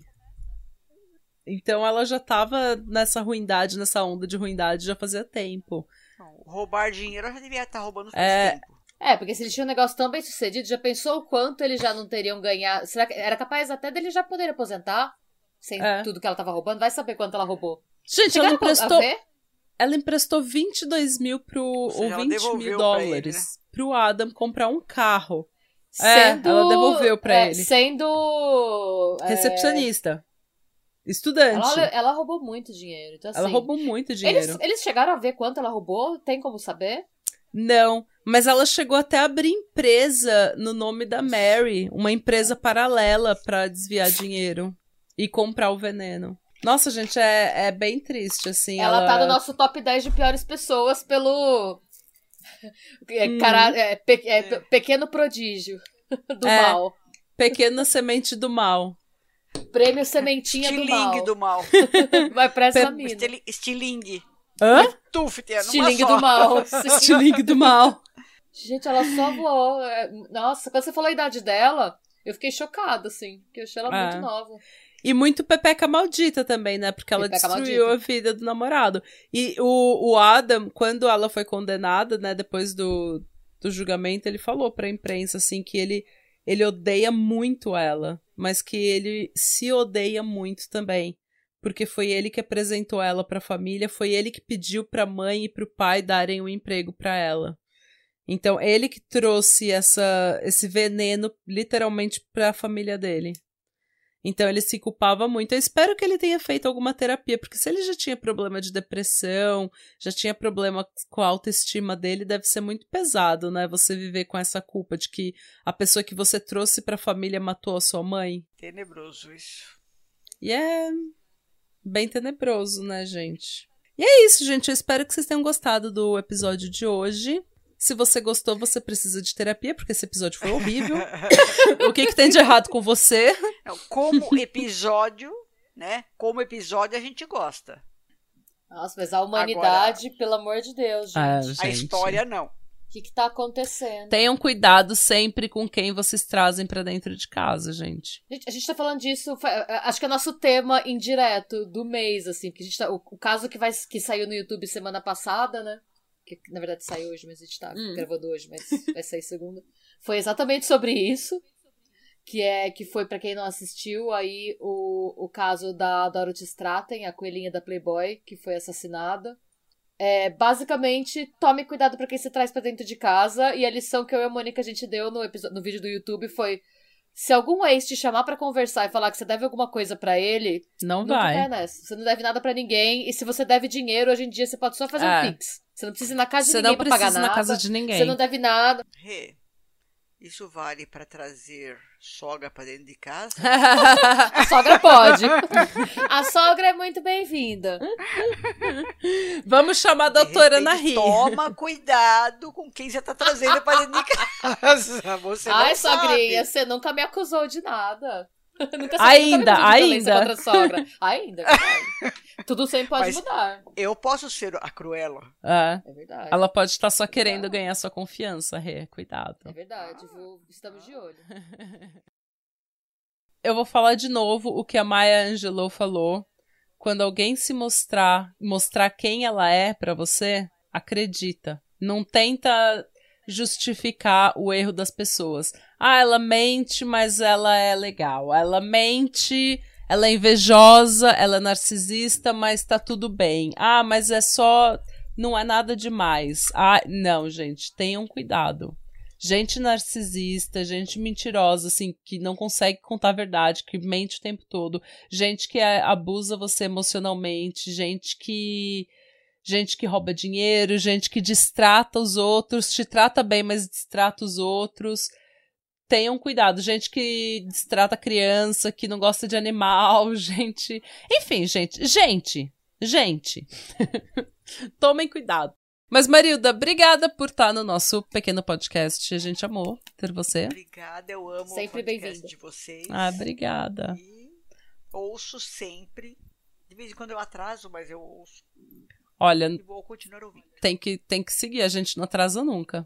Speaker 1: Então ela já tava nessa ruindade, nessa onda de ruindade já fazia tempo.
Speaker 3: Não, roubar dinheiro ela já devia estar roubando faz
Speaker 1: É.
Speaker 3: tempo.
Speaker 2: É, porque se ele tinha um negócio tão bem sucedido, já pensou o quanto eles já não teriam ganhado? Será que era capaz até dele já poder aposentar? Sem
Speaker 1: É.
Speaker 2: tudo que ela tava roubando? Vai saber quanto ela roubou.
Speaker 1: Gente, ela
Speaker 2: Chegaram a
Speaker 1: emprestou,
Speaker 2: ver?
Speaker 1: ela emprestou vinte e dois mil pro,
Speaker 3: Ou seja,
Speaker 1: ou
Speaker 3: ela
Speaker 1: vinte
Speaker 3: devolveu
Speaker 1: mil
Speaker 3: pra ele,
Speaker 1: dólares
Speaker 3: né?
Speaker 1: pro Adam comprar um carro.
Speaker 2: Sendo,
Speaker 1: é, ela devolveu pra
Speaker 2: é,
Speaker 1: ele.
Speaker 2: Sendo... é,
Speaker 1: Recepcionista. Estudante.
Speaker 2: Ela, ela roubou muito dinheiro. Então, assim,
Speaker 1: ela roubou muito dinheiro.
Speaker 2: Eles, eles chegaram a ver quanto ela roubou? Tem como saber?
Speaker 1: Não, mas ela chegou até a abrir empresa no nome da Mary. Uma empresa paralela pra desviar dinheiro. E comprar o veneno. Nossa, gente, é, é bem triste, assim.
Speaker 2: Ela,
Speaker 1: ela
Speaker 2: tá no nosso top dez de piores pessoas pelo... É,
Speaker 1: Hum.
Speaker 2: cara, é, pe- é, pe- pequeno prodígio do
Speaker 1: É.
Speaker 2: mal.
Speaker 1: Pequena semente do mal.
Speaker 2: Prêmio Sementinha do mal.
Speaker 3: Estilingue do mal.
Speaker 2: Vai pra essa
Speaker 1: Pe-
Speaker 2: mina.
Speaker 3: Estili- Estilingue.
Speaker 1: Hã?
Speaker 3: Tufte, numa
Speaker 2: Estilingue
Speaker 3: só.
Speaker 2: do mal.
Speaker 1: Estilingue do mal.
Speaker 2: Gente, ela só voou. É, Nossa, quando você falou a idade dela, eu fiquei chocada, assim. Porque eu achei ela
Speaker 1: É.
Speaker 2: muito nova.
Speaker 1: E muito pepeca maldita também, né? Porque ela
Speaker 2: Pepeca
Speaker 1: destruiu
Speaker 2: maldita.
Speaker 1: a vida do namorado. E o, o Adam, quando ela foi condenada, né? Depois do, do julgamento, ele falou pra imprensa, assim, que ele, ele odeia muito ela. Mas que ele se odeia muito também. Porque foi ele que apresentou ela pra família, foi ele que pediu pra mãe e pro pai darem um emprego pra ela. Então, ele que trouxe essa, esse veneno, literalmente, pra família dele. Então, ele se culpava muito. Eu espero que ele tenha feito alguma terapia, porque se ele já tinha problema de depressão, já tinha problema com a autoestima dele, deve ser muito pesado, né? Você viver com essa culpa de que a pessoa que você trouxe pra família matou a sua mãe.
Speaker 3: Tenebroso isso.
Speaker 1: E é bem tenebroso, né, gente? E é isso, gente. Eu espero que vocês tenham gostado do episódio de hoje. Se você gostou, você precisa de terapia, porque esse episódio foi horrível. O que, que tem de errado com você?
Speaker 3: Não, como episódio, né? Como episódio a gente gosta.
Speaker 2: Nossa, mas a humanidade, pelo amor de Deus, gente.
Speaker 1: Ah,
Speaker 2: O
Speaker 1: gente.
Speaker 3: A história não.
Speaker 2: que que tá acontecendo?
Speaker 1: Tenham cuidado sempre com quem vocês trazem pra dentro de casa, gente.
Speaker 2: Gente, a gente tá falando disso, fa- acho que é nosso tema indireto do mês, assim, porque a gente tá, o, o caso que, vai, que saiu no YouTube semana passada, né? Que na verdade saiu hoje, mas a gente tá
Speaker 1: Hum.
Speaker 2: gravando hoje, mas vai sair segunda. Foi exatamente sobre isso, que é que foi, pra quem não assistiu, aí o, o caso da Dorothy Stratten, a coelhinha da Playboy, que foi assassinada. É, basicamente, tome cuidado pra quem você traz pra dentro de casa, e a lição que eu e a Mônica a gente deu no, episo- no vídeo do YouTube foi: se algum ex te chamar pra conversar e falar que você deve alguma coisa pra ele,
Speaker 1: Não
Speaker 2: nunca
Speaker 1: vai.
Speaker 2: caia nessa. Você não deve nada pra ninguém, e se você deve dinheiro, hoje em dia você pode só fazer
Speaker 1: É.
Speaker 2: um pix. Você não precisa ir na casa de
Speaker 1: Você
Speaker 2: ninguém
Speaker 1: não
Speaker 2: pra pagar
Speaker 1: precisa ir
Speaker 2: nada.
Speaker 1: na casa de ninguém.
Speaker 2: Você não deve nada.
Speaker 3: Rê, isso vale para trazer sogra para dentro de casa?
Speaker 2: A sogra pode. A sogra é muito bem-vinda.
Speaker 1: Vamos chamar a
Speaker 3: De
Speaker 1: doutora
Speaker 3: repente,
Speaker 1: Ana Ri.
Speaker 3: Toma cuidado com quem você tá trazendo para dentro de casa. Você não
Speaker 2: Ai,
Speaker 3: sabe.
Speaker 2: sogrinha, você nunca me acusou de nada. Nunca,
Speaker 1: Ainda,
Speaker 2: nunca me pediu violência
Speaker 1: ainda.
Speaker 2: contra a sogra. Ainda, é verdade. Tudo sempre pode
Speaker 3: Mas-
Speaker 2: mudar.
Speaker 3: Eu posso ser a Cruella.
Speaker 1: É.
Speaker 2: É verdade.
Speaker 1: Ela pode estar só querendo
Speaker 2: Não.
Speaker 1: ganhar sua confiança, Rê. Cuidado.
Speaker 2: É verdade, vou... estamos de olho.
Speaker 1: Eu vou falar de novo o que a Maya Angelou falou. Quando alguém se mostrar, mostrar quem ela é pra você, acredita. Não tenta justificar o erro das pessoas. Ah, ela mente, mas ela é legal. Ela mente, ela é invejosa, ela é narcisista, mas tá tudo bem. Ah, mas é só... não é nada demais. Ah, não, gente, tenham cuidado. Gente narcisista, gente mentirosa, assim, que não consegue contar a verdade, que mente o tempo todo. Gente que é, abusa você emocionalmente, gente que... gente que rouba dinheiro, gente que distrata os outros, te trata bem, mas distrata os outros. Tenham cuidado, gente que distrata criança, que não gosta de animal, gente... Enfim, gente, gente, gente. Tomem cuidado. Mas, Marilda, obrigada por estar no nosso pequeno podcast. A gente amou ter você.
Speaker 3: Obrigada, eu amo
Speaker 2: Sempre
Speaker 3: o podcast
Speaker 2: bem-vinda.
Speaker 3: de vocês.
Speaker 1: Ah, obrigada.
Speaker 3: E ouço sempre. De vez em quando eu atraso, mas eu ouço
Speaker 1: Olha,
Speaker 3: e vou continuar ouvindo.
Speaker 1: tem que, tem que seguir, a gente não atrasa nunca.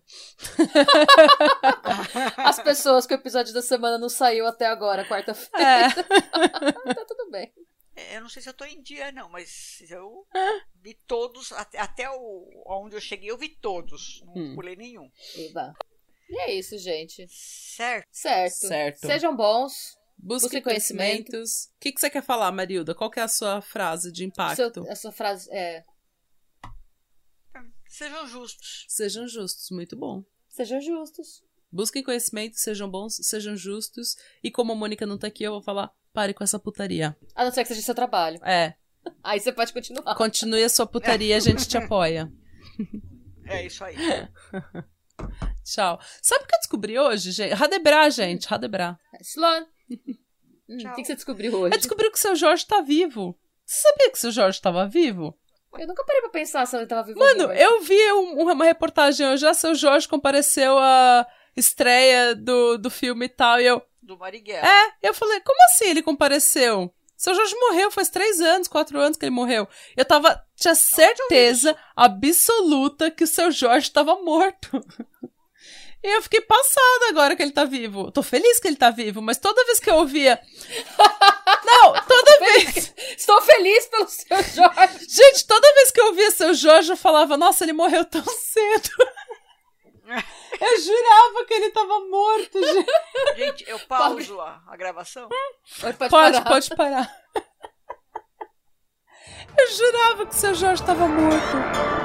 Speaker 2: As pessoas que o episódio da semana não saiu até agora, quarta-feira.
Speaker 1: É.
Speaker 2: Tá tudo bem.
Speaker 3: É, Eu não sei se eu tô em dia, não, mas eu vi todos, até, até o, onde eu cheguei, eu vi todos. Não
Speaker 1: Hum.
Speaker 3: pulei nenhum.
Speaker 2: Eba. E é isso, gente.
Speaker 3: Certo.
Speaker 2: Certo.
Speaker 1: Certo.
Speaker 2: Sejam bons.
Speaker 1: Busque
Speaker 2: Busque conhecimento.
Speaker 1: conhecimentos. O que, que você quer falar, Marilda? Qual que é a sua frase de impacto?
Speaker 2: Seu- a sua frase é:
Speaker 3: Sejam justos.
Speaker 1: Sejam justos. Muito bom.
Speaker 2: Sejam justos.
Speaker 1: Busquem conhecimento, sejam bons, sejam justos. E como a Mônica não tá aqui, eu vou falar, pare com essa putaria.
Speaker 2: A não ser que seja seu trabalho.
Speaker 1: É.
Speaker 2: Aí você pode continuar.
Speaker 1: Continue a sua putaria, a gente te apoia.
Speaker 3: É isso aí.
Speaker 1: Tchau. Sabe o que eu descobri hoje, gente? Radebrar, gente. Radebrar.
Speaker 2: Sloan. Hum, o que, que você descobriu hoje?
Speaker 1: Eu descobri que o seu Jorge tá vivo. Você sabia que o seu Jorge tava vivo?
Speaker 2: Eu nunca parei pra pensar se ele tava vivo.
Speaker 1: Mano, eu vi um, uma reportagem hoje, já seu Jorge compareceu à estreia do, do filme e tal, e eu...
Speaker 3: Do Marighella.
Speaker 1: É, eu falei, como assim ele compareceu? Seu Jorge morreu, faz três anos, quatro anos que ele morreu. Eu tava, tinha certeza absoluta que o seu Jorge tava morto. E eu fiquei passada agora que ele tá vivo. Tô feliz que ele tá vivo, mas toda vez que eu ouvia... Não, toda vez...
Speaker 2: Estou feliz pelo seu Jorge.
Speaker 1: Gente, toda vez que eu ouvia seu Jorge, eu falava, nossa, ele morreu tão cedo. Eu jurava que ele tava morto, gente.
Speaker 3: Gente, eu pauso a, a gravação?
Speaker 2: Pode, pode,
Speaker 1: Pode,
Speaker 2: parar.
Speaker 1: pode parar. Eu jurava que seu Jorge tava morto.